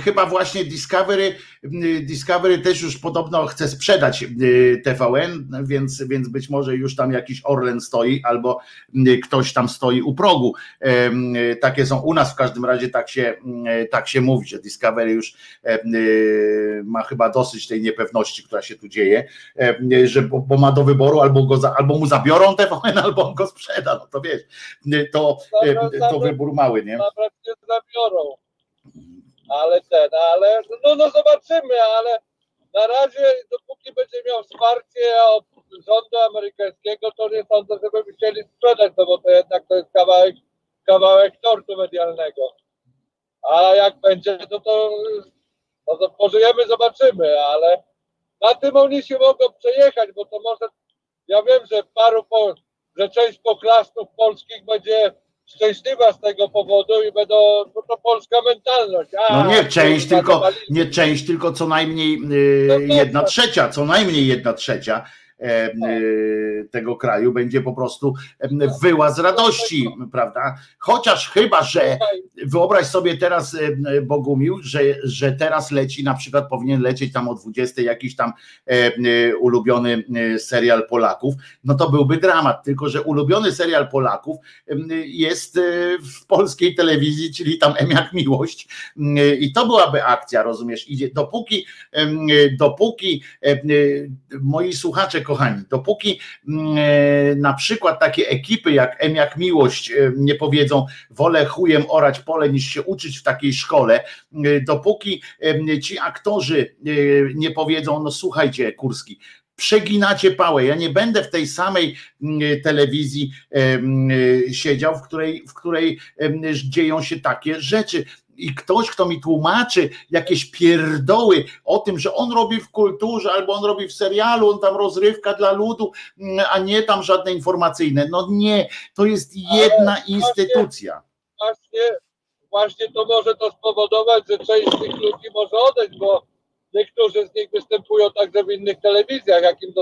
Discovery też już podobno chce sprzedać TVN, więc być może już tam jakiś Orlen stoi, albo ktoś tam stoi u progu. Takie są u nas w każdym razie, tak się mówi, że Discovery już ma chyba dosyć tej niepewności, która się tu dzieje, że bo ma do wyboru albo mu zabiorą TVN, albo on go sprzeda, no to wiesz, to wybór mały, nie? Nawet nie zabiorą. Ale no zobaczymy, ale na razie dopóki będzie miał wsparcie od rządu amerykańskiego, to nie sądzę, żeby chcieli sprzedać, no bo to jednak to jest kawałek tortu medialnego. A jak będzie, to pożyjemy, zobaczymy, ale na tym oni się mogą przejechać, bo to może, ja wiem, że że część poklasków polskich będzie szczęśliwa z tego powodu i bo to polska mentalność. No nie część, tylko co najmniej 1/3, co najmniej 1/3 tego kraju będzie po prostu wyła z radości, prawda? Chociaż chyba, że wyobraź sobie teraz, Bogumił, że teraz leci, na przykład powinien lecieć tam o 20 jakiś tam ulubiony serial Polaków, no to byłby dramat, tylko że ulubiony serial Polaków jest w polskiej telewizji, czyli tam M jak miłość i to byłaby akcja, rozumiesz? Idzie, dopóki moi słuchacze kochani, dopóki na przykład takie ekipy jak M jak miłość nie powiedzą, wolę chujem orać pole niż się uczyć w takiej szkole, dopóki ci aktorzy nie powiedzą, no słuchajcie Kurski, przeginacie pałę. Ja nie będę w tej samej telewizji siedział, w której dzieją się takie rzeczy. I ktoś, kto mi tłumaczy jakieś pierdoły o tym, że on robi w kulturze, albo on robi w serialu, on tam rozrywka dla ludu, a nie tam żadne informacyjne. No nie, to jest jedna instytucja. Właśnie to może to spowodować, że część z tych ludzi może odejść, bo niektórzy z nich występują także w innych telewizjach,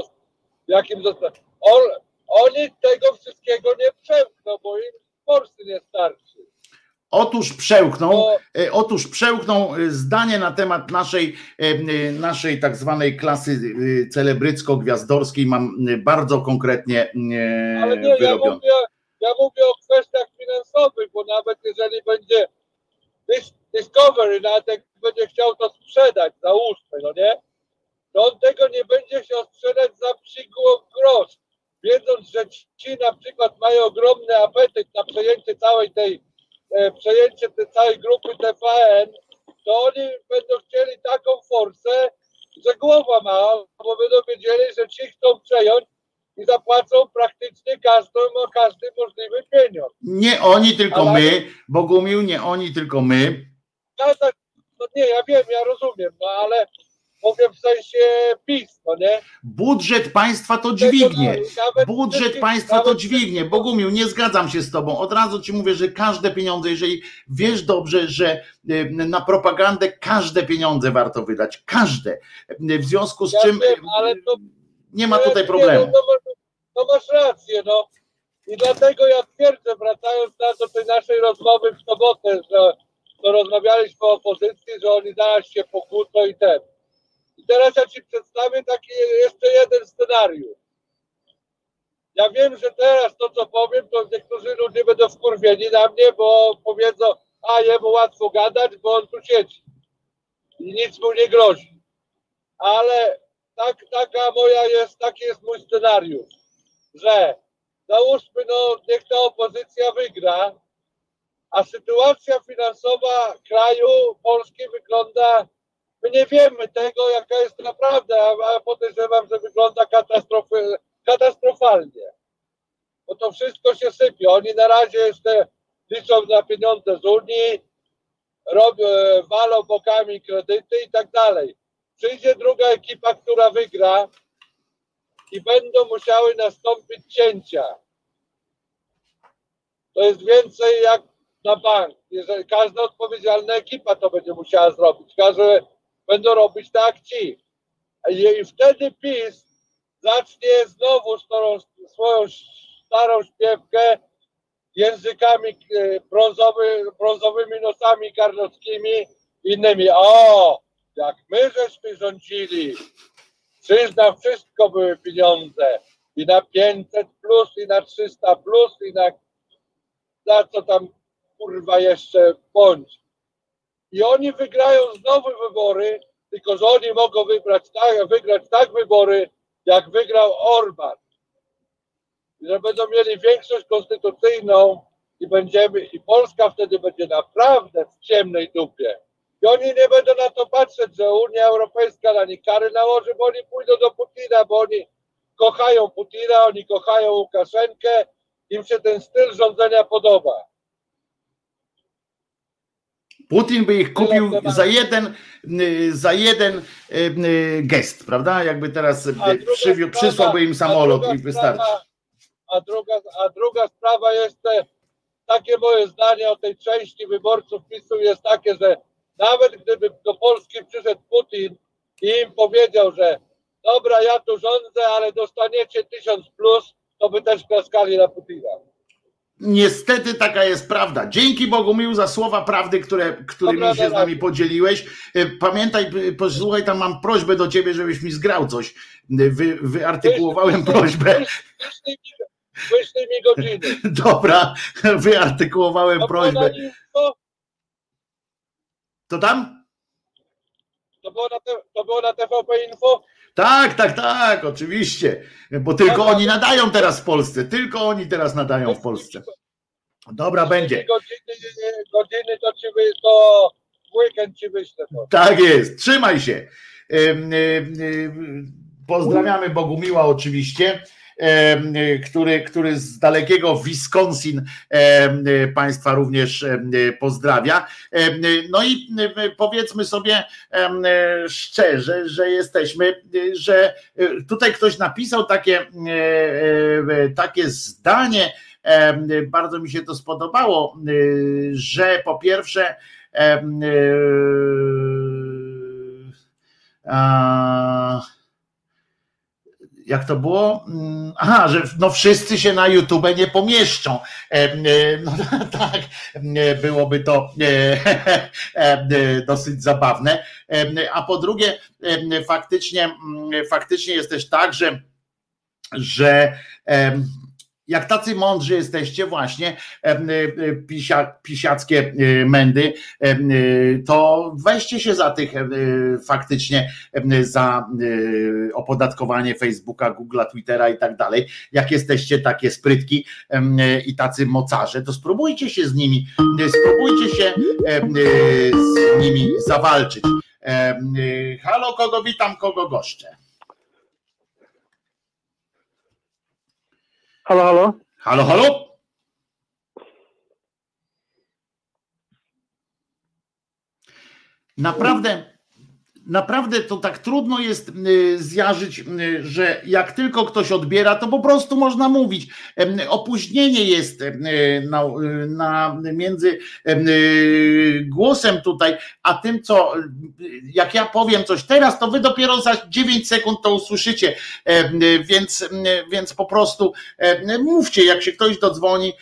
oni tego wszystkiego nie przemkną, bo im w Polsce nie starczy. Otóż przełkną zdanie na temat naszej tak zwanej klasy celebrycko-gwiazdorskiej mam bardzo konkretnie ale nie, wyrobione. Ja mówię o kwestiach finansowych, bo nawet jeżeli będzie Discovery, nawet jak będzie chciał to sprzedać, załóżmy, no nie? To on tego nie będzie chciał sprzedać za psikuł grosz, wiedząc, że ci na przykład mają ogromny apetyt na przejęcie tej całej grupy TVN, to oni będą chcieli taką forsę, że głowa mała, bo będą wiedzieli, że ci chcą przejąć i zapłacą praktycznie każdy możliwy pieniądz. Nie oni, tylko my, Bogumił, nie oni, tylko my. No nie, ja wiem, ja rozumiem, no ale mówię w sensie PiS, no nie? Budżet państwa to dźwignie. Budżet państwa to dźwignie. Bogumił, nie zgadzam się z tobą. Od razu ci mówię, że każde pieniądze, jeżeli wiesz dobrze, że na propagandę każde pieniądze warto wydać. Każde. W związku z czym nie ma tutaj problemu. No masz rację, no. I dlatego ja twierdzę, wracając do tej naszej rozmowy w sobotę, że to rozmawialiśmy o opozycji, że oni zaraz się pokłócą i ten. I teraz ja ci przedstawię taki jeszcze jeden scenariusz. Ja wiem, że teraz to, co powiem, to niektórzy ludzie będą wkurwieni na mnie, bo powiedzą, a jemu łatwo gadać, bo on tu siedzi i nic mu nie grozi. Ale taki jest mój scenariusz, że załóżmy, no niech ta opozycja wygra, a sytuacja finansowa kraju Polski wygląda, my nie wiemy tego, jaka jest naprawdę, a podejrzewam, że wygląda katastrofalnie. Bo to wszystko się sypie. Oni na razie jeszcze liczą na pieniądze z Unii, walą bokami kredyty i tak dalej. Przyjdzie druga ekipa, która wygra i będą musiały nastąpić cięcia. To jest więcej jak na bank. Jeżeli każda odpowiedzialna ekipa to będzie musiała zrobić. Będą robić tak ci. I wtedy PiS zacznie znowu swoją starą śpiewkę językami brązowymi nosami karnockimi innymi. O, jak my żeśmy rządzili, przecież na wszystko były pieniądze. I na 500 plus, i na 300 plus, i na co tam kurwa jeszcze bądź. I oni wygrają znowu wybory, tylko że oni mogą wygrać tak wybory, jak wygrał Orban. I że będą mieli większość konstytucyjną i Polska wtedy będzie naprawdę w ciemnej dupie. I oni nie będą na to patrzeć, że Unia Europejska na nich kary nałoży, bo oni pójdą do Putina, bo oni kochają Putina, oni kochają Łukaszenkę, im się ten styl rządzenia podoba. Putin by ich kupił za jeden gest, prawda? Jakby teraz przysłałby im samolot i wystarczy. A druga sprawa jest, takie moje zdanie o tej części wyborców PiS-u jest takie, że nawet gdyby do Polski przyszedł Putin i im powiedział, że dobra, ja tu rządzę, ale dostaniecie 1000 plus, to by też klaskali na Putina. Niestety taka jest prawda. Dzięki Bogumił za słowa prawdy, którymi się z nami podzieliłeś. Pamiętaj, posłuchaj, tam mam prośbę do ciebie, żebyś mi zgrał coś. Wyartykułowałem prośbę. Wyślij mi godziny. Dobra, wyartykułowałem prośbę. To tam? To było na TVP Info? Tak, oczywiście. Bo tylko oni nadają teraz w Polsce. Tylko oni teraz nadają w Polsce. Dobra, będzie. Godziny to w weekend ci wyślę. Tak jest, trzymaj się. Pozdrawiamy Bogumiła oczywiście, który z dalekiego Wisconsin Państwa również pozdrawia. No i powiedzmy sobie szczerze, że jesteśmy, że tutaj ktoś napisał takie zdanie, bardzo mi się to spodobało, że po pierwsze jak to było? Aha, że no wszyscy się na YouTube nie pomieszczą. No tak, byłoby to dosyć zabawne. A po drugie, faktycznie jest też tak, że jak tacy mądrzy jesteście właśnie, pisiackie mędy, to weźcie się za tych faktycznie za opodatkowanie Facebooka, Google'a, Twittera i tak dalej. Jak jesteście takie sprytki i tacy mocarze, to spróbujcie się z nimi zawalczyć. Halo, kogo witam, kogo goszczę? Halo, halo? Halo, halo? Naprawdę to tak trudno jest zjarzyć, że jak tylko ktoś odbiera, to po prostu można mówić. Opóźnienie jest między głosem tutaj, a tym, co jak ja powiem coś teraz, to wy dopiero za 9 sekund to usłyszycie, więc po prostu mówcie, jak się ktoś dodzwoni,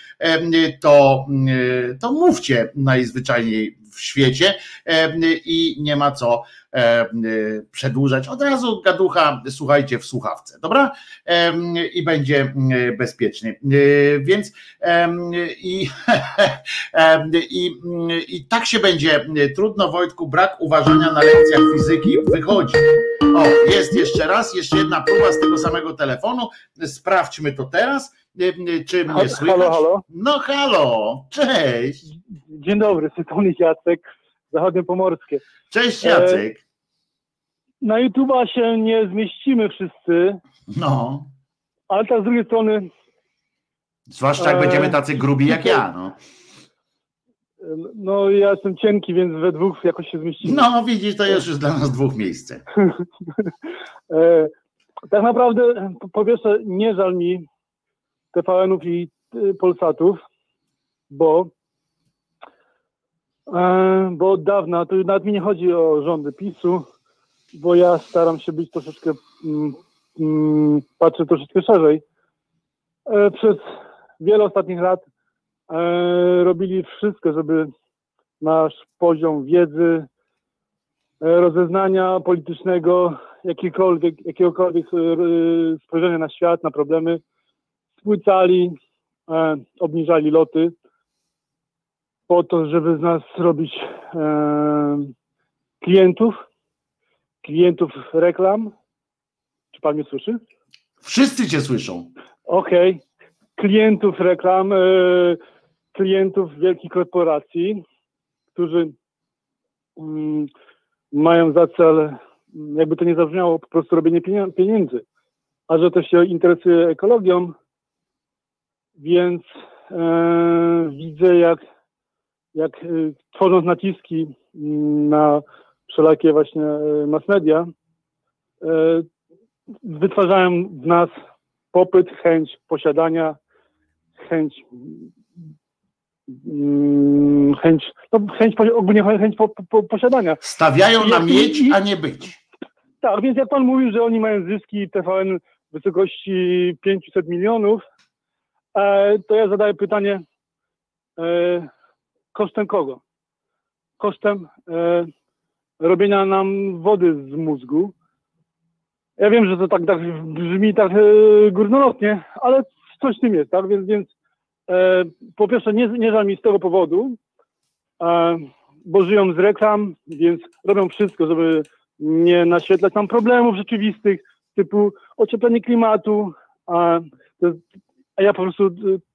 to mówcie najzwyczajniej w świecie i nie ma co przedłużać. Od razu gaducha, słuchajcie w słuchawce, dobra? I będzie bezpiecznie. Więc i tak się będzie trudno, Wojtku, brak uważania na lekcjach fizyki wychodzi. O, jest jeszcze jedna próba z tego samego telefonu. Sprawdźmy to teraz. Czy mnie słychać? Halo, halo. No halo, cześć. Dzień dobry, Sytonik Jacek, Zachodniopomorskie. Cześć Jacek. Na YouTube'a się nie zmieścimy wszyscy. No. Ale tak z drugiej strony... Zwłaszcza jak będziemy tacy grubi jak ja, no. No ja jestem cienki, więc we dwóch jakoś się zmieścimy. No widzisz, to jest już dla nas dwóch miejsce. Tak naprawdę, po pierwsze, nie żal mi TVN-ów i Polsatów, bo od dawna, to nawet mi nie chodzi o rządy PiS-u, bo ja staram się być troszeczkę, patrzę troszeczkę szerzej. Przez wiele ostatnich lat robili wszystko, żeby nasz poziom wiedzy, rozeznania politycznego, jakiegokolwiek spojrzenia na świat, na problemy, spłycali, obniżali loty po to, żeby z nas zrobić klientów reklam. Czy pan mnie słyszy? Wszyscy cię słyszą. Okej. Klientów reklam, klientów wielkich korporacji, którzy mają za cel, jakby to nie zabrzmiało, po prostu robienie pieniędzy. A że też się interesuje ekologią, więc widzę, jak tworząc naciski na wszelakie właśnie mass media, wytwarzają w nas popyt, chęć posiadania, chęć posiadania. Stawiają na mieć, a nie być. Tak, więc jak pan mówił, że oni mają zyski TVN w wysokości 500 milionów, to ja zadaję pytanie, kosztem kogo? Kosztem robienia nam wody z mózgu. Ja wiem, że to tak brzmi tak górnolotnie, ale coś w tym jest, tak? Więc po pierwsze nie żal mi z tego powodu, bo żyją z reklam, więc robią wszystko, żeby nie naświetlać nam problemów rzeczywistych, typu ocieplenie klimatu, a ja po prostu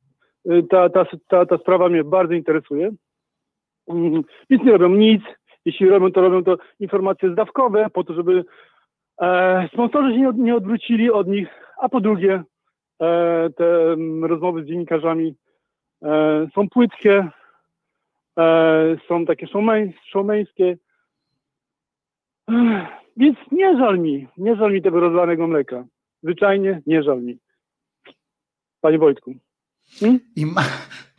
ta sprawa mnie bardzo interesuje. Więc nie robią nic. Jeśli robią to informacje zdawkowe, po to, żeby Sponsorzy się nie odwrócili od nich, a po drugie te rozmowy z dziennikarzami są płytkie, są takie showmeńskie, więc nie żal mi tego rozlanego mleka. Zwyczajnie nie żal mi. Panie Wojtku. I ma...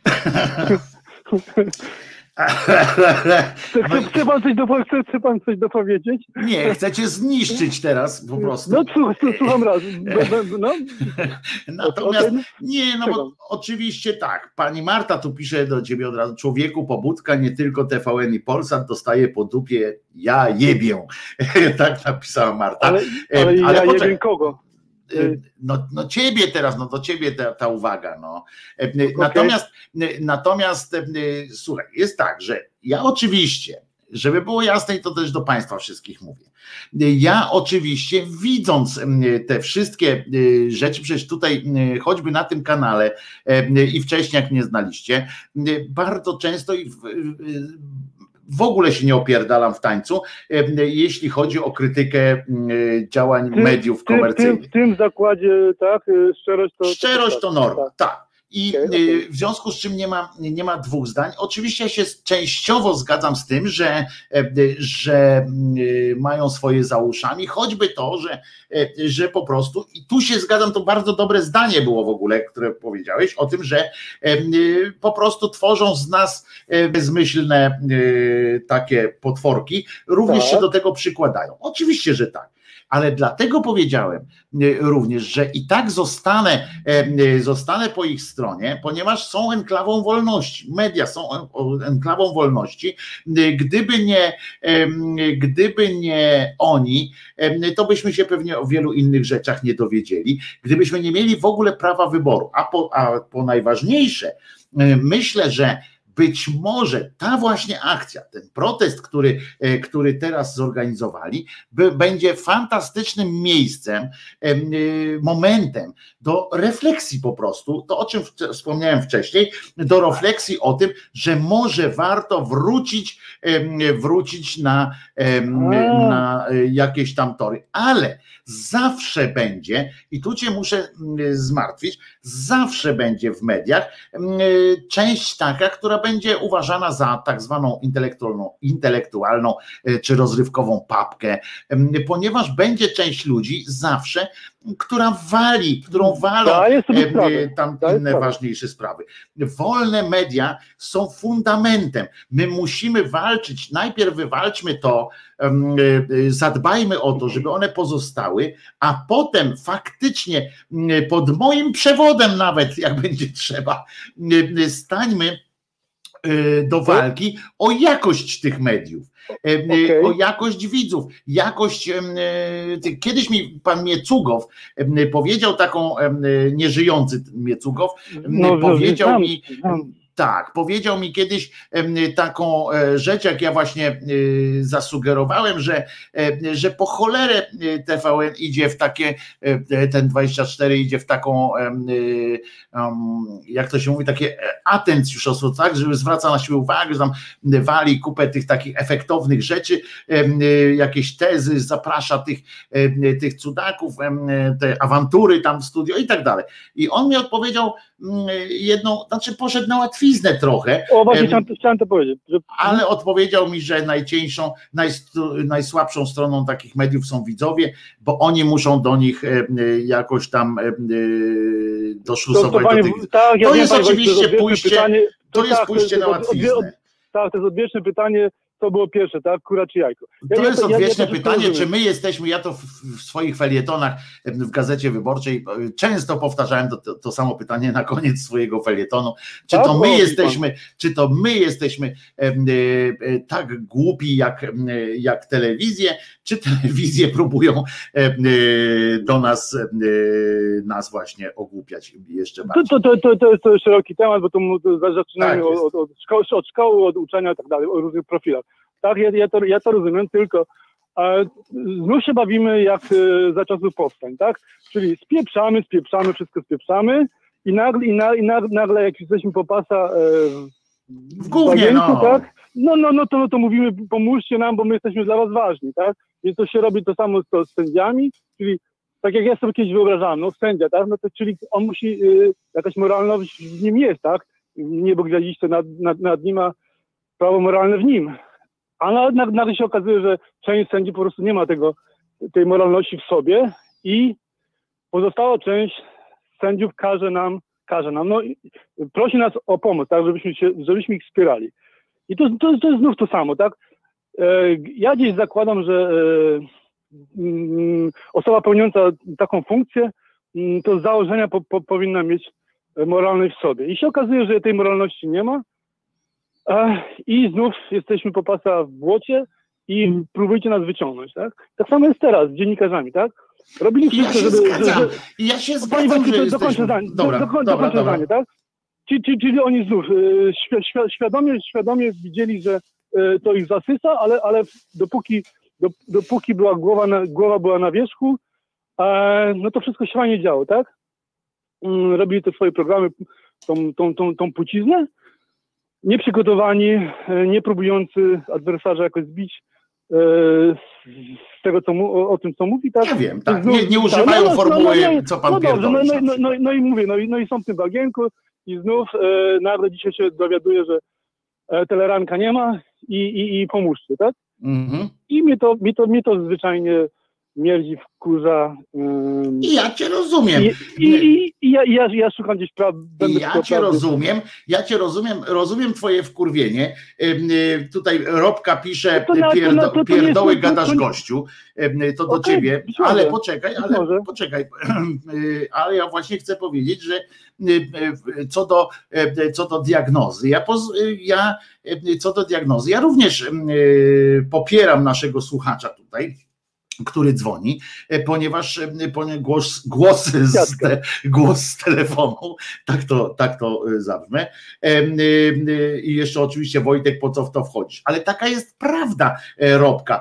Chce pan coś dopowiedzieć? Nie, chcecie zniszczyć teraz po prostu. No słucham raz. No. Natomiast nie, no bo oczywiście tak. Pani Marta tu pisze do ciebie od razu: człowieku, pobudka, nie tylko TVN i Polsat dostaje po dupie, ja jebię. Tak napisała Marta. Ale ja jebię kogo? No ciebie teraz, no do ciebie ta uwaga, no. Natomiast słuchaj, jest tak, że ja oczywiście, żeby było jasne i to też do państwa wszystkich mówię, ja oczywiście widząc te wszystkie rzeczy, przecież tutaj choćby na tym kanale i wcześniej jak mnie znaliście, bardzo często i w ogóle się nie opierdalam w tańcu, jeśli chodzi o krytykę działań mediów komercyjnych. W tym zakładzie, tak, szczerość to norma, tak. I w związku z czym nie ma dwóch zdań. Oczywiście ja się częściowo zgadzam z tym, że mają swoje za uszami, choćby to, że po prostu, i tu się zgadzam, to bardzo dobre zdanie było w ogóle, które powiedziałeś o tym, że po prostu tworzą z nas bezmyślne takie potworki, również się do tego przykładają. Oczywiście, że tak. Ale dlatego powiedziałem również, że i tak zostanę po ich stronie, ponieważ są enklawą wolności. Media są enklawą wolności. Gdyby nie oni, to byśmy się pewnie o wielu innych rzeczach nie dowiedzieli. Gdybyśmy nie mieli w ogóle prawa wyboru. A po najważniejsze, myślę, że być może ta właśnie akcja, ten protest, który teraz zorganizowali, będzie fantastycznym miejscem, momentem do refleksji po prostu, to o czym wspomniałem wcześniej, do refleksji o tym, że może warto wrócić na jakieś tam tory, ale zawsze będzie, i tu cię muszę zmartwić, zawsze będzie w mediach część taka, która będzie uważana za tak zwaną intelektualną czy rozrywkową papkę, ponieważ będzie część ludzi zawsze, którą walą tam inne ważniejsze sprawy. Wolne media są fundamentem. My musimy walczyć, najpierw wywalczmy to, zadbajmy o to, żeby one pozostały, a potem faktycznie pod moim przewodem nawet, jak będzie trzeba, stańmy do walki o jakość tych mediów, o jakość widzów, jakość. Kiedyś mi pan Miecugow powiedział taką, nieżyjący Miecugow, powiedział mi. Tak, powiedział mi kiedyś taką rzecz, jak ja właśnie zasugerowałem, że po cholerę TVN idzie w takie, ten 24 idzie w taką, jak to się mówi, takie atencjuszostwo, tak, żeby zwraca na siebie uwagę, że tam wali kupę tych takich efektownych rzeczy, jakieś tezy, zaprasza tych cudaków, te awantury tam w studio i tak dalej. I on mi odpowiedział jedną, znaczy poszedł na łatwiznę trochę. O, właśnie chciałem to powiedzieć. Ale odpowiedział mi, że najsłabszą stroną takich mediów są widzowie, bo oni muszą do nich jakoś tam doszlusować do tych. Tak, to jest oczywiście pójście na łatwiznę. Tak, to jest odwieczne pytanie. To było pierwsze, tak? Kura czy jajko? To jest odwieczne pytanie, czy my jesteśmy, ja to w swoich felietonach w Gazecie Wyborczej często powtarzałem to samo pytanie na koniec swojego felietonu, czy to my jesteśmy tak głupi jak telewizje, czy telewizje próbują do nas właśnie ogłupiać jeszcze bardziej. To jest szeroki temat, bo to zaczynamy od szkoły, od uczenia i tak dalej, o różnych profilach. Tak, ja to rozumiem, tylko znów się bawimy jak za czasów powstań, tak? Czyli spieprzamy, wszystko spieprzamy i nagle jak jesteśmy po pasa w gównie, tak? No to mówimy, pomóżcie nam, bo my jesteśmy dla was ważni, tak? Więc to się robi to samo z sędziami, czyli tak jak ja sobie kiedyś wyobrażałem, no sędzia, tak, no to czyli on musi, jakaś moralność w nim jest, tak, niebo gwiaździste nad nim, a prawo moralne w nim. A nagle się okazuje, że część sędzi po prostu nie ma tej moralności w sobie i pozostała część sędziów każe nam, no i prosi nas o pomoc, tak, żebyśmy ich wspierali. I to jest znów to samo, tak. Ja gdzieś zakładam, że osoba pełniąca taką funkcję to z założenia powinna mieć moralność w sobie. I się okazuje, że tej moralności nie ma i znów jesteśmy po pasa w błocie i próbujcie nas wyciągnąć, tak? Tak samo jest teraz z dziennikarzami, tak? Robili wszystko, Ja się zgadzam, że dokończę zdanie, tak? Czyli oni znów świadomie widzieli, że to ich zasysa, ale dopóki głowa była na wierzchu, no to wszystko się fajnie działo, tak? Robili te swoje programy, tą płciznę, nieprzygotowani, nie próbujący adwersarza jakoś zbić z tego, o tym, co mówi, tak? Ja wiem, tak, nie używają formuły, co pan pierdoli. No i mówię, no i są w tym bagienku i znów nagle dzisiaj się dowiaduje, że teleranka nie ma i pomóżcie, tak? Mhm. I mnie to zwyczajnie mierdzi, wkurza. I ja cię rozumiem. Ja szukam gdzieś prawdy. Ja cię rozumiem twoje wkurwienie. Tutaj Robka pisze, pierdoły gadasz gościu. To do ciebie. Ale poczekaj, ale ja właśnie chcę powiedzieć, że co do diagnozy. Ja również popieram naszego słuchacza tutaj, który dzwoni, ponieważ głos z telefonu, tak to zabrzmę. I jeszcze oczywiście Wojtek, po co w to wchodzisz? Ale taka jest prawda, Robka,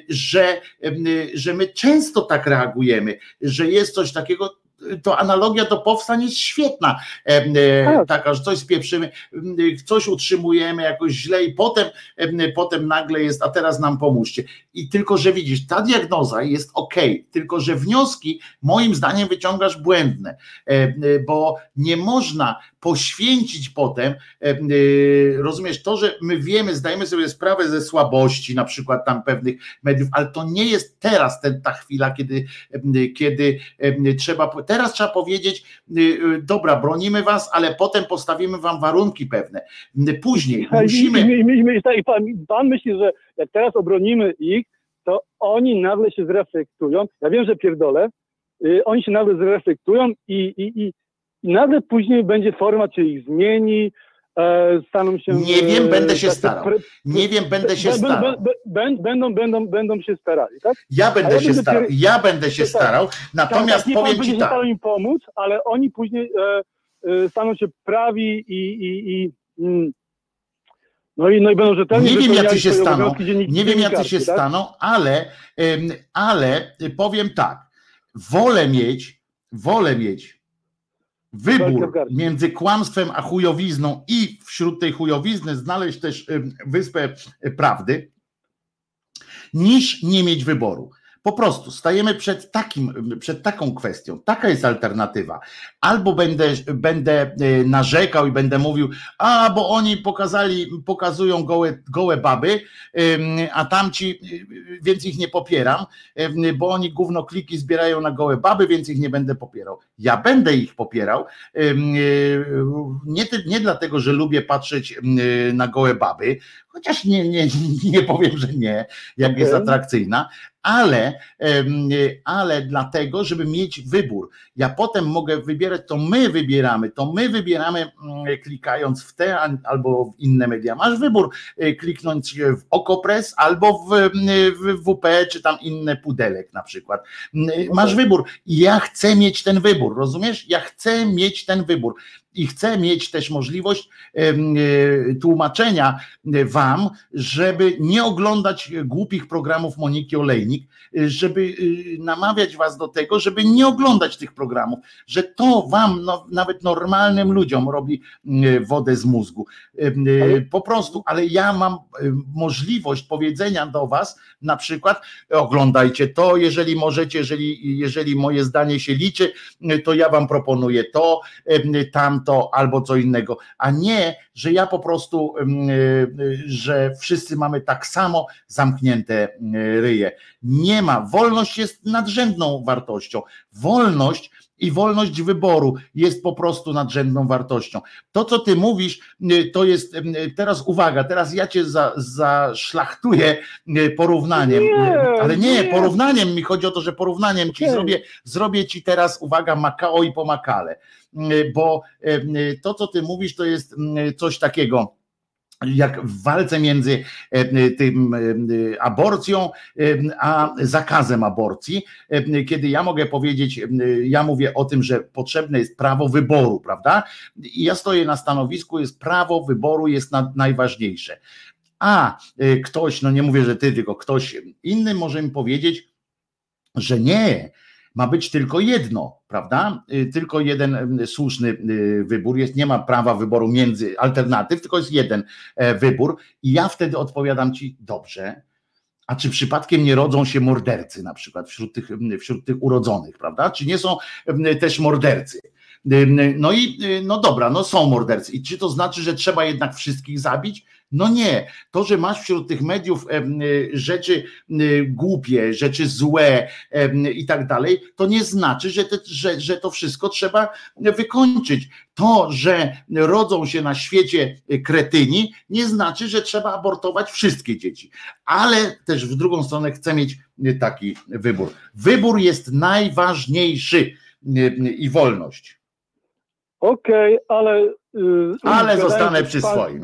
że my często tak reagujemy, że jest coś takiego. To analogia do powstań jest świetna, taka, że coś spieprzymy, coś utrzymujemy jakoś źle i potem nagle jest, a teraz nam pomóżcie. I tylko, że widzisz, ta diagnoza jest okej, tylko że wnioski moim zdaniem wyciągasz błędne, bo nie można poświęcić potem, rozumiesz, to, że my wiemy, zdajemy sobie sprawę ze słabości na przykład tam pewnych mediów, ale to nie jest teraz ta chwila, kiedy teraz trzeba powiedzieć, dobra, bronimy was, ale potem postawimy wam warunki pewne. Później musimy... Pan myśli, że jak teraz obronimy ich, to oni nagle się zreflektują. Ja wiem, że pierdolę, oni się nagle zreflektują i nagle później będzie forma, czy ich zmieni, staną się... Nie wiem, będę się starał. Będą się starali, tak? Ja będę się starał, natomiast powiem ci tak. Będzie starał im pomóc, ale oni później staną się prawi i będą rzetelni. Nie wiem, jacy się staną, ale powiem tak, wolę mieć wybór między kłamstwem a chujowizną i wśród tej chujowizny znaleźć też wyspę prawdy, niż nie mieć wyboru. Po prostu stajemy przed taką kwestią. Taka jest alternatywa. Albo będę narzekał i będę mówił, bo oni pokazują gołe baby, a tamci, więc ich nie popieram, bo oni gównokliki zbierają na gołe baby, więc ich nie będę popierał. Ja będę ich popierał, nie dlatego, że lubię patrzeć na gołe baby, chociaż nie powiem, że nie, jak jest atrakcyjna, ale dlatego, żeby mieć wybór. Ja potem mogę wybierać, to my wybieramy klikając w te albo w inne media. Masz wybór kliknąć w Okopres albo w WP czy tam inne pudelek na przykład. Masz wybór i ja chcę mieć ten wybór, rozumiesz? Ja chcę mieć ten wybór. i chcę mieć też możliwość tłumaczenia wam, żeby nie oglądać głupich programów Moniki Olejnik, żeby namawiać was do tego, żeby nie oglądać tych programów, że to wam, nawet normalnym ludziom robi wodę z mózgu. Po prostu, ale ja mam możliwość powiedzenia do was, na przykład oglądajcie to, jeżeli możecie, jeżeli moje zdanie się liczy, to ja wam proponuję to, tamto albo co innego, a nie, że ja po prostu, że wszyscy mamy tak samo zamknięte ryje. Nie ma. Wolność jest nadrzędną wartością. Wolność i wolność wyboru jest po prostu nadrzędną wartością. To, co ty mówisz, to jest, teraz uwaga, teraz ja cię zaszlachtuję porównaniem, ale nie, porównaniem mi chodzi o to, że porównaniem ci zrobię ci teraz, uwaga, Makao i Pomakale, bo to, co ty mówisz, to jest coś takiego, jak w walce między tym aborcją a zakazem aborcji, kiedy ja mogę powiedzieć, ja mówię o tym, że potrzebne jest prawo wyboru, prawda? I ja stoję na stanowisku, jest prawo wyboru jest najważniejsze. A ktoś, no nie mówię, że ty, tylko ktoś inny może mi powiedzieć, że nie, ma być tylko jedno, prawda? Tylko jeden słuszny wybór jest, nie ma prawa wyboru między alternatyw, tylko jest jeden wybór i ja wtedy odpowiadam ci, dobrze, a czy przypadkiem nie rodzą się mordercy na przykład wśród tych urodzonych, prawda? Czy nie są też mordercy? No i no dobra, no są mordercy i czy to znaczy, że trzeba jednak wszystkich zabić? No nie, to, że masz wśród tych mediów rzeczy głupie, rzeczy złe i tak dalej, to nie znaczy, że to wszystko trzeba wykończyć. To, że rodzą się na świecie kretyni, nie znaczy, że trzeba abortować wszystkie dzieci. Ale też w drugą stronę chcę mieć taki wybór. Wybór jest najważniejszy i wolność. Okej, ale zostanę przy swoim.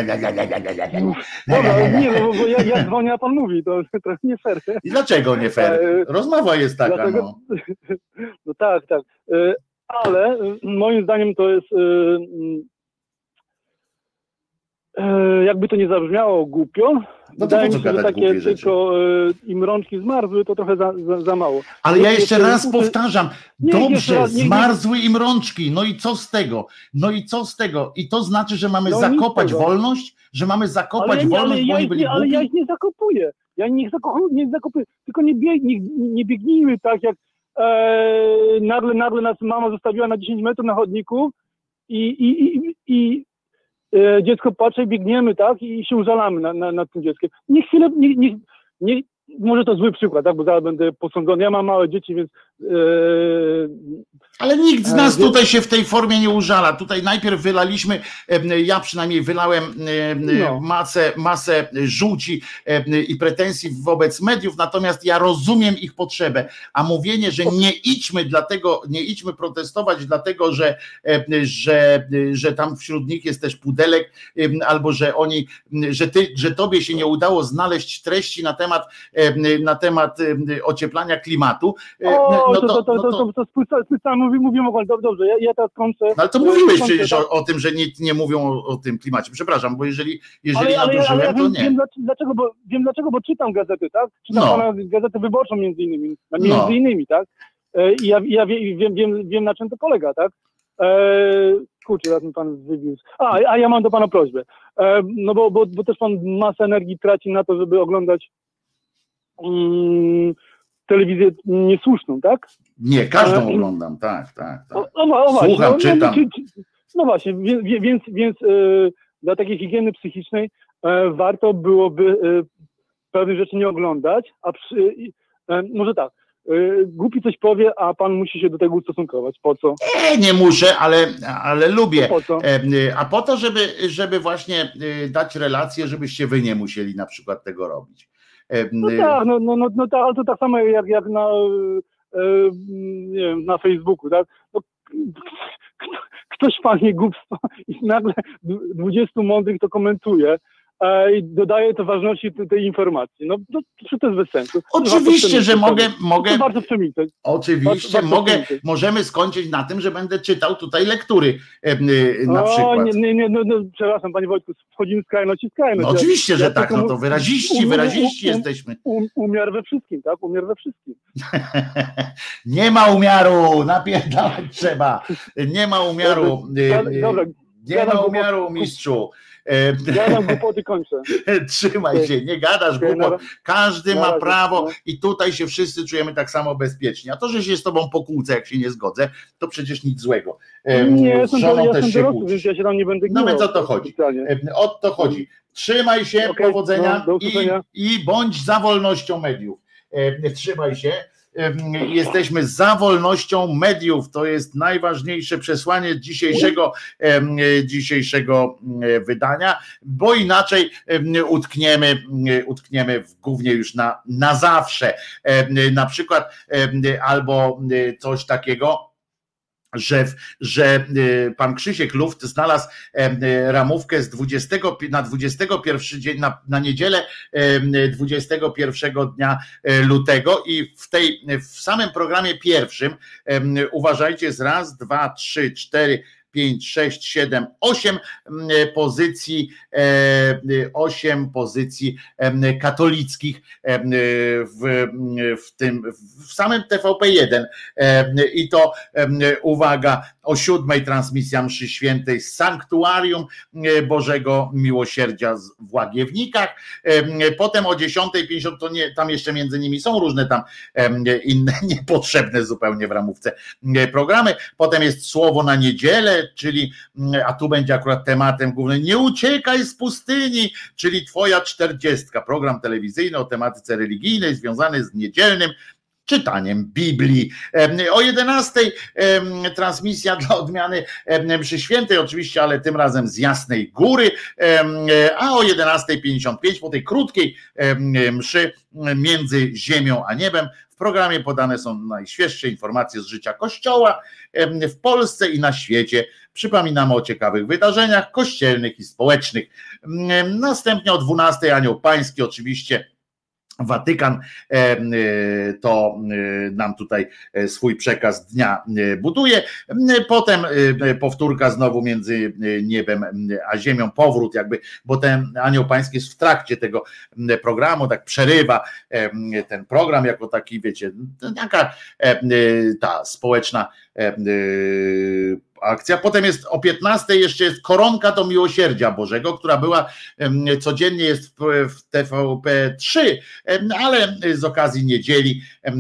Dobra, nie, bo ja dzwonię, a pan mówi, to nie fair. I dlaczego nie fair? Rozmowa jest taka. Dlatego, no tak. Ale moim zdaniem to jest, jakby to nie zabrzmiało głupio, no to po co gadać takie tylko im rączki zmarzły, to trochę za mało. Ale ja jeszcze raz powtarzam, dobrze, zmarzły im rączki, no i co z tego? I to znaczy, że mamy zakopać wolność? Że mamy zakopać wolność, bo oni byli głupi? Ale ja ich nie zakopuję. Ja ich nie zakopuję. Tylko nie biegnijmy tak, jak nagle nas mama zostawiła na 10 metrów na chodniku i dziecko patrzy, biegniemy, tak, i się użalamy nad tym dzieckiem. Może to zły przykład, tak, bo zaraz będę posądzony. Ja mam małe dzieci, więc... Ale nikt z nas tutaj się w tej formie nie użala. Tutaj najpierw wylaliśmy, ja przynajmniej wylałem masę żółci i pretensji wobec mediów, natomiast ja rozumiem ich potrzebę, a mówienie, że nie idźmy protestować dlatego, że tam wśród nich jest też pudelek, albo że tobie się nie udało znaleźć treści na temat ocieplania klimatu. To mówimy, dobrze, ja teraz kończę. Ale to mówiłeś przecież o tym, że nikt nie mówią o tym klimacie. Przepraszam, bo jeżeli nadużyłem, to nie. Wiem dlaczego, bo czytam gazety, tak? Czytam pana gazetę wyborczą między innymi, tak? I ja wiem na czym to polega, tak? Kurczę, teraz mi pan wybił. A ja mam do pana prośbę. No bo też pan masę energii traci na to, żeby oglądać telewizję niesłuszną, tak? Nie, każdą oglądam, tak. Słucham, czytam. No właśnie, więc dla takiej higieny psychicznej warto byłoby pewnych rzeczy nie oglądać, może tak, głupi coś powie, a pan musi się do tego ustosunkować. Po co? Nie muszę, ale lubię. Po co? A po to, żeby właśnie dać relację, żebyście wy nie musieli na przykład tego robić. No tak, ale to tak samo jak nie wiem, na Facebooku, tak? No, ktoś panie głupstwo i nagle 20 mądrych to komentuje, i dodaje to ważności tej informacji. No to jest bez sensu. Oczywiście, że mogę. To warto przemilczeć. Oczywiście, możemy skończyć na tym, że będę czytał tutaj lektury na przykład. Nie, przepraszam, panie Wojtku, wchodzimy z skrajności w skrajność. No oczywiście, że tak, no to wyraziści jesteśmy. Umiar we wszystkim, tak? Umiar we wszystkim. Nie ma umiaru, napierdalać trzeba. Nie ma umiaru. Dobra, nie ma umiaru, mistrzu. Ja nam głupoty kończę. Trzymaj się, nie gadasz głupot. Każdy ma prawo i tutaj się wszyscy czujemy tak samo bezpiecznie. A to, że się z tobą pokłócę, jak się nie zgodzę, to przecież nic złego. Nie, jestem dorosły, więc ja się tam nie będę gniewał. No więc o to chodzi. O to chodzi. Trzymaj się, powodzenia i bądź za wolnością mediów. Trzymaj się. Jesteśmy za wolnością mediów. To jest najważniejsze przesłanie dzisiejszego wydania, bo inaczej utkniemy w gównie już na zawsze. Na przykład albo coś takiego, że pan Krzysiek Luft znalazł ramówkę na 21 dzień, na niedzielę 21 dnia lutego i w samym programie pierwszym, uważajcie, jest 1, 2, 3, 4, 5, 6, 7, 8 pozycji, 8 pozycji katolickich w samym TVP1 i to uwaga, o 7 transmisja mszy świętej z Sanktuarium Bożego Miłosierdzia w Łagiewnikach, potem o 10:50 to nie, tam jeszcze między nimi są różne tam inne niepotrzebne zupełnie w ramówce programy, potem jest Słowo na niedzielę, czyli, a tu będzie akurat tematem głównym, nie uciekaj z pustyni, czyli twoja 40, program telewizyjny o tematyce religijnej związany z niedzielnym czytaniem Biblii. O 11:00 transmisja dla odmiany mszy świętej, oczywiście, ale tym razem z Jasnej Góry, a o 11:55 po tej krótkiej mszy między ziemią a niebem w programie podane są najświeższe informacje z życia Kościoła w Polsce i na świecie. Przypominamy o ciekawych wydarzeniach kościelnych i społecznych. Następnie o 12:00 Anioł Pański, oczywiście Watykan to nam tutaj swój przekaz dnia buduje. Potem powtórka znowu między niebem a ziemią, powrót jakby, bo ten Anioł Pański jest w trakcie tego programu, tak przerywa ten program jako taki, wiecie, taka ta społeczna akcja. Potem jest o 15:00 jeszcze jest Koronka do Miłosierdzia Bożego, która była codziennie jest w TVP3, ale z okazji niedzieli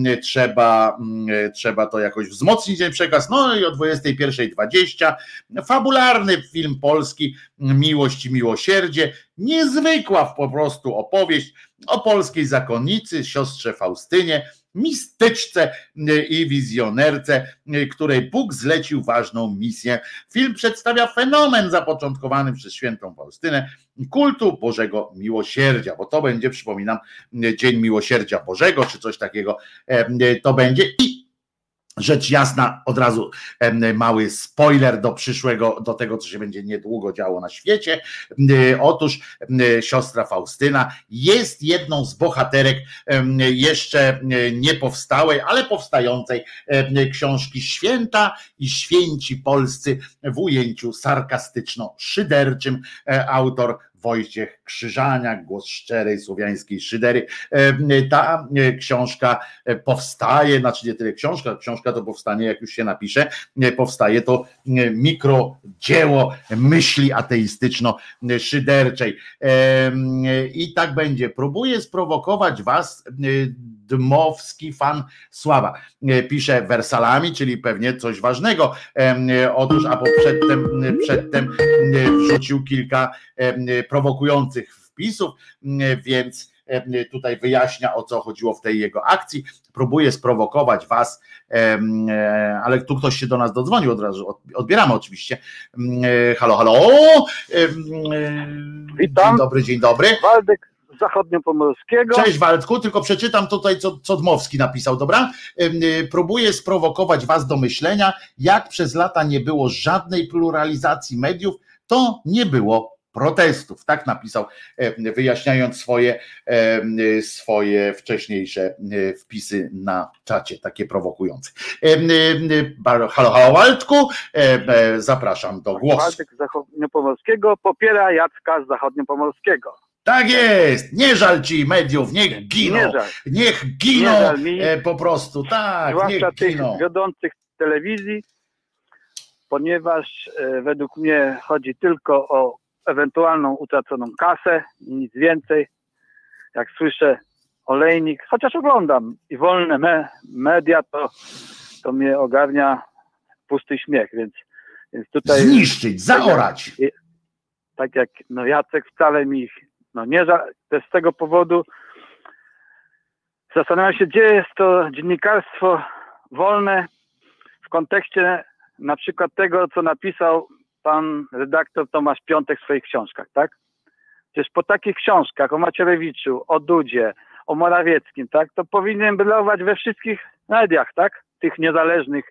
trzeba to jakoś wzmocnić ten przekaz. No i o 21:20 fabularny film polski Miłość i Miłosierdzie, niezwykła po prostu opowieść o polskiej zakonnicy, siostrze Faustynie, mistyczce i wizjonerce, której Bóg zlecił ważną misję. Film przedstawia fenomen zapoczątkowany przez świętą Faustynę kultu Bożego Miłosierdzia, bo to będzie, przypominam, Dzień Miłosierdzia Bożego, czy coś takiego to będzie. I rzecz jasna, od razu mały spoiler do przyszłego, do tego, co się będzie niedługo działo na świecie. Otóż siostra Faustyna jest jedną z bohaterek jeszcze nie powstałej, ale powstającej książki Święta i Święci Polscy w ujęciu sarkastyczno-szyderczym. Autor Wojciech Krzyżaniak, głos szczerej słowiańskiej szydery. Ta książka powstaje, znaczy nie tyle książka to powstanie, jak już się napisze, powstaje to mikrodzieło myśli ateistyczno-szyderczej. I tak będzie. Próbuję sprowokować was dmowski fan Sława. Pisze wersalami, czyli pewnie coś ważnego. Otóż, a przedtem wrzucił kilka prowokujących wpisów, więc tutaj wyjaśnia, o co chodziło w tej jego akcji. Próbuje sprowokować was, ale tu ktoś się do nas dodzwonił, od razu odbieramy oczywiście. Halo, halo. Witam. Dzień dobry. Waldek z Zachodniopomorskiego. Cześć Waldku, tylko przeczytam tutaj, co Dmowski napisał, dobra? Próbuję sprowokować was do myślenia, jak przez lata nie było żadnej pluralizacji mediów, to nie było protestów. Tak napisał, wyjaśniając swoje wcześniejsze wpisy na czacie, takie prowokujące. Halo Waldku, zapraszam do głosu. Waldek z Zachodniopomorskiego popiera Jacka z Zachodniopomorskiego. Tak jest, nie żal ci mediów, niech giną, niech giną po prostu, tak, zwłaszcza niech giną. Tych wiodących telewizji, ponieważ według mnie chodzi tylko o ewentualną utraconą kasę i nic więcej. Jak słyszę Olejnik, chociaż oglądam i wolne media, to mnie ogarnia pusty śmiech, więc tutaj... Zniszczyć, zaorać. Tak jak Jacek wcale mi nie żal, też z tego powodu zastanawiam się, gdzie jest to dziennikarstwo wolne w kontekście na przykład tego, co napisał pan redaktor Tomasz Piątek w swoich książkach, tak? Przecież po takich książkach o Macierewiczu, o Dudzie, o Morawieckim, tak? To powinien brylować we wszystkich mediach, tak? Tych niezależnych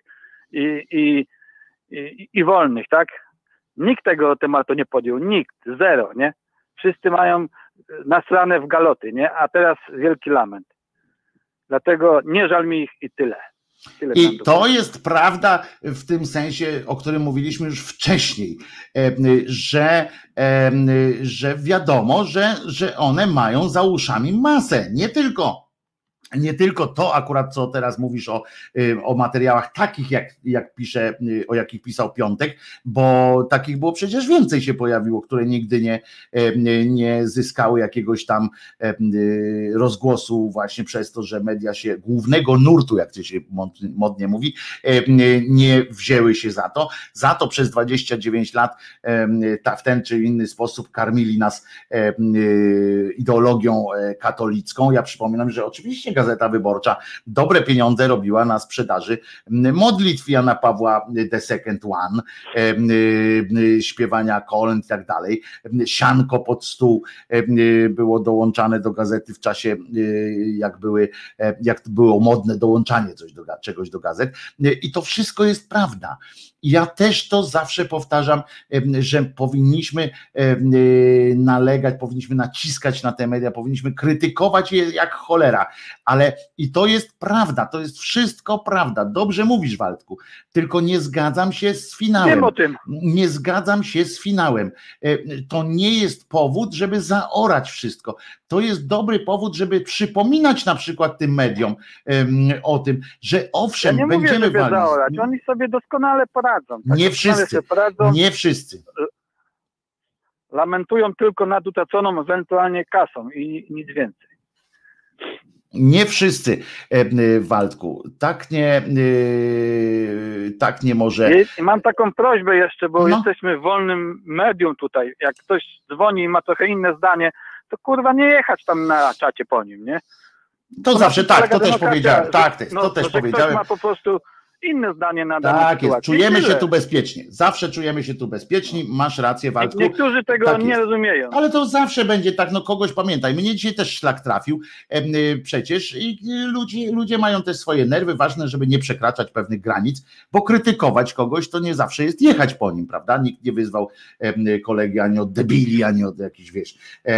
i wolnych, tak? Nikt tego tematu nie podjął, nikt, zero, nie? Wszyscy mają nasrane w galoty, nie? A teraz wielki lament. Dlatego nie żal mi ich i tyle. I to jest prawda w tym sensie, o którym mówiliśmy już wcześniej, że wiadomo, że one mają za uszami masę, nie tylko to akurat, co teraz mówisz o materiałach takich, o jakich pisał Piątek, bo takich było przecież więcej się pojawiło, które nigdy nie zyskały jakiegoś tam rozgłosu właśnie przez to, że media się głównego nurtu, jak to się modnie mówi, nie wzięły się za to. Za to przez 29 lat w ten czy inny sposób karmili nas ideologią katolicką. Ja przypominam, że oczywiście Gazeta Wyborcza dobre pieniądze robiła na sprzedaży modlitw Jana Pawła II, śpiewania kolęd i tak dalej. Sianko pod stół było dołączane do gazety w czasie, jak było modne dołączanie czegoś do gazet. I to wszystko jest prawda. Ja też to zawsze powtarzam, że powinniśmy nalegać, powinniśmy naciskać na te media, powinniśmy krytykować je jak cholera, ale i to jest prawda, to jest wszystko prawda. Dobrze mówisz, Waldku, tylko nie zgadzam się z finałem. Wiem o tym. Nie zgadzam się z finałem. To nie jest powód, żeby zaorać wszystko. To jest dobry powód, żeby przypominać na przykład tym mediom o tym, że owszem, ja nie będziemy mówię, żeby walić. zaorać. Oni sobie doskonale poradzą. Tak, Nie wszyscy, nie wszyscy. Lamentują tylko nad utraconą ewentualnie kasą i nic więcej. Nie wszyscy, Waldku. Tak nie może. I mam taką prośbę jeszcze, bo jesteśmy w wolnym medium tutaj. Jak ktoś dzwoni i ma trochę inne zdanie, to kurwa nie jechać tam na czacie po nim, nie? To zawsze tak, to też powiedziałem. Tak, to też powiedziałem. Ktoś ma po prostu inne zdanie na daną tak sytuację. Jest, czujemy się tu bezpiecznie. Zawsze czujemy się tu bezpieczni. Masz rację, Waldku. Niektórzy tego tak nie rozumieją. Ale to zawsze będzie tak, kogoś pamiętaj. Mnie dzisiaj też szlak trafił przecież i ludzie mają też swoje nerwy. Ważne, żeby nie przekraczać pewnych granic, bo krytykować kogoś to nie zawsze jest jechać po nim, prawda? Nikt nie wyzwał kolegi ani od debili, ani od jakichś, wiesz,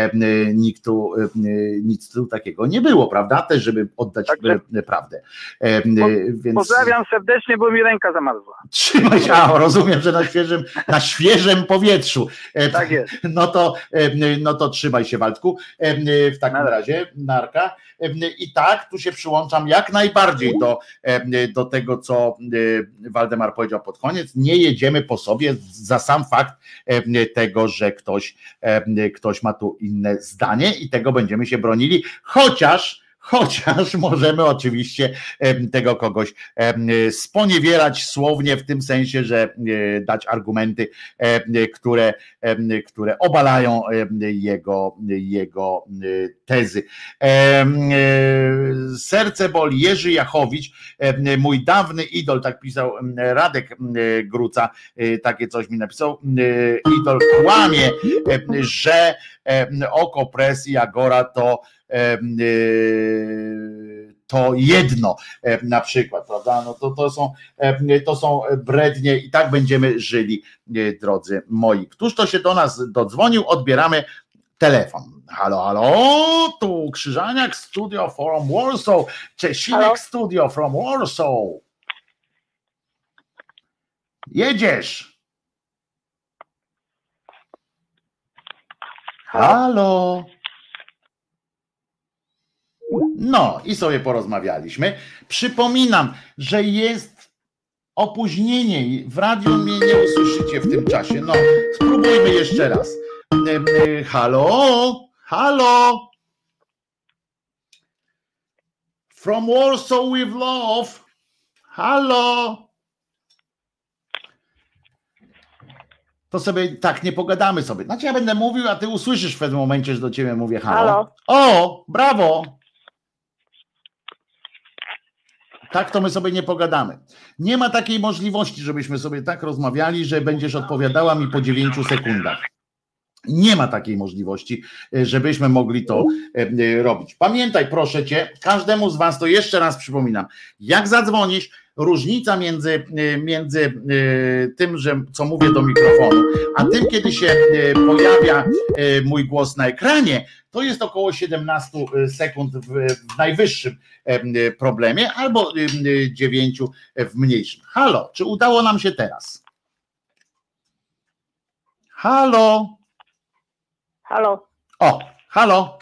nic tu takiego nie było, prawda? Też, żeby oddać prawdę. Więc... Pozdrawiam serdecznie, bo mi ręka zamarzła. Trzymaj się, rozumiem, że na świeżym powietrzu. Tak jest. No to trzymaj się, Waldku. W takim razie, narka. I tak, tu się przyłączam jak najbardziej do tego, co Waldemar powiedział pod koniec. Nie jedziemy po sobie za sam fakt tego, że ktoś ma tu inne zdanie i tego będziemy się bronili, chociaż możemy oczywiście tego kogoś sponiewierać słownie w tym sensie, że dać argumenty, które obalają jego tezy. Serce boli, Jerzy Jachowicz, mój dawny idol, tak pisał Radek Gruca, takie coś mi napisał, idol kłamie, że Oko Press i Agora to jedno na przykład, prawda? No to są brednie i tak będziemy żyli, drodzy moi. Któż to się do nas dodzwonił? Odbieramy telefon. Halo, halo, tu Krzyżaniak Studio from Warsaw, Czesinek Studio from Warsaw. Jedziesz. Halo. No i sobie porozmawialiśmy. Przypominam, że jest opóźnienie. W radiu mnie nie usłyszycie w tym czasie. No, spróbujmy jeszcze raz. Halo? Halo? From Warsaw with love. Halo? To sobie tak nie pogadamy sobie. Znaczy ja będę mówił, a ty usłyszysz w pewnym momencie, że do ciebie mówię halo. Halo. O, brawo. Tak to my sobie nie pogadamy. Nie ma takiej możliwości, żebyśmy sobie tak rozmawiali, że będziesz odpowiadała mi po 9 sekundach. Nie ma takiej możliwości, żebyśmy mogli to robić. Pamiętaj, proszę cię, każdemu z was, to jeszcze raz przypominam, jak zadzwonisz, różnica między tym, że co mówię do mikrofonu, a tym, kiedy się pojawia mój głos na ekranie, to jest około 17 sekund w najwyższym problemie, albo 9 w mniejszym. Halo, czy udało nam się teraz? Halo? Halo. O, halo.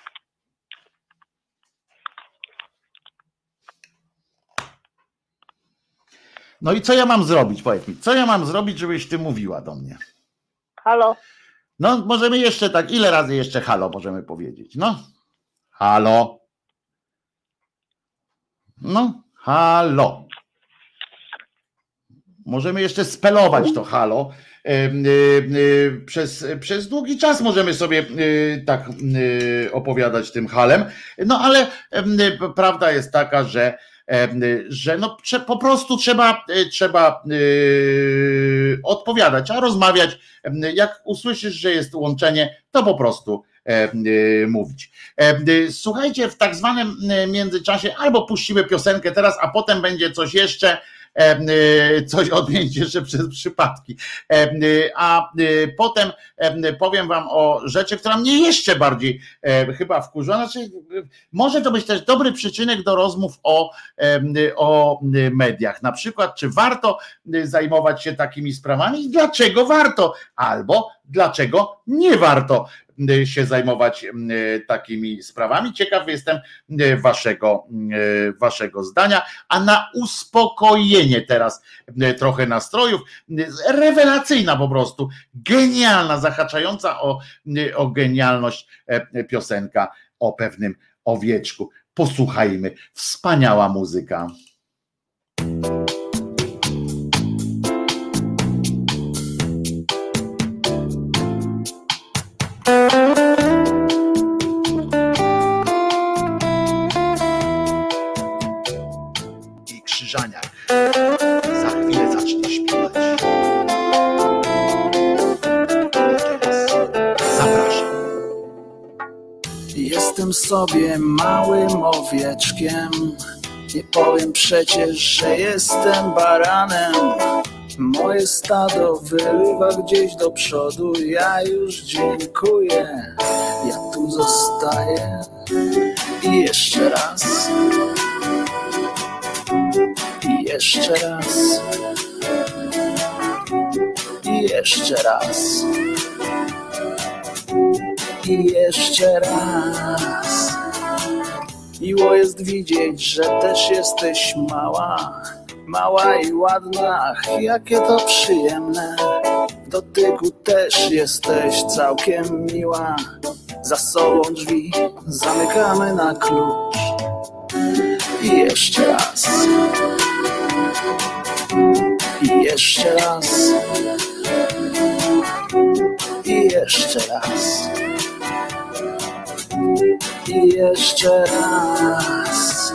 No i co ja mam zrobić? Powiedz mi, co ja mam zrobić, żebyś ty mówiła do mnie? Halo. No, możemy jeszcze tak, ile razy jeszcze halo możemy powiedzieć? No, halo. No, halo. Możemy jeszcze spelować to halo. Przez długi czas możemy sobie tak opowiadać tym halem, no ale prawda jest taka, że no, po prostu trzeba odpowiadać, a rozmawiać, jak usłyszysz, że jest łączenie, to po prostu mówić. Słuchajcie, w tak zwanym międzyczasie albo puścimy piosenkę teraz, a potem będzie coś jeszcze, coś odmienić jeszcze przez przypadki, a potem powiem wam o rzeczy, która mnie jeszcze bardziej chyba wkurza. Znaczy, może to być też dobry przyczynek do rozmów o mediach, na przykład czy warto zajmować się takimi sprawami i dlaczego warto, albo dlaczego nie warto się zajmować takimi sprawami. Ciekaw jestem waszego zdania, a na uspokojenie teraz trochę nastrojów, rewelacyjna po prostu, genialna, zahaczająca o genialność piosenka o pewnym owieczku. Posłuchajmy, wspaniała muzyka. Krzyżaniak za chwilę zacznie śpiewać. Zapraszam. Jestem sobie małym owieczkiem. Nie powiem przecież, że jestem baranem. Moje stado wyrywa gdzieś do przodu. Ja już dziękuję. Ja tu zostaję. I jeszcze raz. I jeszcze raz. I jeszcze raz. I jeszcze raz. Miło jest widzieć, że też jesteś mała. Mała i ładna, jakie to przyjemne. W dotyku też jesteś całkiem miła. Za sobą drzwi zamykamy na klucz. I jeszcze raz. I jeszcze raz. I jeszcze raz. I jeszcze raz.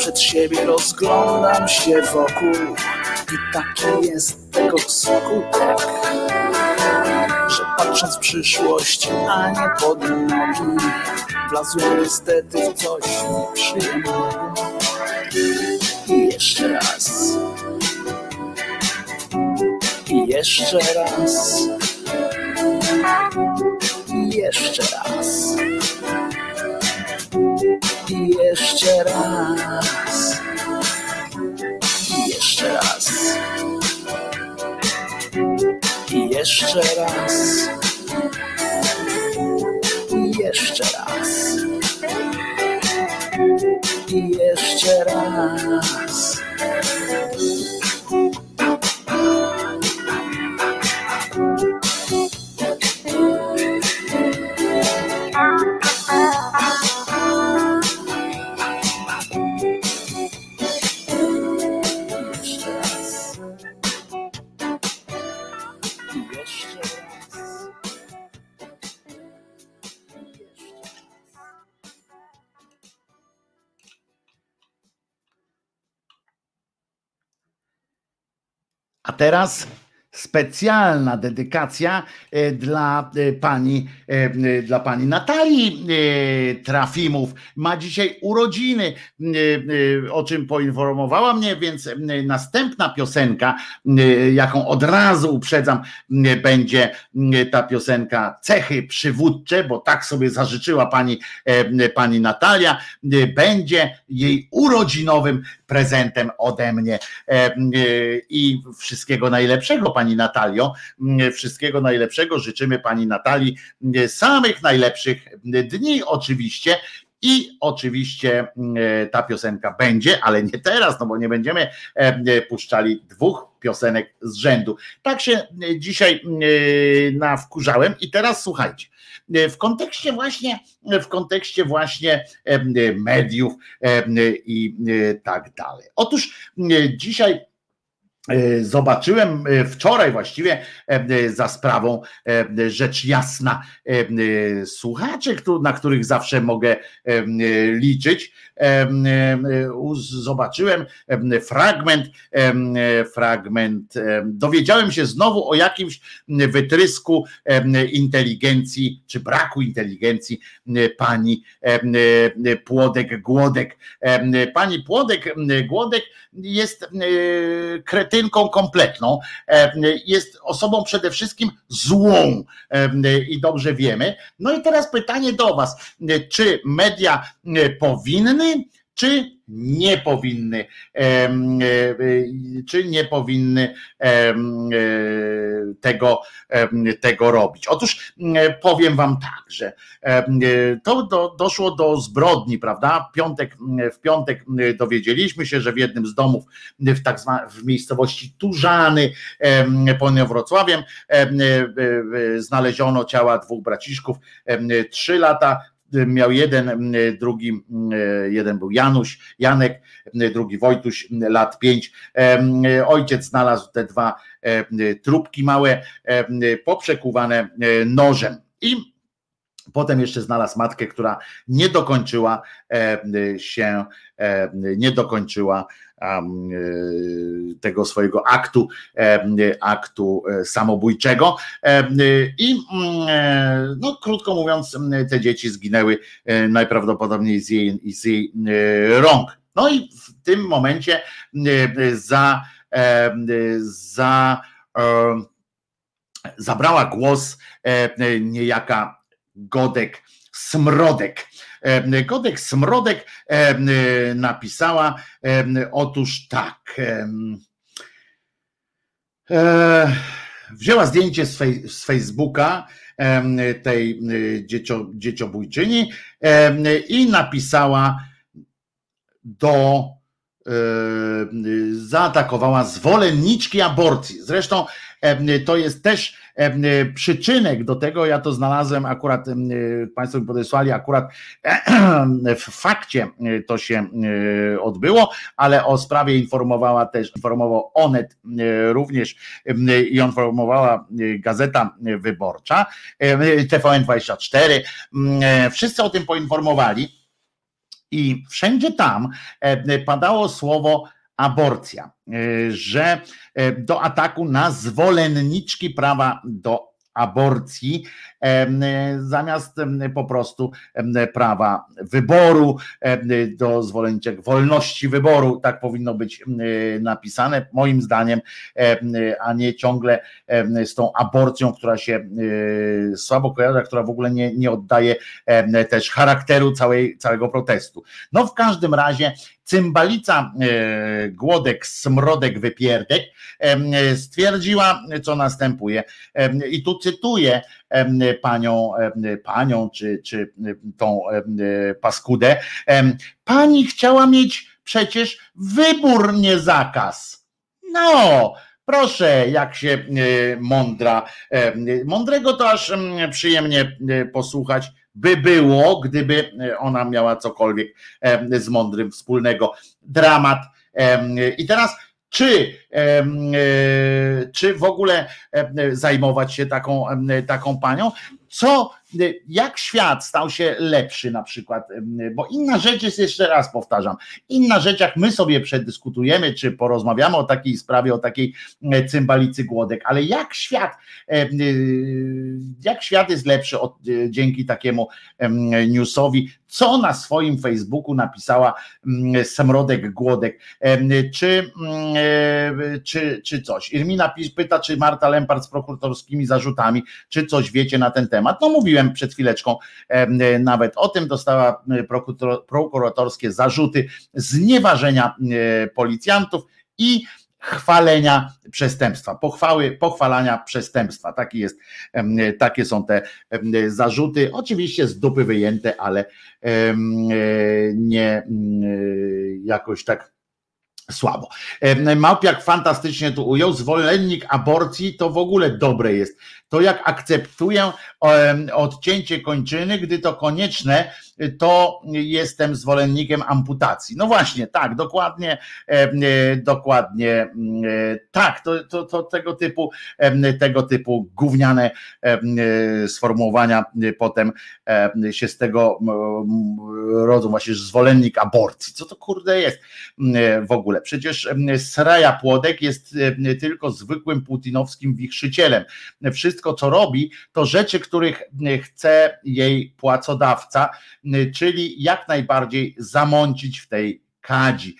przed siebie, rozglądam się wokół i taki jest tego skutek, że patrząc w przyszłość, a nie pod nogi, wlazłem niestety w coś nieprzyjemnego. I jeszcze raz. I jeszcze raz. I jeszcze raz. I jeszcze raz. I jeszcze raz. I jeszcze raz. I jeszcze raz. I jeszcze raz. A teraz specjalna dedykacja dla pani Natalii Trafimów. Ma dzisiaj urodziny, o czym poinformowała mnie, więc następna piosenka, jaką od razu uprzedzam, będzie ta piosenka Cechy przywódcze, bo tak sobie zażyczyła pani Natalia, będzie jej urodzinowym prezentem ode mnie i wszystkiego najlepszego, pani Natalio, wszystkiego najlepszego życzymy pani Natalii, samych najlepszych dni oczywiście. I oczywiście ta piosenka będzie, ale nie teraz, no bo nie będziemy puszczali dwóch piosenek z rzędu. Tak się dzisiaj nawkurzałem i teraz słuchajcie. W kontekście właśnie mediów i tak dalej. Otóż dzisiaj zobaczyłem, wczoraj właściwie, za sprawą rzecz jasna słuchaczy, na których zawsze mogę liczyć, zobaczyłem fragment, dowiedziałem się znowu o jakimś wytrysku inteligencji, czy braku inteligencji pani Płodek-Głodek. Pani Płodek-Głodek jest kretynką kompletną, jest osobą przede wszystkim złą i dobrze wiemy. No i teraz pytanie do was, czy media powinny, czy nie powinny tego robić. Otóż powiem wam tak, że to doszło do zbrodni, prawda? W piątek dowiedzieliśmy się, że w jednym z domów w miejscowości Turzany pod Wrocławiem znaleziono ciała dwóch braciszków, 3 lata. Miał jeden był Janek, drugi Wojtuś, lat 5. Ojciec znalazł te 2 trupki małe, poprzekuwane nożem. I potem jeszcze znalazł matkę, która nie dokończyła tego swojego aktu samobójczego i no, krótko mówiąc, te dzieci zginęły najprawdopodobniej z jej rąk. No i w tym momencie zabrała głos niejaka Godek Smrodek. Godek Smrodek napisała otóż tak. Wzięła zdjęcie z Facebooka tej dzieciobójczyni i napisała zaatakowała zwolenniczki aborcji. Zresztą to jest też przyczynek do tego, ja to znalazłem akurat, państwo mi podesłali, akurat w Fakcie to się odbyło, ale o sprawie informował Onet również i informowała Gazeta Wyborcza, TVN24, wszyscy o tym poinformowali. I wszędzie tam padało słowo aborcja, że do ataku na zwolenniczki prawa do aborcji zamiast po prostu prawa wyboru, do zwolenniczek wolności wyboru, tak powinno być napisane moim zdaniem, a nie ciągle z tą aborcją, która się słabo kojarzy, która w ogóle nie oddaje też charakteru całego protestu. No w każdym razie cymbalica Głodek, Smrodek, Wypierdek stwierdziła, co następuje, i tu cytuję panią czy tą paskudę. Pani chciała mieć przecież wybór, nie zakaz. No, proszę, jak się mądrego to aż przyjemnie posłuchać by było, gdyby ona miała cokolwiek z mądrym wspólnego. Dramat. I teraz czy w ogóle zajmować się taką panią? Jak świat stał się lepszy na przykład, bo inna rzecz jest, jeszcze raz powtarzam, inna rzecz jak my sobie przedyskutujemy, czy porozmawiamy o takiej sprawie, o takiej cymbalicy Głodek, ale jak świat jest lepszy dzięki takiemu newsowi, co na swoim Facebooku napisała Smrodek Głodek, czy coś. Irmina pyta, czy Marta Lempart z prokuratorskimi zarzutami, czy coś wiecie na ten temat. No mówiłem przed chwileczką nawet o tym, dostała prokuratorskie zarzuty znieważenia policjantów i chwalenia przestępstwa, pochwalania przestępstwa. Takie są te zarzuty, oczywiście z dupy wyjęte, ale nie jakoś tak słabo. Małpiak fantastycznie tu ujął, zwolennik aborcji to w ogóle dobre jest. To jak akceptuję odcięcie kończyny, gdy to konieczne, to jestem zwolennikiem amputacji. No właśnie, tak, dokładnie tak, to tego typu gówniane sformułowania potem się z tego rodzą, właśnie zwolennik aborcji. Co to kurde jest w ogóle? Przecież Sraja Płodek jest tylko zwykłym putinowskim wichrzycielem. Wszystko, co robi, to rzeczy, których chce jej płacodawca, czyli jak najbardziej zamącić w tej kadzi.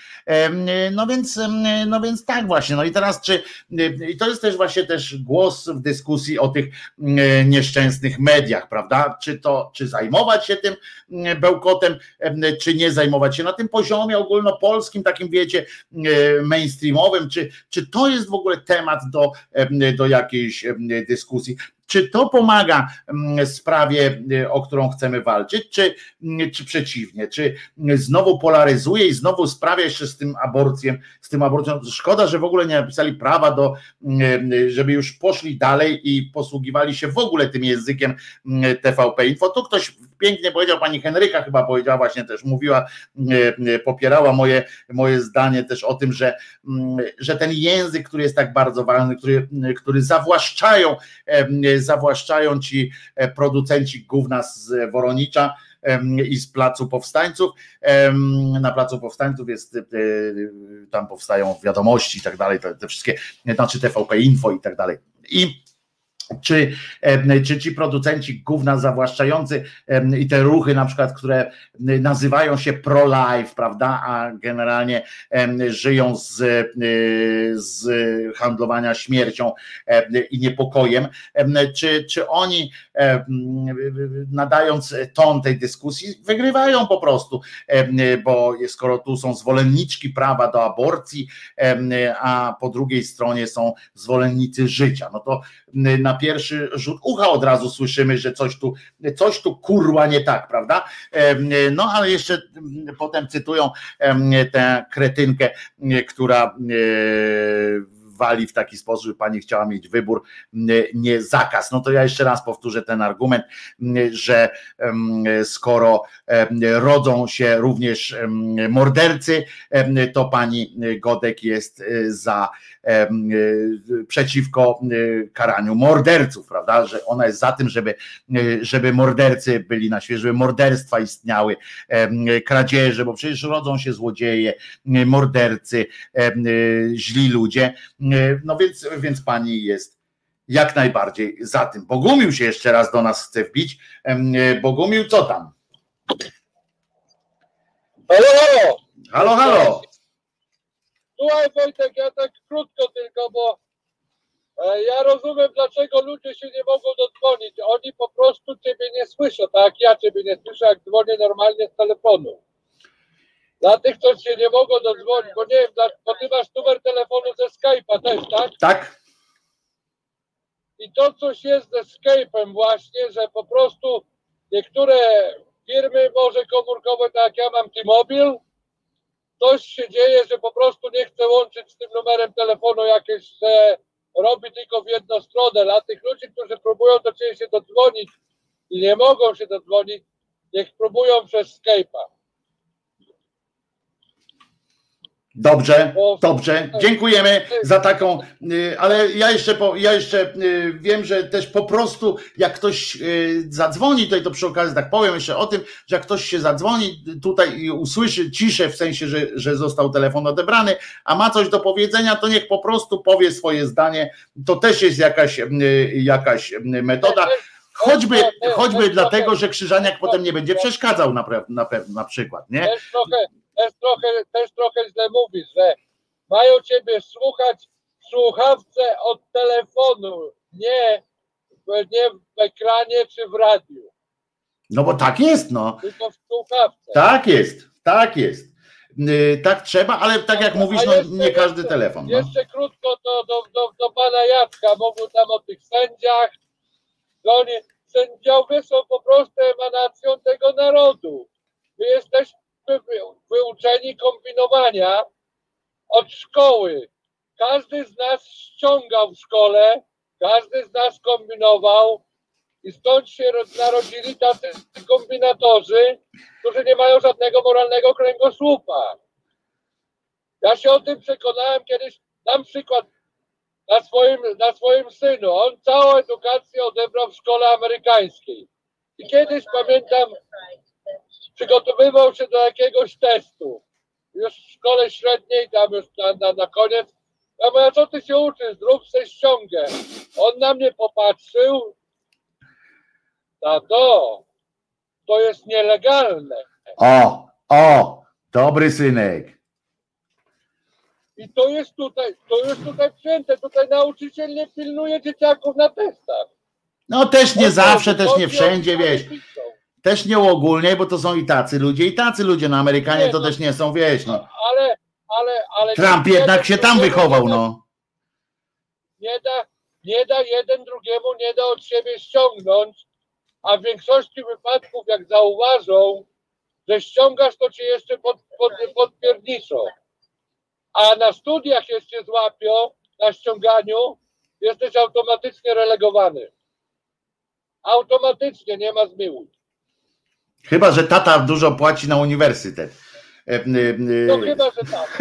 No więc tak właśnie. No i teraz i to jest też właśnie też głos w dyskusji o tych nieszczęsnych mediach, prawda? Czy zajmować się tym bełkotem, czy nie zajmować się na tym poziomie ogólnopolskim, takim wiecie, mainstreamowym, czy to jest w ogóle temat do jakiejś dyskusji? Czy to pomaga sprawie, o którą chcemy walczyć, czy przeciwnie? Czy znowu polaryzuje i znowu sprawia jeszcze z tym aborcją? Szkoda, że w ogóle nie napisali prawa żeby już poszli dalej i posługiwali się w ogóle tym językiem TVP Info. Tu ktoś pięknie powiedział, pani Henryka chyba powiedziała, właśnie też mówiła, popierała moje zdanie też o tym, że ten język, który jest tak bardzo ważny, który zawłaszczają ci producenci gówna z Woronicza i z Placu Powstańców. Na Placu Powstańców tam powstają wiadomości i tak dalej, te wszystkie, znaczy TVP Info i tak dalej. Czy ci producenci gówna zawłaszczający i te ruchy na przykład, które nazywają się pro-life, prawda, a generalnie żyją z handlowania śmiercią i niepokojem, czy oni nadając ton tej dyskusji wygrywają po prostu, bo skoro tu są zwolenniczki prawa do aborcji, a po drugiej stronie są zwolennicy życia, no to na pierwszy rzut ucha od razu słyszymy, że coś tu kurwa nie tak, prawda? No ale jeszcze potem cytują tę kretynkę, która wali w taki sposób, że pani chciała mieć wybór, nie zakaz. No to ja jeszcze raz powtórzę ten argument, że skoro rodzą się również mordercy, to pani Godek jest przeciwko karaniu morderców, prawda? Że ona jest za tym, żeby mordercy byli na świecie, żeby morderstwa istniały, kradzieże, bo przecież rodzą się złodzieje, mordercy, źli ludzie. No więc pani jest jak najbardziej za tym. Bogumił się jeszcze raz do nas chce wbić. Bogumił, co tam? Halo! Halo, halo! Słuchaj Wojtek, ja tak krótko tylko, bo ja rozumiem, dlaczego ludzie się nie mogą dodzwonić. Oni po prostu ciebie nie słyszą, tak jak ja ciebie nie słyszę, jak dzwonię normalnie z telefonu. Dla tych, co się nie mogą dodzwonić, bo nie wiem, bo ty masz numer telefonu ze Skype'a też, tak? Tak. I to coś jest ze Skype'em właśnie, że po prostu niektóre firmy może komórkowe, tak jak ja mam T-Mobile, coś się dzieje, że po prostu nie chce łączyć z tym numerem telefonu jakieś, że robi tylko w jedną stronę. Dla tych ludzi, którzy próbują do ciebie się dodzwonić i nie mogą się dodzwonić, niech próbują przez Skype'a. Dobrze, dziękujemy za taką, ale ja jeszcze wiem, że też po prostu jak ktoś zadzwoni, tutaj to przy okazji tak powiem jeszcze o tym, że jak ktoś się zadzwoni tutaj i usłyszy ciszę, w sensie, że został telefon odebrany, a ma coś do powiedzenia, to niech po prostu powie swoje zdanie, to też jest jakaś metoda, choćby dlatego, że Krzyżaniak potem nie będzie przeszkadzał na przykład, nie? Też trochę źle mówisz, że mają ciebie słuchać w słuchawce od telefonu, nie w ekranie czy w radiu. No bo tak jest, no. Tylko w słuchawce. Tak jest. Tak trzeba, ale tak jak mówisz, no nie każdy telefon. No. Jeszcze krótko do pana Jacka, mówił tam o tych sędziach. Sędziowie są po prostu emanacją tego narodu. My jesteśmy wyuczeni kombinowania od szkoły. Każdy z nas ściągał w szkole, każdy z nas kombinował i stąd się narodzili tacy kombinatorzy, którzy nie mają żadnego moralnego kręgosłupa. Ja się o tym przekonałem kiedyś, dam przykład na swoim synu. On całą edukację odebrał w szkole amerykańskiej. I kiedyś pamiętam, przygotowywał się do jakiegoś testu. Już w szkole średniej, tam już na koniec. Ja mówię, co ty się uczysz? Zrób sobie ściągę. On na mnie popatrzył. Tato, to jest nielegalne. Dobry synek. I to jest tutaj przyjęte. Tutaj nauczyciel nie pilnuje dzieciaków na testach. No też nie zawsze, też nie wszędzie, wiesz. Też nie uogólniaj, bo to są i tacy ludzie, no Amerykanie to też nie są, wiesz, no. Ale Trump jednak się tam wychował, no. Nie da jeden drugiemu, nie da od siebie ściągnąć, a w większości wypadków, jak zauważą, że ściągasz, to cię jeszcze podpierniczą. A na studiach jeszcze złapią, na ściąganiu, jesteś automatycznie relegowany. Automatycznie, nie ma zmiłuj. Chyba że tata dużo płaci na uniwersytet. No chyba, że tak.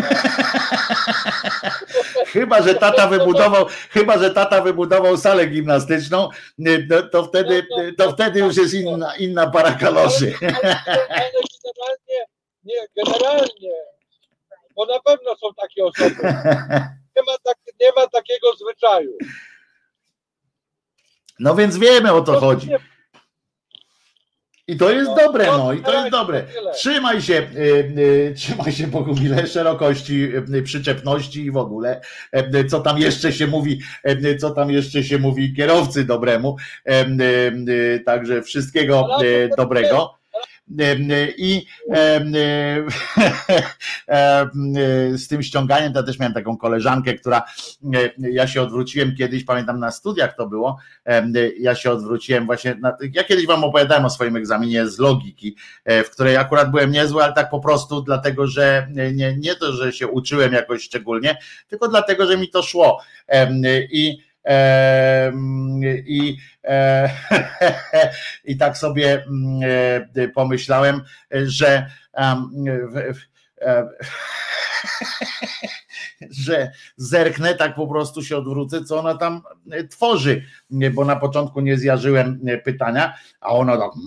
Chyba, że tata wybudował salę gimnastyczną, to wtedy już jest inna para kaloszy. Ale generalnie, bo na pewno są takie osoby. Nie ma takiego zwyczaju. No więc wiemy, o co chodzi. I to jest dobre, no i to jest dobre. Trzymaj się Bogumile, szerokości, przyczepności i w ogóle, co tam jeszcze się mówi kierowcy dobremu. Także wszystkiego dobrego. I z tym ściąganiem, to też miałem taką koleżankę, która, ja się odwróciłem kiedyś, pamiętam na studiach to było, ja się odwróciłem właśnie, ja kiedyś wam opowiadałem o swoim egzaminie z logiki, w której akurat byłem niezły, ale tak po prostu dlatego, że nie to, że się uczyłem jakoś szczególnie, tylko dlatego, że mi to szło. I tak sobie pomyślałem, że że zerknę, tak po prostu się odwrócę, co ona tam tworzy, bo na początku nie zjarzyłem pytania, a ona tak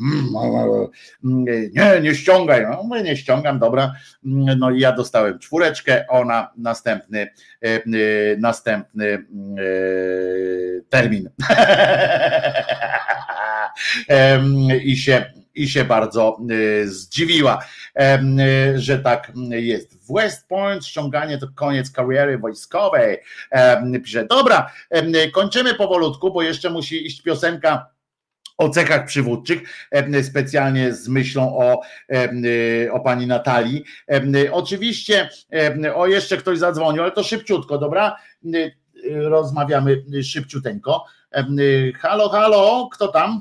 nie ściągaj, no mówię, nie ściągam, dobra, no i ja dostałem 4, ona następny termin i się bardzo zdziwiła, że tak jest. W West Point ściąganie to koniec kariery wojskowej. Pisze, dobra, kończymy powolutku, bo jeszcze musi iść piosenka o cechach przywódczych, specjalnie z myślą o pani Natalii. Oczywiście, jeszcze ktoś zadzwonił, ale to szybciutko, dobra? Rozmawiamy szybciuteńko. Halo, halo, kto tam?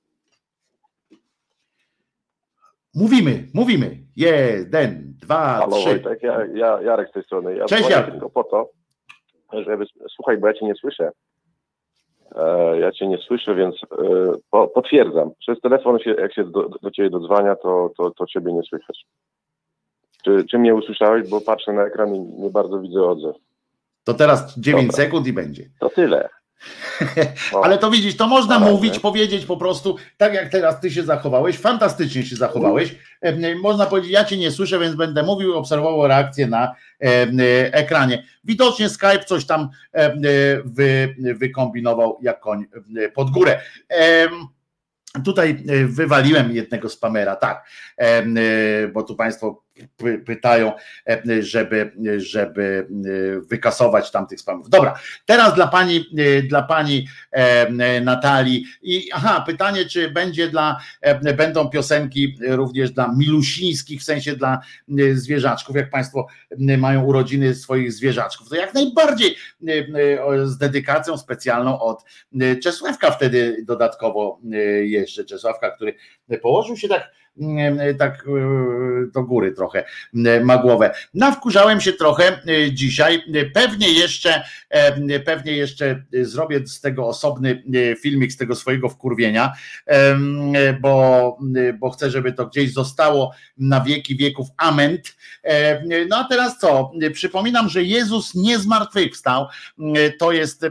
Mówimy. 1, 2, 3. Halo Wojtek, ja Jarek z tej strony. Ja cześć Jarku. Tylko po to, żeby... Słuchaj, bo ja cię nie słyszę. Ja cię nie słyszę, więc potwierdzam. Przez telefon, jak się do ciebie dodzwania, to ciebie nie słychać. Czy mnie usłyszałeś? Bo patrzę na ekran i nie bardzo widzę odzew. To teraz 9 sekund i będzie. To tyle. Ale to widzisz, to można mówić, powiedzieć po prostu, tak jak teraz ty się zachowałeś, fantastycznie się zachowałeś. Można powiedzieć, ja cię nie słyszę, więc będę mówił, obserwował reakcję na ekranie. Widocznie Skype coś tam wykombinował jak koń pod górę. Tutaj wywaliłem jednego spamera, tak, bo tu państwo pytają, żeby wykasować tamtych spamów. Dobra, teraz dla pani Natalii i pytanie, czy będą piosenki również dla milusińskich, w sensie dla zwierzaczków, jak państwo mają urodziny swoich zwierzaczków, to jak najbardziej z dedykacją specjalną od Czesławka, wtedy dodatkowo jeszcze Czesławka, który położył się tak do góry trochę, ma głowę. Nawkurzałem się trochę dzisiaj, pewnie jeszcze zrobię z tego osobny filmik, z tego swojego wkurwienia, bo chcę, żeby to gdzieś zostało na wieki wieków, amen. No a teraz co? Przypominam, że Jezus nie zmartwychwstał, to jest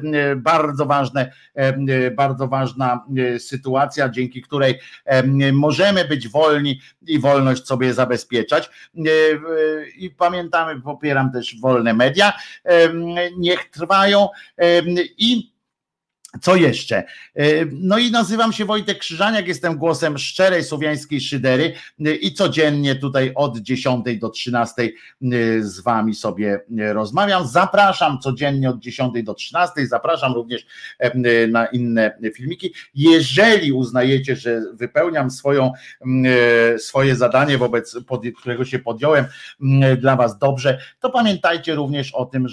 bardzo ważna sytuacja, dzięki której możemy być wolni i wolność sobie zabezpieczać. I pamiętamy, popieram też wolne media, niech trwają. I co jeszcze? No i nazywam się Wojtek Krzyżaniak, jestem głosem szczerej słowiańskiej szydery i codziennie tutaj od 10 do 13 z wami sobie rozmawiam. Zapraszam codziennie od 10 do 13, zapraszam również na inne filmiki. Jeżeli uznajecie, że wypełniam swoje zadanie, którego się podjąłem dla was dobrze, to pamiętajcie również o tym,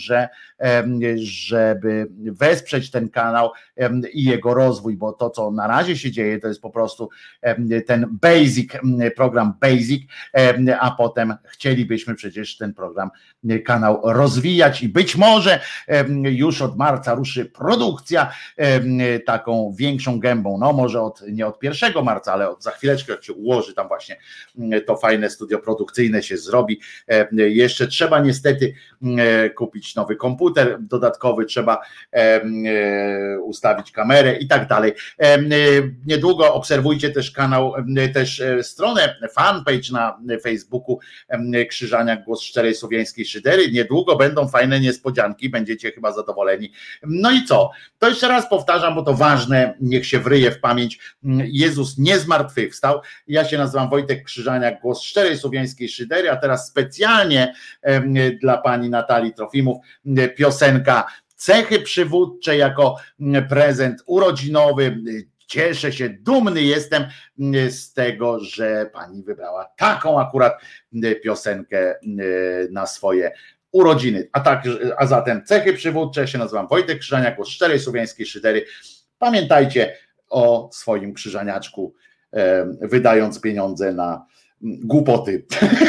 żeby wesprzeć ten kanał i jego rozwój, bo to, co na razie się dzieje, to jest po prostu ten program Basic, a potem chcielibyśmy przecież ten kanał rozwijać i być może już od marca ruszy produkcja taką większą gębą, no może nie od 1 marca, ale za chwileczkę, jak się ułoży tam właśnie to fajne studio produkcyjne się zrobi. Jeszcze trzeba niestety kupić nowy komputer dodatkowy, trzeba ustawić kamerę i tak dalej. Niedługo obserwujcie też kanał, też stronę, fanpage na Facebooku Krzyżaniak, głos szczerej słowiańskiej szydery. Niedługo będą fajne niespodzianki, będziecie chyba zadowoleni. No i co? To jeszcze raz powtarzam, bo to ważne, niech się wryje w pamięć. Jezus nie zmartwychwstał. Ja się nazywam Wojtek Krzyżaniak, głos szczerej słowiańskiej szydery, a teraz specjalnie dla pani Natalii Trofimów piosenka Cechy przywódcze jako prezent urodzinowy, cieszę się, dumny jestem z tego, że pani wybrała taką akurat piosenkę na swoje urodziny. A zatem cechy przywódcze, ja się nazywam Wojtek Krzyżaniak, głos szczerej słowiańskiej szydery. Pamiętajcie o swoim krzyżaniaczku, wydając pieniądze na głupoty.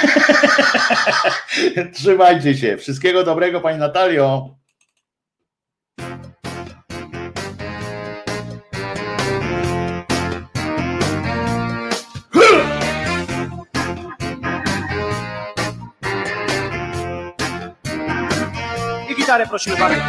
Trzymajcie się. Wszystkiego dobrego, pani Natalio. I gitarę prosimy bardzo.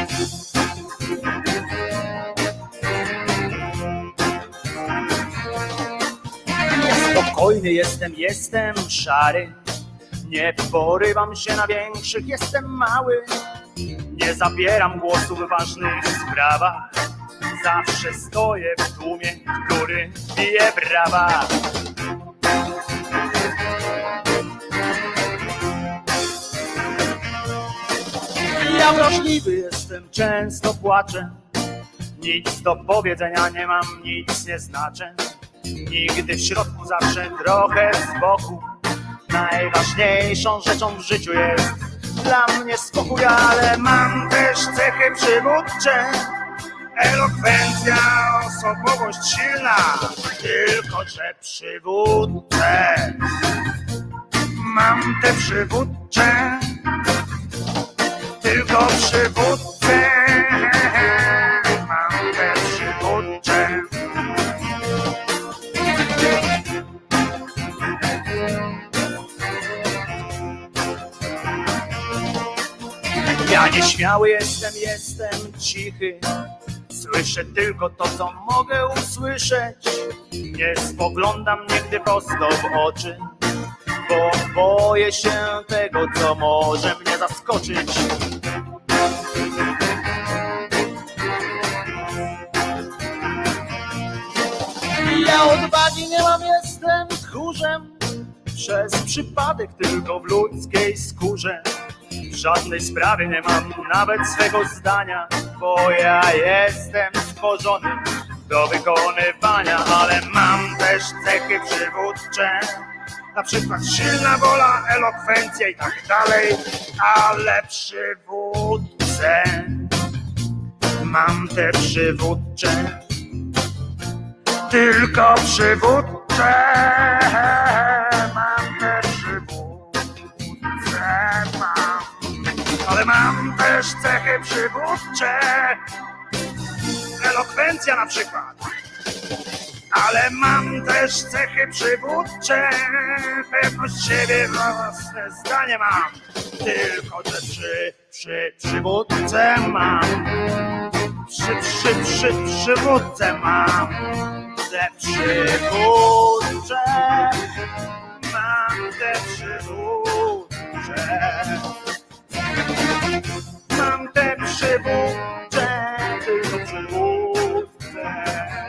Spokojny jestem szary, nie porywam się na większych, jestem mały, nie zabieram głosu w ważnych sprawach, zawsze stoję w tłumie, który bije brawa. Ja wrażliwy jestem, często płaczę, nic do powiedzenia nie mam, nic nie znaczę. Nigdy w środku, zawsze trochę z boku. Najważniejszą rzeczą w życiu jest dla mnie spokój, ale mam też cechy przywódcze. Elokwencja, osobowość silna, tylko że przywódcę. Mam te przywódcze, tylko przywódcę. Mam te przywódcze. Ja nieśmiały jestem cichy, słyszę tylko to, co mogę usłyszeć. Nie spoglądam nigdy prosto w oczy, bo boję się tego, co może mnie zaskoczyć. Ja odwagi nie mam, jestem tchórzem, przez przypadek tylko w ludzkiej skórze. W żadnej sprawie nie mam nawet swego zdania, bo ja jestem stworzony do wykonywania, ale mam też cechy przywódcze, na przykład silna wola, elokwencja i tak dalej, ale przywódcę. Mam te przywódcze, tylko przywódcze. Mam te przywódcze, ale mam też cechy przywódcze, elokwencja na przykład. Ale mam też cechy przywódcze, pewność siebie, własne zdanie mam, tylko że przywódcę mam. Przywódcę mam, te przywódcze, mam te przywódcze. Mam te przywódcze, tylko przywódce.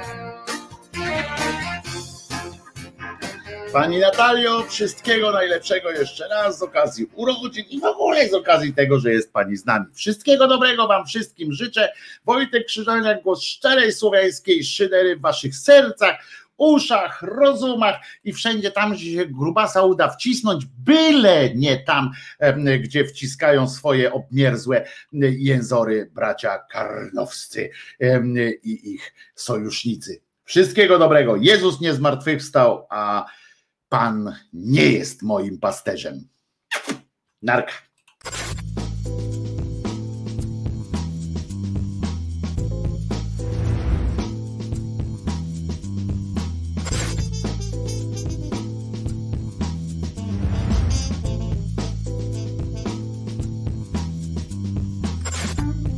Pani Natalio, wszystkiego najlepszego jeszcze raz z okazji urodzin i w ogóle z okazji tego, że jest pani z nami. Wszystkiego dobrego wam wszystkim życzę. Wojtek Krzyżaniak, głos szczerej słowiańskiej szydery w waszych sercach, uszach, rozumach i wszędzie tam, gdzie się grubasa uda wcisnąć, byle nie tam, gdzie wciskają swoje obmierzłe jęzory bracia karnowscy i ich sojusznicy. Wszystkiego dobrego. Jezus nie zmartwychwstał, a Pan nie jest moim pasterzem. Narka.